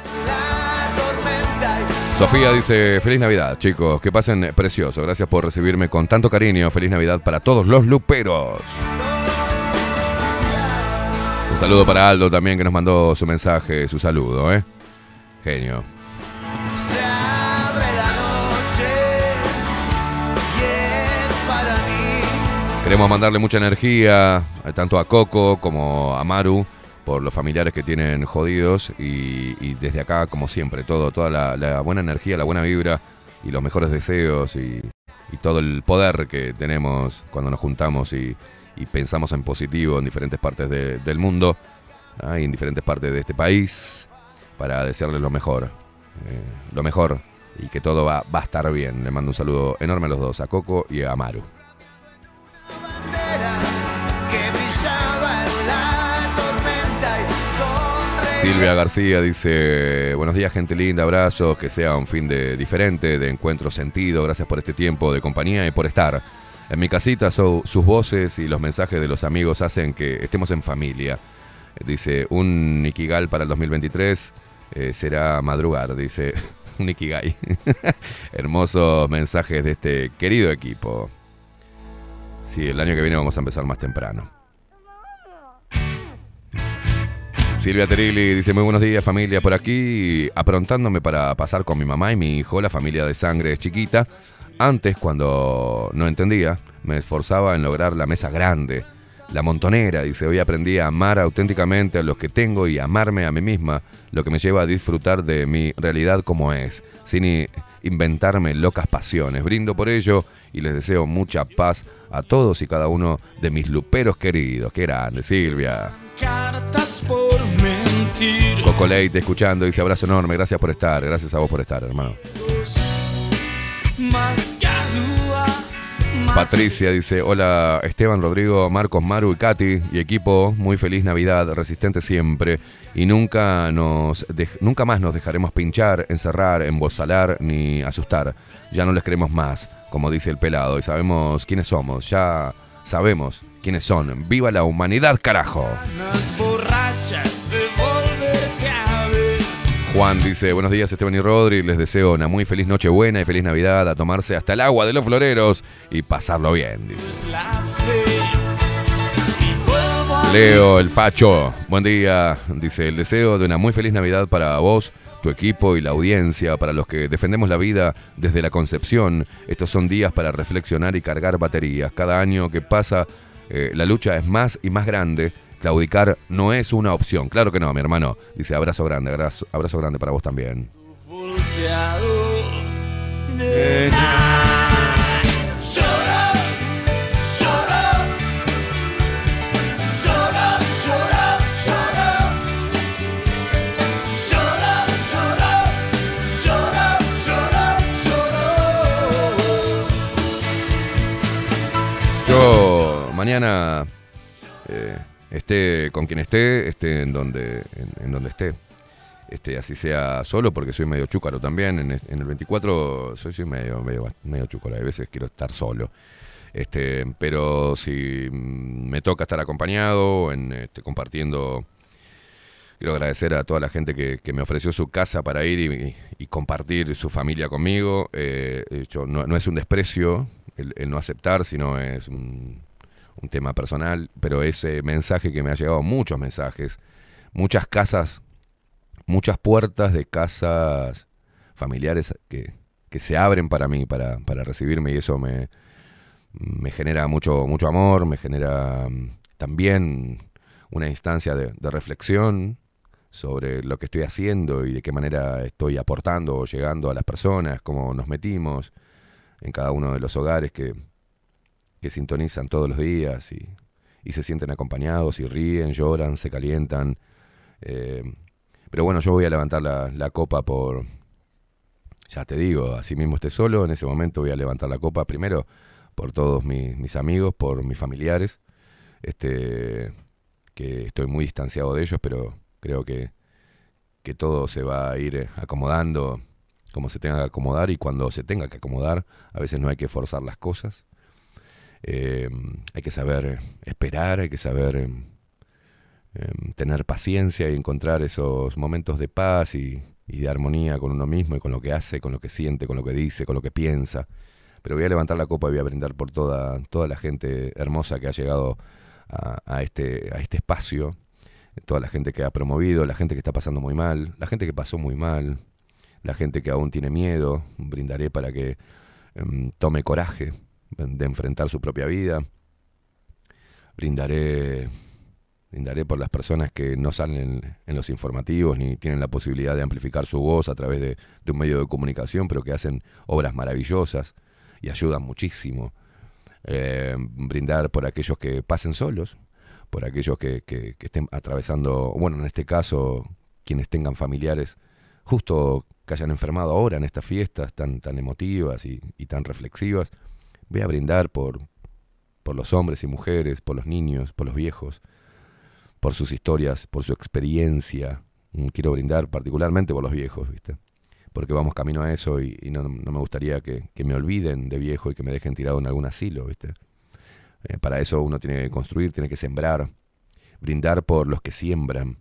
Sofía dice, feliz Navidad, chicos, que pasen precioso, gracias por recibirme con tanto cariño, feliz Navidad para todos los luperos. Un saludo para Aldo también, que nos mandó su mensaje, su saludo, genio. Queremos mandarle mucha energía tanto a Coco como a Maru por los familiares que tienen jodidos y desde acá, como siempre, toda la buena energía, la buena vibra y los mejores deseos y todo el poder que tenemos cuando nos juntamos y pensamos en positivo en diferentes partes del mundo y en diferentes partes de este país para desearles lo mejor y que todo va a estar bien. Le mando un saludo enorme a los dos, a Coco y a Maru. Silvia García dice, buenos días gente linda, abrazos, que sea un fin de diferente, de encuentro sentido, gracias por este tiempo de compañía y por estar. En mi casita sus voces y los mensajes de los amigos hacen que estemos en familia. Dice, un Ikigai para el 2023 será madrugar, dice, un Ikigai. Hermosos mensajes de este querido equipo. Sí, el año que viene vamos a empezar más temprano. Silvia Terilli dice, muy buenos días familia, por aquí aprontándome para pasar con mi mamá y mi hijo, la familia de sangre es chiquita. Antes, cuando no entendía, me esforzaba en lograr la mesa grande, la montonera, dice, hoy aprendí a amar auténticamente a los que tengo y amarme a mí misma, lo que me lleva a disfrutar de mi realidad como es, sin inventarme locas pasiones. Brindo por ello y les deseo mucha paz a todos y cada uno de mis luperos queridos. Qué grande, Silvia. Coco Leite escuchando, dice abrazo enorme, gracias por estar, gracias a vos por estar, hermano. Patricia dice, hola Esteban, Rodrigo, Marcos, Maru y Katy y equipo, muy feliz Navidad, resistente siempre y nunca más nos dejaremos pinchar, encerrar, embosalar ni asustar. Ya no les queremos más, como dice el pelado, y sabemos quiénes somos, ya sabemos quiénes son. ¡Viva la humanidad, carajo! Juan dice, buenos días Esteban y Rodri, les deseo una muy feliz Nochebuena y feliz Navidad, a tomarse hasta el agua de los floreros y pasarlo bien, dice. Leo el Facho, buen día, dice, el deseo de una muy feliz Navidad para vos, tu equipo y la audiencia, para los que defendemos la vida desde la concepción. Estos son días para reflexionar y cargar baterías. Cada año que pasa, la lucha es más y más grande. Claudicar no es una opción. Claro que no, mi hermano. Dice, abrazo grande para vos también. Yo mañana esté con quien esté en donde esté, así sea solo, porque soy medio chúcaro también. En el 24 soy medio chúcaro, a veces quiero estar solo. Pero si me toca estar acompañado, compartiendo, quiero agradecer a toda la gente que me ofreció su casa para ir y compartir su familia conmigo. No es un desprecio el no aceptar, sino es un tema personal, pero ese mensaje que me ha llegado, muchos mensajes, muchas casas, muchas puertas de casas familiares que se abren para mí, para recibirme, y eso me genera mucho amor, me genera también una instancia de reflexión sobre lo que estoy haciendo y de qué manera estoy aportando o llegando a las personas, cómo nos metimos en cada uno de los hogares que sintonizan todos los días y se sienten acompañados y ríen, lloran, se calientan. Pero bueno, yo voy a levantar la copa por, ya te digo, así mismo esté solo, en ese momento voy a levantar la copa primero por todos mis amigos, por mis familiares, que estoy muy distanciado de ellos, pero creo que todo se va a ir acomodando como se tenga que acomodar, y cuando se tenga que acomodar, a veces no hay que forzar las cosas. Hay que saber esperar, hay que saber tener paciencia y encontrar esos momentos de paz y de armonía con uno mismo y con lo que hace, con lo que siente, con lo que dice, con lo que piensa. Pero voy a levantar la copa y voy a brindar por toda la gente hermosa que ha llegado a este espacio, toda la gente que ha promovido, la gente que está pasando muy mal, la gente que pasó muy mal, la gente que aún tiene miedo. Brindaré para que tome coraje de enfrentar su propia vida. Brindaré por las personas que no salen en los informativos ni tienen la posibilidad de amplificar su voz a través de un medio de comunicación, pero que hacen obras maravillosas y ayudan muchísimo. Brindar por aquellos que pasen solos, por aquellos que estén atravesando, bueno, en este caso, quienes tengan familiares justo que hayan enfermado ahora en estas fiestas tan emotivas y tan reflexivas. Voy a brindar por los hombres y mujeres, por los niños, por los viejos, por sus historias, por su experiencia. Quiero brindar particularmente por los viejos, ¿viste? Porque vamos camino a eso y no me gustaría que me olviden de viejo y que me dejen tirado en algún asilo, ¿viste? Para eso uno tiene que construir, tiene que sembrar. Brindar por los que siembran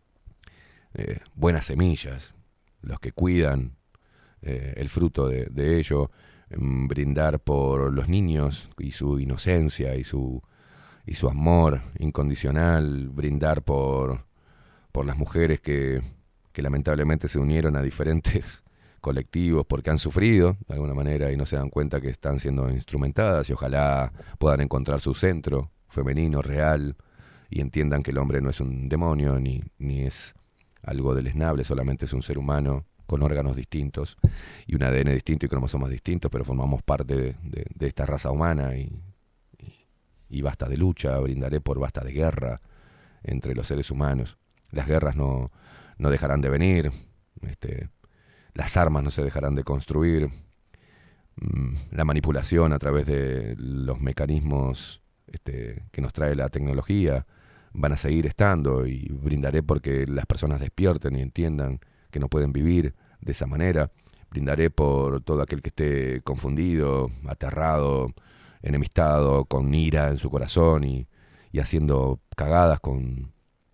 buenas semillas, los que cuidan el fruto de ello. Brindar por los niños y su inocencia y su amor incondicional. Brindar por las mujeres que lamentablemente se unieron a diferentes colectivos porque han sufrido de alguna manera y no se dan cuenta que están siendo instrumentadas, y ojalá puedan encontrar su centro femenino real y entiendan que el hombre no es un demonio ni es algo deleznable, solamente es un ser humano con órganos distintos y un ADN distinto y cromosomas distintos, pero formamos parte de esta raza humana y basta de lucha. Brindaré por basta de guerra entre los seres humanos. Las guerras no dejarán de venir, las armas no se dejarán de construir, la manipulación a través de los mecanismos que nos trae la tecnología van a seguir estando, y brindaré porque las personas despierten y entiendan que no pueden vivir de esa manera. Brindaré por todo aquel que esté confundido, aterrado, enemistado, con ira en su corazón y haciendo cagadas con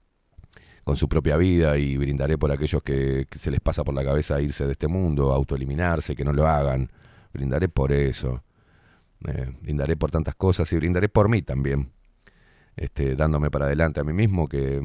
su propia vida, y brindaré por aquellos que se les pasa por la cabeza irse de este mundo, autoeliminarse, que no lo hagan. Brindaré por eso. Brindaré por tantas cosas y brindaré por mí también, dándome para adelante a mí mismo, que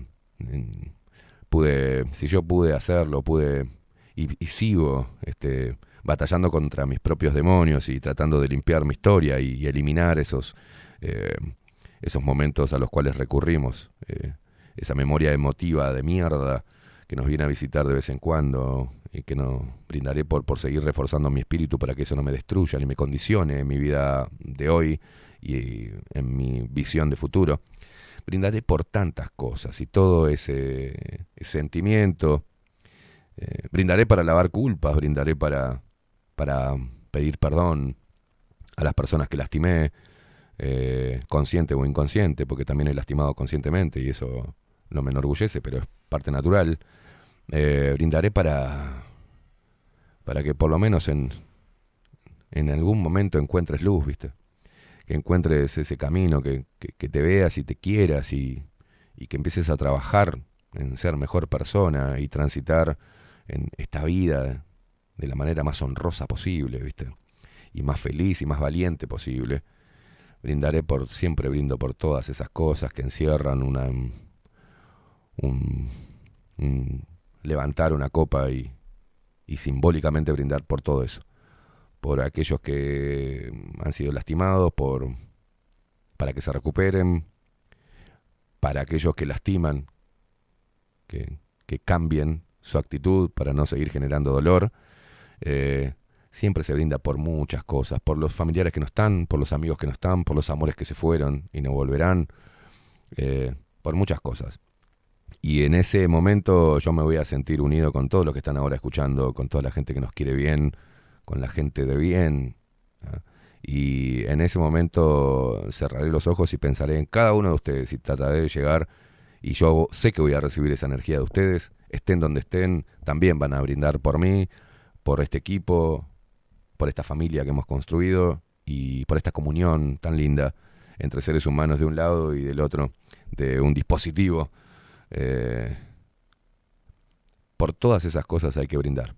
si yo pude hacerlo, y sigo batallando contra mis propios demonios y tratando de limpiar mi historia y eliminar esos momentos a los cuales recurrimos, esa memoria emotiva de mierda que nos viene a visitar de vez en cuando, y que no brindaré por seguir reforzando mi espíritu para que eso no me destruya ni me condicione en mi vida de hoy y en mi visión de futuro. Brindaré por tantas cosas y todo ese sentimiento. Brindaré para lavar culpas, brindaré para pedir perdón a las personas que lastimé, consciente o inconsciente, porque también he lastimado conscientemente y eso no me enorgullece, pero es parte natural. Brindaré para que por lo menos en algún momento encuentres luz, ¿viste? Que encuentres ese camino, que te veas y te quieras y que empieces a trabajar en ser mejor persona y transitar en esta vida de la manera más honrosa posible, ¿viste? Y más feliz y más valiente posible. Siempre brindo por todas esas cosas que encierran un levantar una copa y simbólicamente brindar por todo eso. Por aquellos que han sido lastimados, para que se recuperen, para aquellos que lastiman, que cambien su actitud para no seguir generando dolor. Siempre se brinda por muchas cosas, por los familiares que no están, por los amigos que no están, por los amores que se fueron y no volverán, por muchas cosas. Y en ese momento yo me voy a sentir unido con todos los que están ahora escuchando, con toda la gente que nos quiere bien, con la gente de bien. Y en ese momento cerraré los ojos y pensaré en cada uno de ustedes y trataré de llegar. Y yo sé que voy a recibir esa energía de ustedes, estén donde estén, también van a brindar por mí, por este equipo, por esta familia que hemos construido y por esta comunión tan linda entre seres humanos de un lado y del otro, de un dispositivo. Por todas esas cosas hay que brindar.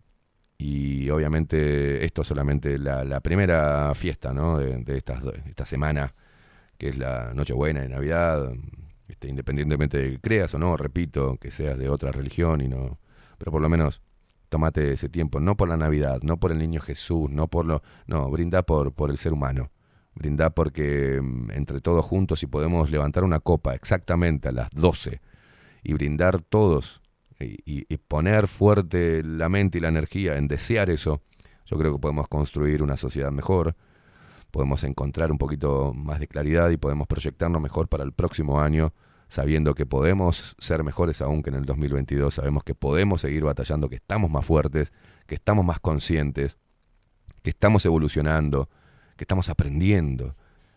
Y obviamente esto es solamente la primera fiesta, ¿no? de esta semana, que es la Nochebuena y Navidad, independientemente de que creas o no, repito, que seas de otra religión y no, pero por lo menos tomate ese tiempo, no por la Navidad, no por el niño Jesús, no, brindá por el ser humano. Brindá porque entre todos juntos, si podemos levantar una copa exactamente a las 12 y brindar todos y poner fuerte la mente y la energía en desear eso, yo creo que podemos construir una sociedad mejor, podemos encontrar un poquito más de claridad y podemos proyectarnos mejor para el próximo año, sabiendo que podemos ser mejores aún que en el 2022, sabemos que podemos seguir batallando, que estamos más fuertes, que estamos más conscientes, que estamos evolucionando, que estamos aprendiendo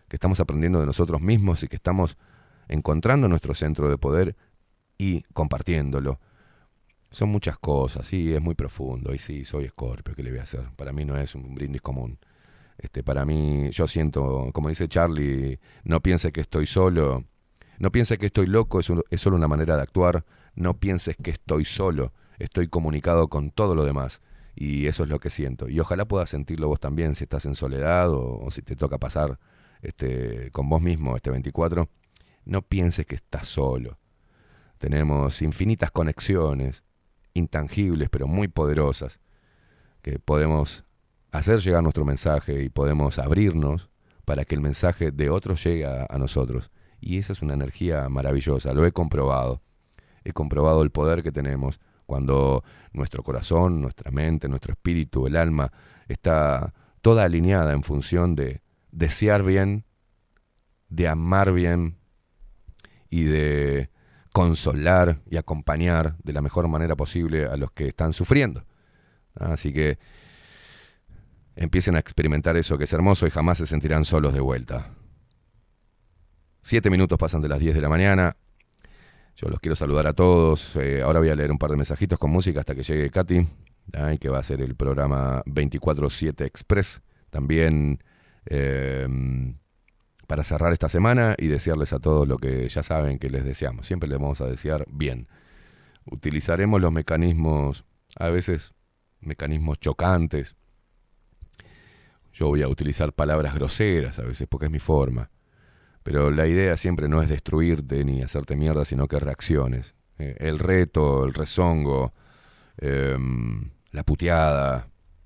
de nosotros mismos y que estamos encontrando nuestro centro de poder y compartiéndolo. Son muchas cosas, sí, es muy profundo, y sí, soy Escorpio, ¿qué le voy a hacer? Para mí no es un brindis común. Para mí, yo siento, como dice Charlie, no piense que estoy solo, no piense que estoy loco, es solo una manera de actuar, no pienses que estoy solo, estoy comunicado con todo lo demás. Y eso es lo que siento. Y ojalá puedas sentirlo vos también, si estás en soledad o si te toca pasar con vos mismo este 24. No pienses que estás solo. Tenemos infinitas conexiones, intangibles pero muy poderosas, que podemos hacer llegar nuestro mensaje y podemos abrirnos para que el mensaje de otros llegue a nosotros. Y esa es una energía maravillosa, lo he comprobado. He comprobado el poder que tenemos cuando nuestro corazón, nuestra mente, nuestro espíritu, el alma, está toda alineada en función de desear bien, de amar bien y de consolar y acompañar de la mejor manera posible a los que están sufriendo. Así que empiecen a experimentar eso, que es hermoso, y jamás se sentirán solos de vuelta. 7 minutos pasan de las 10 de la mañana. Yo los quiero saludar a todos. Ahora voy a leer un par de mensajitos con música hasta que llegue Katy, que va a ser el programa 24/7 Express. También para cerrar esta semana y desearles a todos lo que ya saben que les deseamos. Siempre les vamos a desear bien. Utilizaremos los mecanismos, a veces mecanismos chocantes. Yo voy a utilizar palabras groseras a veces porque es mi forma. Pero la idea siempre no es destruirte ni hacerte mierda, sino que reacciones. El reto, el rezongo, la puteada,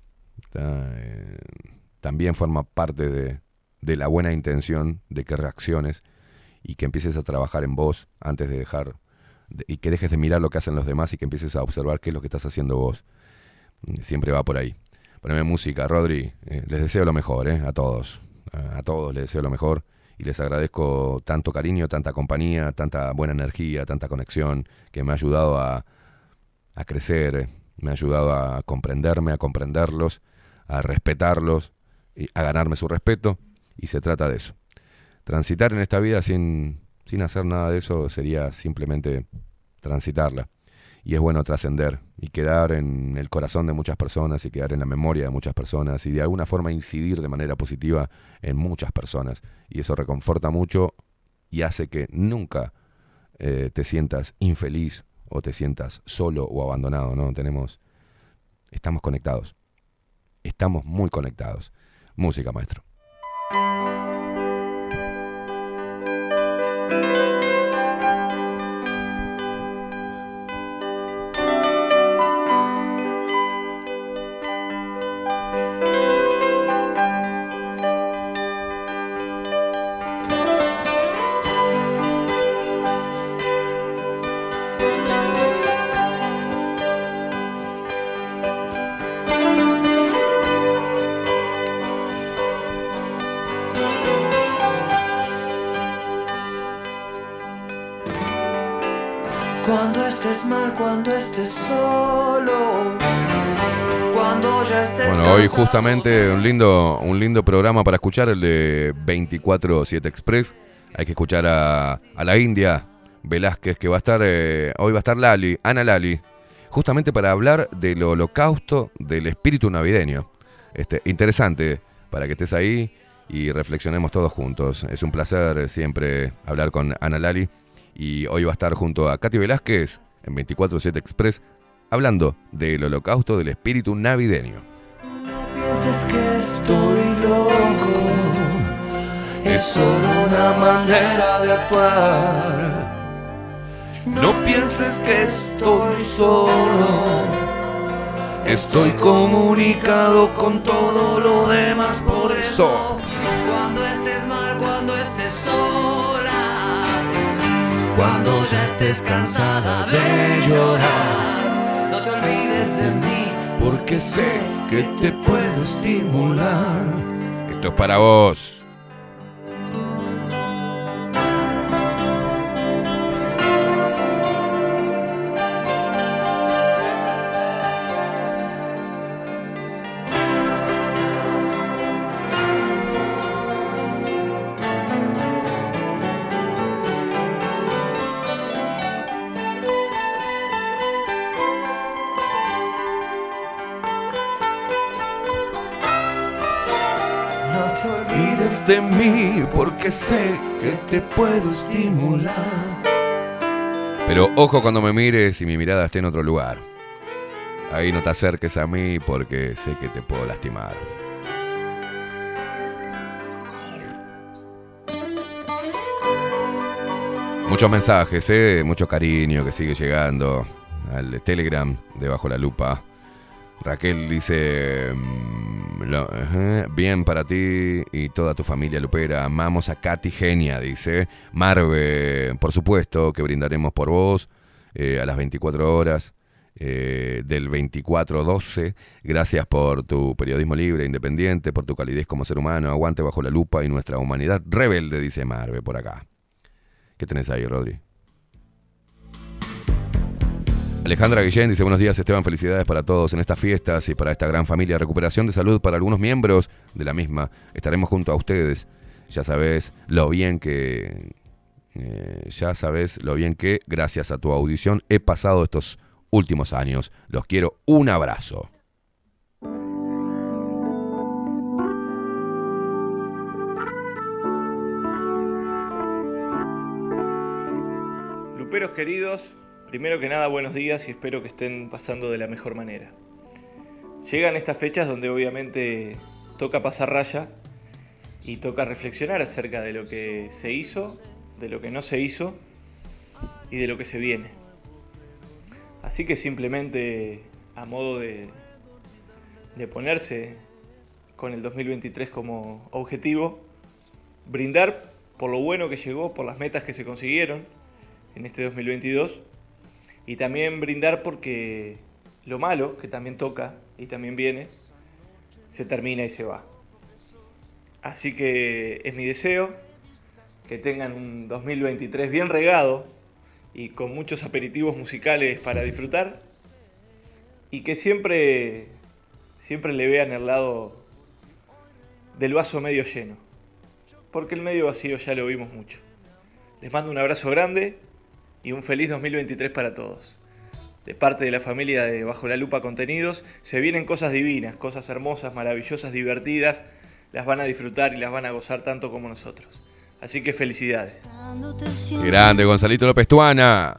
también forma parte de la buena intención de que reacciones y que empieces a trabajar en vos antes de dejar, y que dejes de mirar lo que hacen los demás y que empieces a observar qué es lo que estás haciendo vos. Siempre va por ahí. Poneme música, Rodri. Les deseo lo mejor, a todos. A todos les deseo lo mejor. Y les agradezco tanto cariño, tanta compañía, tanta buena energía, tanta conexión, que me ha ayudado a crecer, me ha ayudado a comprenderme, a comprenderlos, a respetarlos, y a ganarme su respeto, y se trata de eso. Transitar en esta vida sin hacer nada de eso sería simplemente transitarla. Y es bueno trascender y quedar en el corazón de muchas personas y quedar en la memoria de muchas personas y de alguna forma incidir de manera positiva en muchas personas. Y eso reconforta mucho y hace que nunca te sientas infeliz o te sientas solo o abandonado, ¿no? Estamos conectados. Estamos muy conectados. Música, maestro. Cuando estés mal, cuando estés solo, cuando ya estés Bueno, hoy justamente un lindo programa para escuchar, el de 24/7 Express. Hay que escuchar a la India Velázquez, que va a estar, hoy va a estar Lali, Ana Lali, justamente para hablar del holocausto del espíritu navideño. Interesante para que estés ahí y reflexionemos todos juntos. Es un placer siempre hablar con Ana Lali y hoy va a estar junto a Katy Velázquez en 24/7 Express hablando del holocausto del espíritu navideño. No pienses que estoy loco, es solo una manera de actuar. No pienses que estoy solo, estoy comunicado con todo lo demás, por eso. Cuando estés mal, cuando estés sola, cuando ya estés cansada de llorar, no te olvides de mí, porque sé que te puedo estimular. Esto es para vos. De mí, porque sé que te puedo estimular. Pero ojo cuando me mires y mi mirada esté en otro lugar. Ahí no te acerques a mí porque sé que te puedo lastimar. Muchos mensajes, mucho cariño que sigue llegando al Telegram de Bajo la Lupa. Raquel dice, bien para ti y toda tu familia lupera, amamos a Katy Genia, dice. Marve, por supuesto que brindaremos por vos a las 24 horas del 24/12. Gracias por tu periodismo libre, independiente, por tu calidez como ser humano, aguante Bajo la Lupa y nuestra humanidad rebelde, dice Marve por acá. ¿Qué tenés ahí, Rodri? Alejandra Guillén dice, buenos días Esteban, felicidades para todos en estas fiestas y para esta gran familia. Recuperación de salud para algunos miembros de la misma. Estaremos junto a ustedes. Ya sabes lo bien que, gracias a tu audición, he pasado estos últimos años. Los quiero. Un abrazo. Luperos queridos, primero que nada, buenos días y espero que estén pasando de la mejor manera. Llegan estas fechas donde obviamente toca pasar raya y toca reflexionar acerca de lo que se hizo, de lo que no se hizo y de lo que se viene. Así que simplemente a modo de ponerse con el 2023 como objetivo, brindar por lo bueno que llegó, por las metas que se consiguieron en este 2022, y también brindar porque lo malo, que también toca y también viene, se termina y se va. Así que es mi deseo que tengan un 2023 bien regado y con muchos aperitivos musicales para disfrutar, y que siempre le vean el lado del vaso medio lleno, porque el medio vacío ya lo vimos mucho. Les mando un abrazo grande y un feliz 2023 para todos. De parte de la familia de Bajo la Lupa Contenidos, se vienen cosas divinas, cosas hermosas, maravillosas, divertidas. Las van a disfrutar y las van a gozar tanto como nosotros. Así que felicidades. Grande, Gonzalito López Tuana.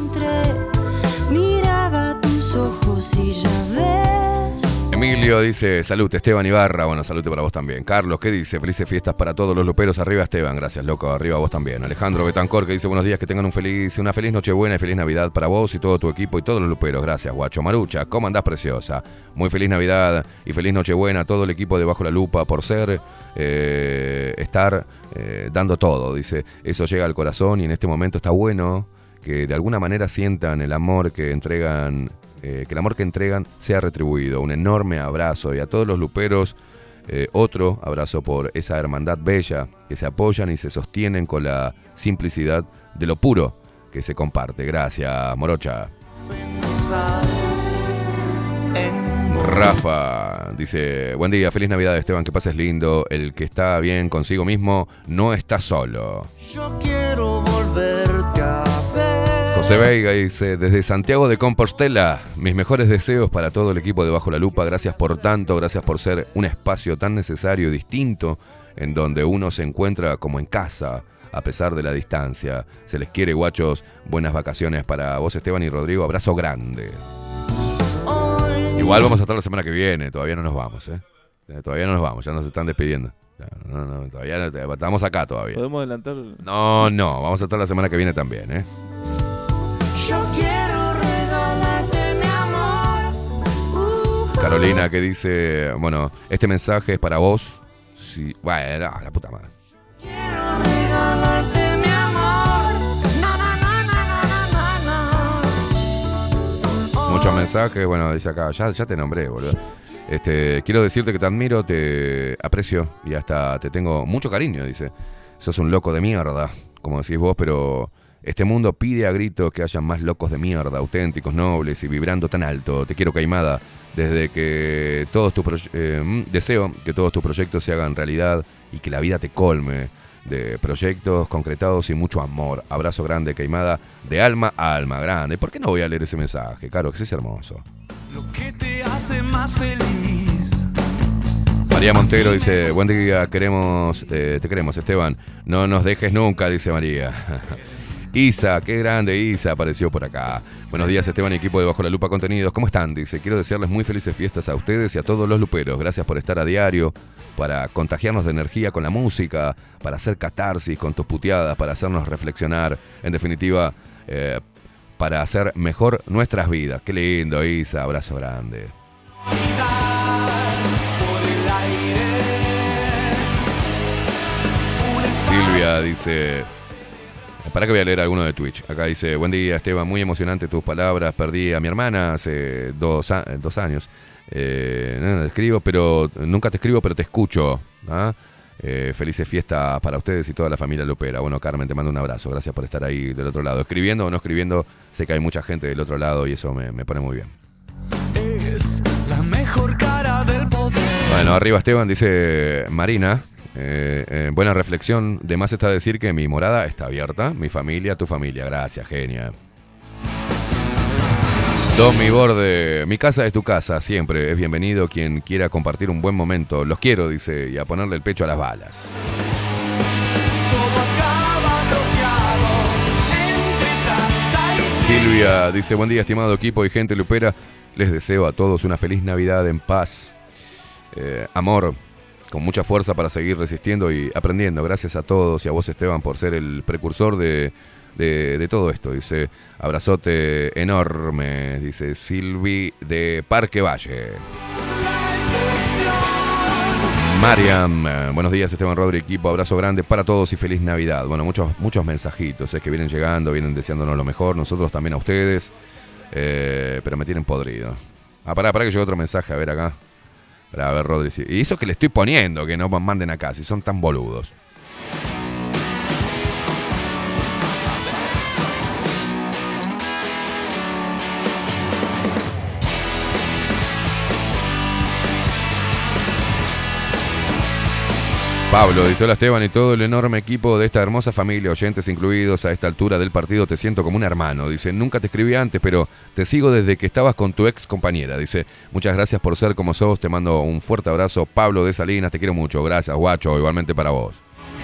Miraba tus ojos y ya ves. Emilio dice, salud Esteban Ibarra, bueno, salud para vos también. Carlos, ¿qué dice? Felices fiestas para todos los luperos, arriba Esteban, gracias loco, arriba vos también. Alejandro Betancor, que dice, buenos días, que tengan una feliz Nochebuena y feliz Navidad para vos y todo tu equipo y todos los luperos, gracias guacho. Marucha, ¿cómo andás preciosa? Muy feliz Navidad y feliz Nochebuena a todo el equipo de Bajo la Lupa por estar dando todo, dice, eso llega al corazón y en este momento está bueno que de alguna manera sientan el amor que entregan. Que el amor que entregan sea retribuido. Un enorme abrazo y a todos los luperos otro abrazo por esa hermandad bella que se apoyan y se sostienen con la simplicidad de lo puro que se comparte. Gracias, Morocha. Rafa dice, buen día, feliz Navidad Esteban, que pases lindo. El que está bien consigo mismo no está solo. Yo quiero volverte a ver. José Veiga dice, desde Santiago de Compostela, mis mejores deseos para todo el equipo de Bajo la Lupa. Gracias por tanto, gracias por ser un espacio tan necesario y distinto en donde uno se encuentra como en casa, a pesar de la distancia. Se les quiere, guachos. Buenas vacaciones para vos, Esteban y Rodrigo. Abrazo grande. Igual vamos a estar la semana que viene. Todavía no nos vamos, ¿eh? Todavía no nos vamos. Ya nos están despidiendo. No, todavía no, estamos acá todavía. ¿Podemos adelantar? No. Vamos a estar la semana que viene también, ¿eh? Yo quiero regalarte mi amor. Carolina que dice, bueno, este mensaje es para vos. Sí, bueno, la puta madre. Regalarte mi amor. Muchos mensajes, bueno, dice acá, ya te nombré, boludo. Quiero decirte que te admiro, te aprecio y hasta te tengo mucho cariño, dice. Sos un loco de mierda, como decís vos, pero este mundo pide a gritos que hayan más locos de mierda, auténticos, nobles y vibrando tan alto. Te quiero, Caimada, desde que deseo que todos tus proyectos se hagan realidad y que la vida te colme de proyectos concretados y mucho amor. Abrazo grande, Caimada, de alma a alma grande. ¿Por qué no voy a leer ese mensaje? Claro, que sí es hermoso. Lo que te hace más feliz. María Montero dice, buen día, te queremos, Esteban. No nos dejes nunca, dice María. Isa, qué grande Isa, apareció por acá. Buenos días, Esteban y equipo de Bajo la Lupa Contenidos. ¿Cómo están? Dice, quiero desearles muy felices fiestas a ustedes y a todos los luperos. Gracias por estar a diario, para contagiarnos de energía con la música, para hacer catarsis con tus puteadas, para hacernos reflexionar. En definitiva, para hacer mejor nuestras vidas. Qué lindo, Isa. Abrazo grande. Silvia dice... Para que voy a leer alguno de Twitch. Acá dice, buen día, Esteban, muy emocionante tus palabras. Perdí a mi hermana hace 2 años. Nunca te escribo, pero te escucho. ¿Ah? Felices fiestas para ustedes y toda la familia lupera. Bueno, Carmen, te mando un abrazo. Gracias por estar ahí del otro lado. Escribiendo o no escribiendo, sé que hay mucha gente del otro lado y eso me pone muy bien. Es la mejor cara del poder. Bueno, arriba Esteban, dice Marina. Buena reflexión. De más está decir que mi morada está abierta. Mi familia, tu familia. Gracias, genia. Domi Borde, mi casa es tu casa, siempre es bienvenido quien quiera compartir un buen momento. Los quiero, dice, y a ponerle el pecho a las balas. Silvia dice, buen día, estimado equipo y gente lupera. Les deseo a todos una feliz Navidad en paz. Amor, con mucha fuerza para seguir resistiendo y aprendiendo. Gracias a todos y a vos, Esteban, por ser el precursor de todo esto. Dice, abrazote enorme, dice Silvi de Parque Valle. Mariam, buenos días, Esteban, Rodri, equipo, abrazo grande para todos y feliz Navidad. Bueno, muchos mensajitos, es que vienen llegando, vienen deseándonos lo mejor, nosotros también a ustedes, pero me tienen podrido. Pará que llegó otro mensaje, a ver acá. A ver, Rodri, y eso que le estoy poniendo, que no manden acá, si son tan boludos. Pablo dice, hola Esteban y todo el enorme equipo de esta hermosa familia, oyentes incluidos, a esta altura del partido te siento como un hermano. Dice, nunca te escribí antes, pero te sigo desde que estabas con tu ex compañera. Dice, muchas gracias por ser como sos, te mando un fuerte abrazo. Pablo de Salinas, te quiero mucho. Gracias, guacho, igualmente para vos.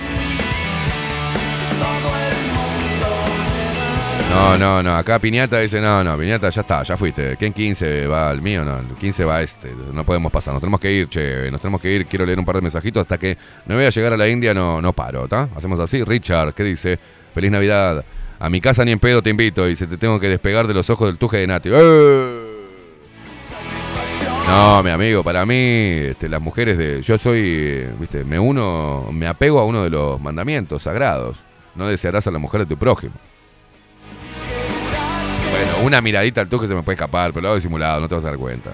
No, acá Piñata dice, no, Piñata, ya está, ya fuiste. ¿Quién 15 va al mío? No, el 15 va a este. No podemos pasar, nos tenemos que ir, quiero leer un par de mensajitos hasta que no voy a llegar a la India, no paro, ¿está? Hacemos así. Richard, ¿qué dice? Feliz Navidad. A mi casa ni en pedo te invito, dice, te tengo que despegar de los ojos del tuje de Nati. No, mi amigo, para mí, las mujeres yo soy, viste, me apego a uno de los mandamientos sagrados. No desearás a la mujer de tu prójimo. Bueno, una miradita al tuje se me puede escapar, pero lo hago disimulado, no te vas a dar cuenta.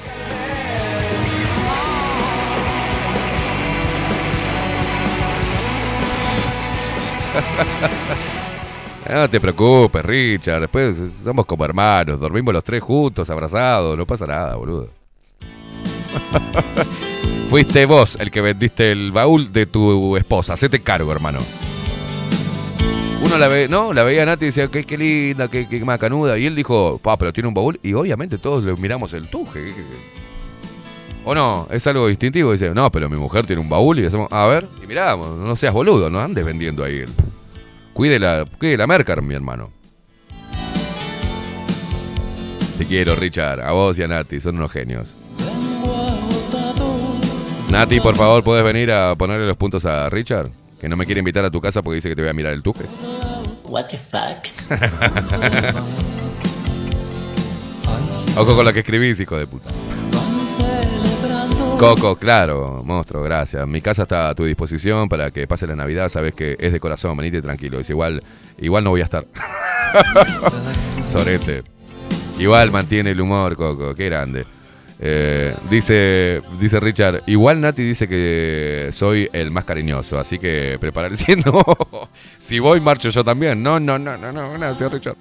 No te preocupes, Richard, después somos como hermanos, dormimos los 3 juntos, abrazados, no pasa nada, boludo. Fuiste vos el que vendiste el baúl de tu esposa, hacete cargo, hermano. Uno la veía a Nati y decía, qué linda, qué macanuda. Y él dijo, pero tiene un baúl. Y obviamente todos le miramos el tuje. ¿O no? Es algo distintivo. Dice, no, pero mi mujer tiene un baúl. Y hacemos, a ver, y miramos, no seas boludo, no andes vendiendo ahí. Cuide la merca, mi hermano. Te quiero, Richard. A vos y a Nati, son unos genios. Nati, por favor, ¿puedes venir a ponerle los puntos a Richard? Que no me quiere invitar a tu casa porque dice que te voy a mirar el tujes. What the fuck? Ojo con la que escribís, hijo de puta. Coco, claro, monstruo, gracias. Mi casa está a tu disposición para que pase la Navidad. Sabes que es de corazón, venite tranquilo. Dice, igual no voy a estar. Sorete. Igual mantiene el humor, Coco, qué grande. Dice Richard, igual Nati dice que soy el más cariñoso, así que prepárate. No, si voy marcho yo también. No, gracias, Richard.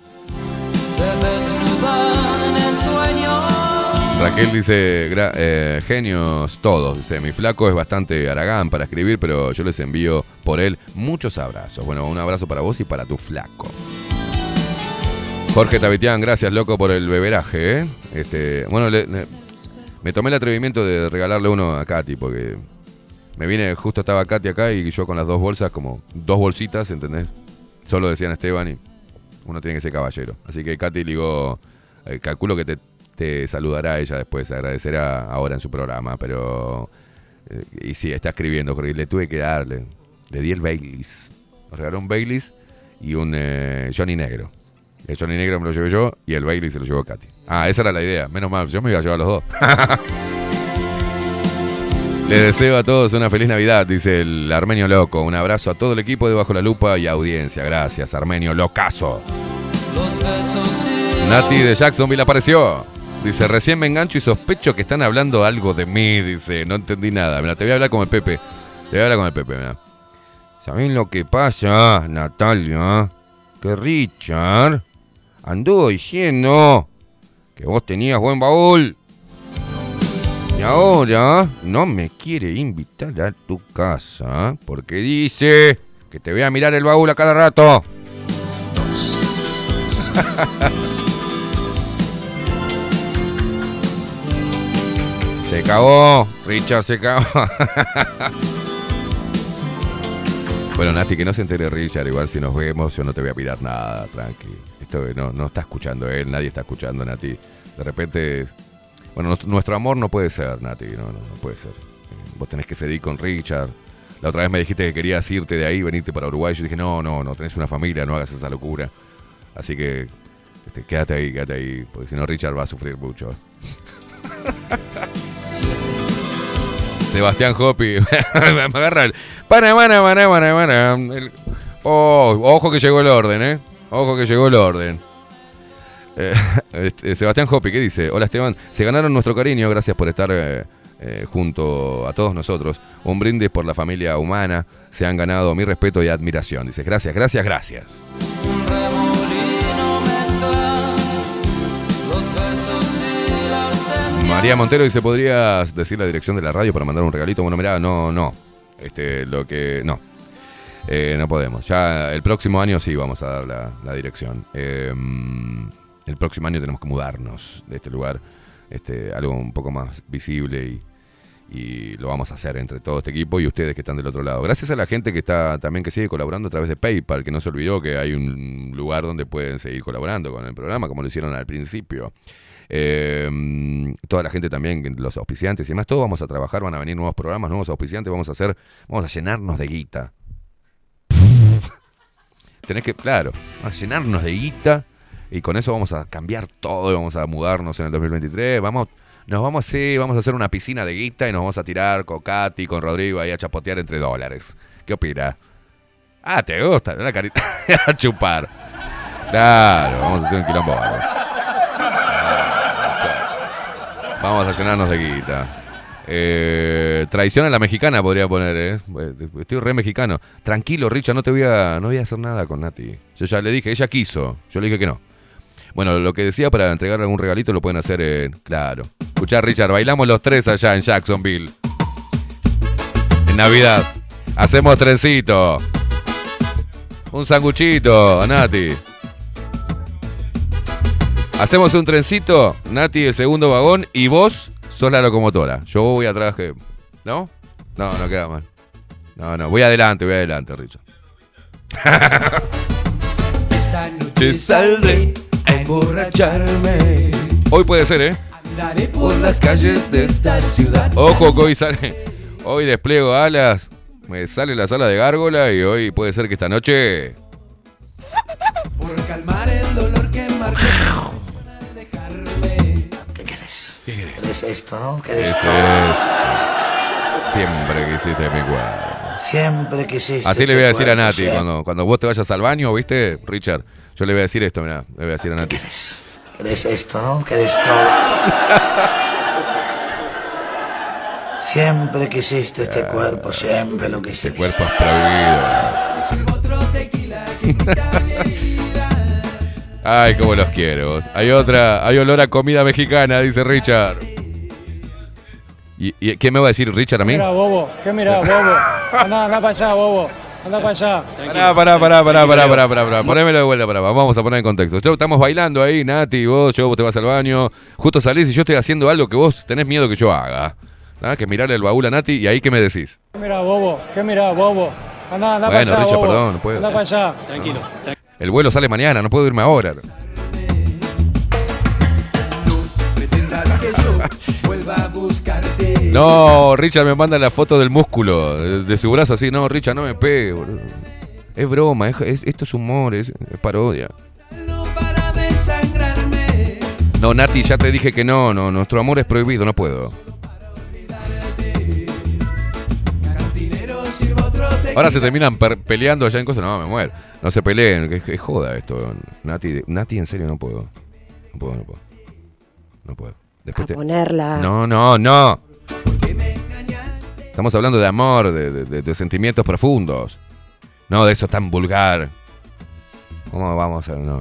Raquel dice, genios todos. Dice, mi flaco es bastante haragán para escribir, pero yo les envío por él muchos abrazos. Bueno, un abrazo para vos y para tu flaco. Jorge Tavitian, gracias, loco, por el beberaje, bueno, me tomé el atrevimiento de regalarle uno a Katy, porque me vine, justo estaba Katy acá y yo con las dos bolsas, como dos bolsitas, ¿entendés? Solo decían Esteban y uno tiene que ser caballero. Así que Katy le digo, calculo que te saludará ella después, agradecerá ahora en su programa, pero... y sí, está escribiendo, porque le tuve que darle, le di el Baileys. Me regaló un Baileys y un Johnny Negro. El Johnny Negro me lo llevé yo y el Bailey se lo llevó Katy. Esa era la idea. Menos mal, yo me iba a llevar los dos. Les deseo a todos una feliz Navidad, dice el Armenio Loco. Un abrazo a todo el equipo de Bajo la Lupa y audiencia. Gracias, Armenio Locazo. Nati de Jacksonville apareció. Dice, recién me engancho y sospecho que están hablando algo de mí. Dice, no entendí nada. Mira, te voy a hablar con el Pepe. Mira. ¿Saben lo que pasa, Natalia? Que Richard anduvo diciendo que vos tenías buen baúl y ahora no me quiere invitar a tu casa porque dice que te voy a mirar el baúl a cada rato. Se cagó, Richard se cagó. Bueno, Nati, que no se entere Richard, igual si nos vemos yo no te voy a mirar nada, tranqui. Esto no está escuchando él, nadie está escuchando, Nati. De repente, bueno, nuestro amor no puede ser, Nati, no puede ser. Vos tenés que seguir con Richard. La otra vez me dijiste que querías irte de ahí, venirte para Uruguay. Yo dije, no, tenés una familia, no hagas esa locura. Así que quédate ahí, porque si no Richard va a sufrir mucho. Sebastián Hopi, me agarra el... Ojo que llegó el orden, Ojo que llegó el orden. Sebastián Hopi, ¿qué dice? Hola Esteban, se ganaron nuestro cariño, gracias por estar junto a todos nosotros. Un brindis por la familia humana, se han ganado mi respeto y admiración. Dice, gracias. María Montero dice, ¿podrías decir la dirección de la radio para mandar un regalito? Bueno, mirá, no. No podemos. Ya el próximo año sí vamos a dar la dirección. El próximo año tenemos que mudarnos de este lugar. Algo un poco más visible y lo vamos a hacer entre todo este equipo y ustedes que están del otro lado. Gracias a la gente que está también que sigue colaborando a través de PayPal, que no se olvidó que hay un lugar donde pueden seguir colaborando con el programa, como lo hicieron al principio. Toda la gente también, los auspiciantes y demás, todos vamos a trabajar, van a venir nuevos programas, nuevos auspiciantes, vamos a llenarnos de guita. Vamos a llenarnos de guita y con eso vamos a cambiar todo y vamos a mudarnos en el 2023. Vamos a hacer una piscina de guita y nos vamos a tirar con Katy, con Rodrigo ahí a chapotear entre dólares. ¿Qué opina? ¿Te gusta? La carita a chupar. Claro, vamos a hacer un quilombo bárbaro. Vamos a llenarnos de guita. Traición a la mexicana podría poner, Estoy re mexicano. Tranquilo, Richard, no voy a hacer nada con Nati. Yo ya le dije, ella quiso. Yo le dije que no. Bueno, lo que decía para entregar algún regalito lo pueden hacer claro. Escuchá, Richard, bailamos los tres allá en Jacksonville. En Navidad. Hacemos trencito. Un sanguchito a Nati. Hacemos un trencito, Nati el segundo vagón y vos sos la locomotora. Yo voy atrás que... ¿No? No queda mal. No, voy adelante, Richard. Esta noche saldré a emborracharme. Hoy puede ser, ¿eh? Andaré por las calles de esta ciudad. Ojo que hoy sale. Hoy despliego alas. Me sale la sala de gárgola y hoy puede ser que esta noche... Por calmar el dolor que marcó. ¿Qué querés? ¿Qué querés? ¿Querés esto, no? ¿Querés Ese es... Siempre quisiste mi cuerpo. Siempre quisiste. Así le voy a decir a cuerpo, Nati siempre. cuando vos te vayas al baño, ¿viste, Richard? Yo le voy a decir esto, mirá. Le voy a decir a Nati. ¿Querés esto, no? ¿Querés todo? Siempre quisiste este cuerpo, siempre lo quisiste. Este cuerpo es prohibido. Ay, cómo los quiero. Hay olor a comida mexicana, dice Richard. ¿Y qué me va a decir Richard a mí? Mira, bobo, ¿qué mira, bobo? Anda para allá, bobo. Anda para allá. Pará. Ponémelo de vuelta, pará. Vamos a poner en contexto. Estamos bailando ahí, Nati, vos te vas al baño. Justo salís y yo estoy haciendo algo que vos tenés miedo que yo haga. ¿Ah? Que mirarle el baúl a Nati y ahí ¿qué me decís? ¿Qué mira, bobo? ¿Qué mira, bobo? Anda para allá, Richard, bobo. perdón, no puedo. Anda para allá. Tranquilo. El vuelo sale mañana, no puedo irme ahora. Pretendas que yo vuelva a buscarte. No, Richard me manda la foto del músculo de su brazo así. No, Richard, no me pegue, boludo. Es broma, esto es humor, es parodia. No, Nati, ya te dije que no, nuestro amor es prohibido, no puedo. Ahora se terminan peleando allá en cosas. No, me muero. No se peleen, es joda esto. Nati, en serio, no puedo. No puedo. Después ponerla. No. Estamos hablando de amor, de sentimientos profundos. No de eso tan vulgar. ¿Cómo vamos a...? No.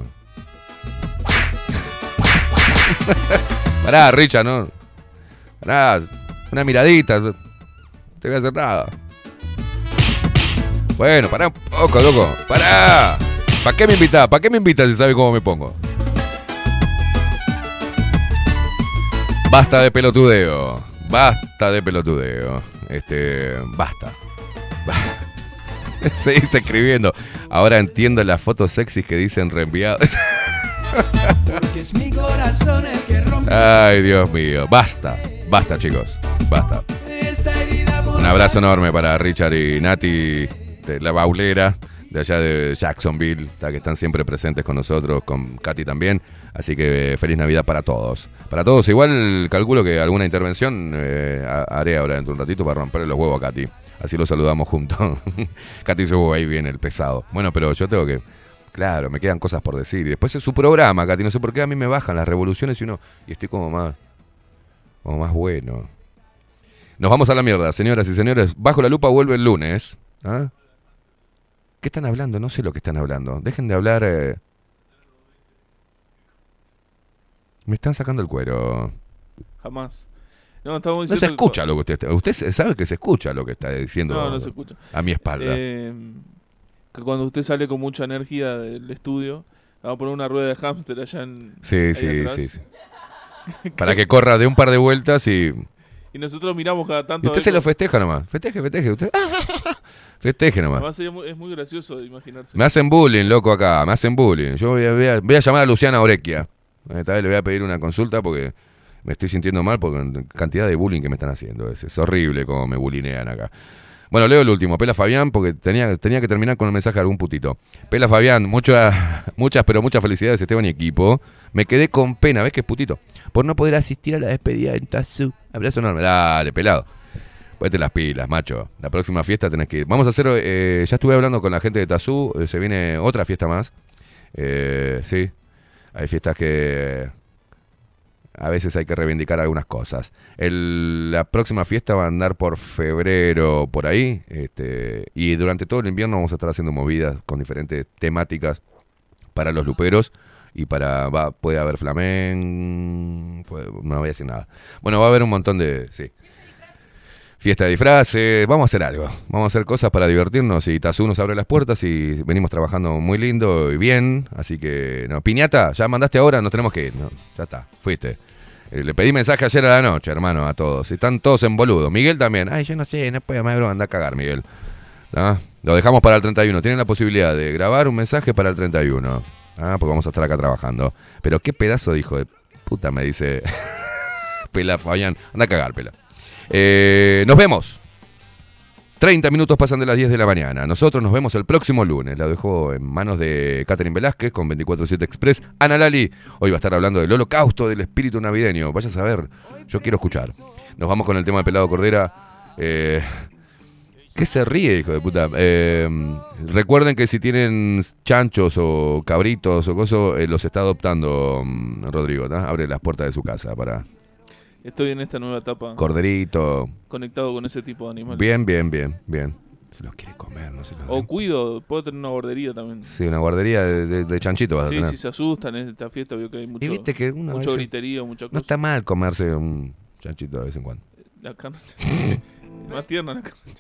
Pará, Richard, ¿no? Pará, una miradita. No te voy a hacer nada. Bueno, pará un poco, loco. Pará. ¿Para qué me invitás? ¿Para qué me invitas si sabes cómo me pongo? Basta de pelotudeo. Basta. Seguís escribiendo. Ahora entiendo las fotos sexys que dicen reenviados. Porque es mi corazón el que rompe. Ay, Dios mío. Basta, chicos. Basta. Un abrazo enorme para Richard y Nati de la baulera de allá de Jacksonville, que están siempre presentes con nosotros, con Katy también. Así que feliz Navidad para todos. Para todos, igual calculo que alguna intervención haré ahora dentro de un ratito para romperle los huevos a Katy. Así lo saludamos juntos. Katy se ahí viene el pesado. Bueno, pero yo tengo que... Claro, me quedan cosas por decir. Y después es su programa, Katy. No sé por qué a mí me bajan las revoluciones y estoy como más bueno. Nos vamos a la mierda, señoras y señores. Bajo la Lupa vuelve el lunes. ¿Ah? ¿Qué están hablando? No sé lo que están hablando. Dejen de hablar. Me están sacando el cuero. Jamás. No, estamos no se escucha lo que usted sabe que se escucha lo que está diciendo. No se escucha. A mi espalda. Que cuando usted sale con mucha energía del estudio, vamos a poner una rueda de hámster allá en... Sí. Para que corra de un par de vueltas y nosotros miramos cada tanto... Y usted se lo festeja nomás. Festeje. Usted... Festeje nomás. Además es muy gracioso imaginarse. Me hacen bullying, loco, acá. Me hacen bullying. Yo voy a llamar a Luciana Orequia. Esta vez le voy a pedir una consulta porque me estoy sintiendo mal por cantidad de bullying que me están haciendo. Es horrible como me bullinean acá. Bueno, leo el último. Pela Fabián, porque tenía que terminar con el mensaje de algún putito. Pela Fabián, muchas felicidades, Esteban y equipo. Me quedé con pena, ¿ves que es putito? Por no poder asistir a la despedida en Tazú. Abrazo enorme. Dale, pelado. Ponete las pilas, macho. La próxima fiesta tenés que ir. Vamos a hacer, ya estuve hablando con la gente de Tazú. Se viene otra fiesta más. Sí. Hay fiestas que... A veces hay que reivindicar algunas cosas. La próxima fiesta va a andar por febrero, por ahí. Y durante todo el invierno vamos a estar haciendo movidas con diferentes temáticas para los luperos. Y puede haber flamenco. No voy a decir nada. Bueno, va a haber un montón de... Sí. Fiesta de disfraces, vamos a hacer algo. Vamos a hacer cosas para divertirnos y Tazú nos abre las puertas y venimos trabajando muy lindo y bien. Así que, no, piñata, ya mandaste ahora, nos tenemos que ir. No, ya está, fuiste. Le pedí mensaje ayer a la noche, hermano, a todos. Están todos en boludo. Miguel también. Ay, yo no sé, no puedo, me anda a cagar, Miguel. ¿Ah? Lo dejamos para el 31. Tienen la posibilidad de grabar un mensaje para el 31. Porque vamos a estar acá trabajando. Pero qué pedazo de hijo de puta, me dice Pela Fabián. Anda a cagar, Pela. Nos vemos. 30 minutos pasan de las 10 de la mañana. Nosotros nos vemos el próximo lunes. La dejo en manos de Catherine Velázquez con 24/7 Express. Ana Lali hoy va a estar hablando del holocausto del espíritu navideño. Vaya a saber, yo quiero escuchar. Nos vamos con el tema de Pelado Cordera. ¿Qué se ríe, hijo de puta? Recuerden que si tienen chanchos o cabritos o cosas, los está adoptando Rodrigo, ¿no? Abre las puertas de su casa para... Estoy en esta nueva etapa. Corderito. Conectado con ese tipo de animales. Bien. Se los quiere comer, no se los... O cuido, puedo tener una guardería también. Sí, una guardería de chanchito vas a tener. Sí, si se asustan en esta fiesta, veo que hay mucho, y viste que mucho griterío, mucha cosa. No está mal comerse un chanchito de vez en cuando. La carne... Más tierna la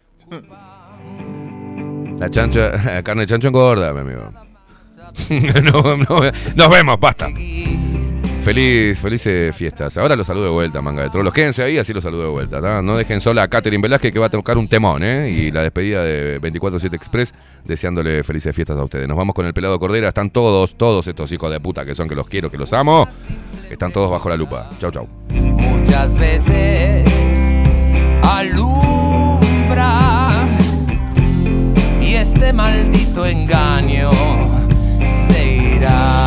carne. La carne de chancho engorda, mi amigo. Nos vemos, basta. Felices fiestas. Ahora los saludo de vuelta, manga de trolos. Quédense ahí, así los saludo de vuelta, ¿tá? No dejen sola a Catherine Velázquez, que va a tocar un temón, y la despedida de 24/7 Express, deseándole felices fiestas a ustedes. Nos vamos con el Pelado Cordera. Están todos estos hijos de puta que son, que los quiero, que los amo. Están todos bajo la lupa. Chau. Muchas veces alumbra y este maldito engaño se irá.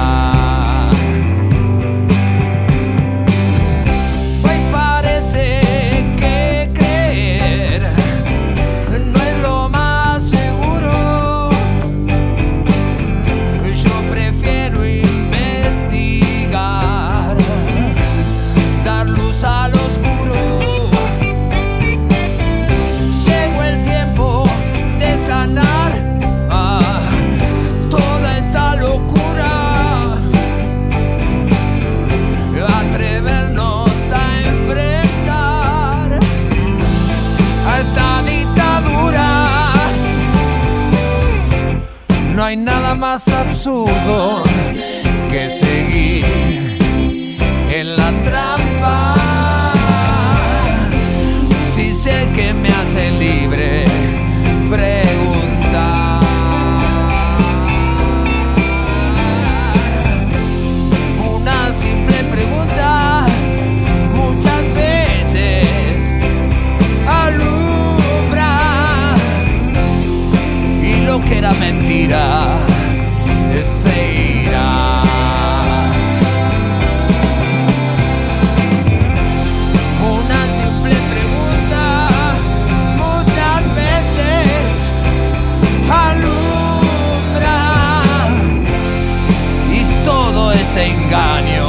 No hay nada más absurdo que seguir en la trampa. Si sé que me hace libre preguntar. Una simple pregunta muchas veces alumbra y lo que era mentira se irá. Una simple pregunta muchas veces alumbra y todo este engaño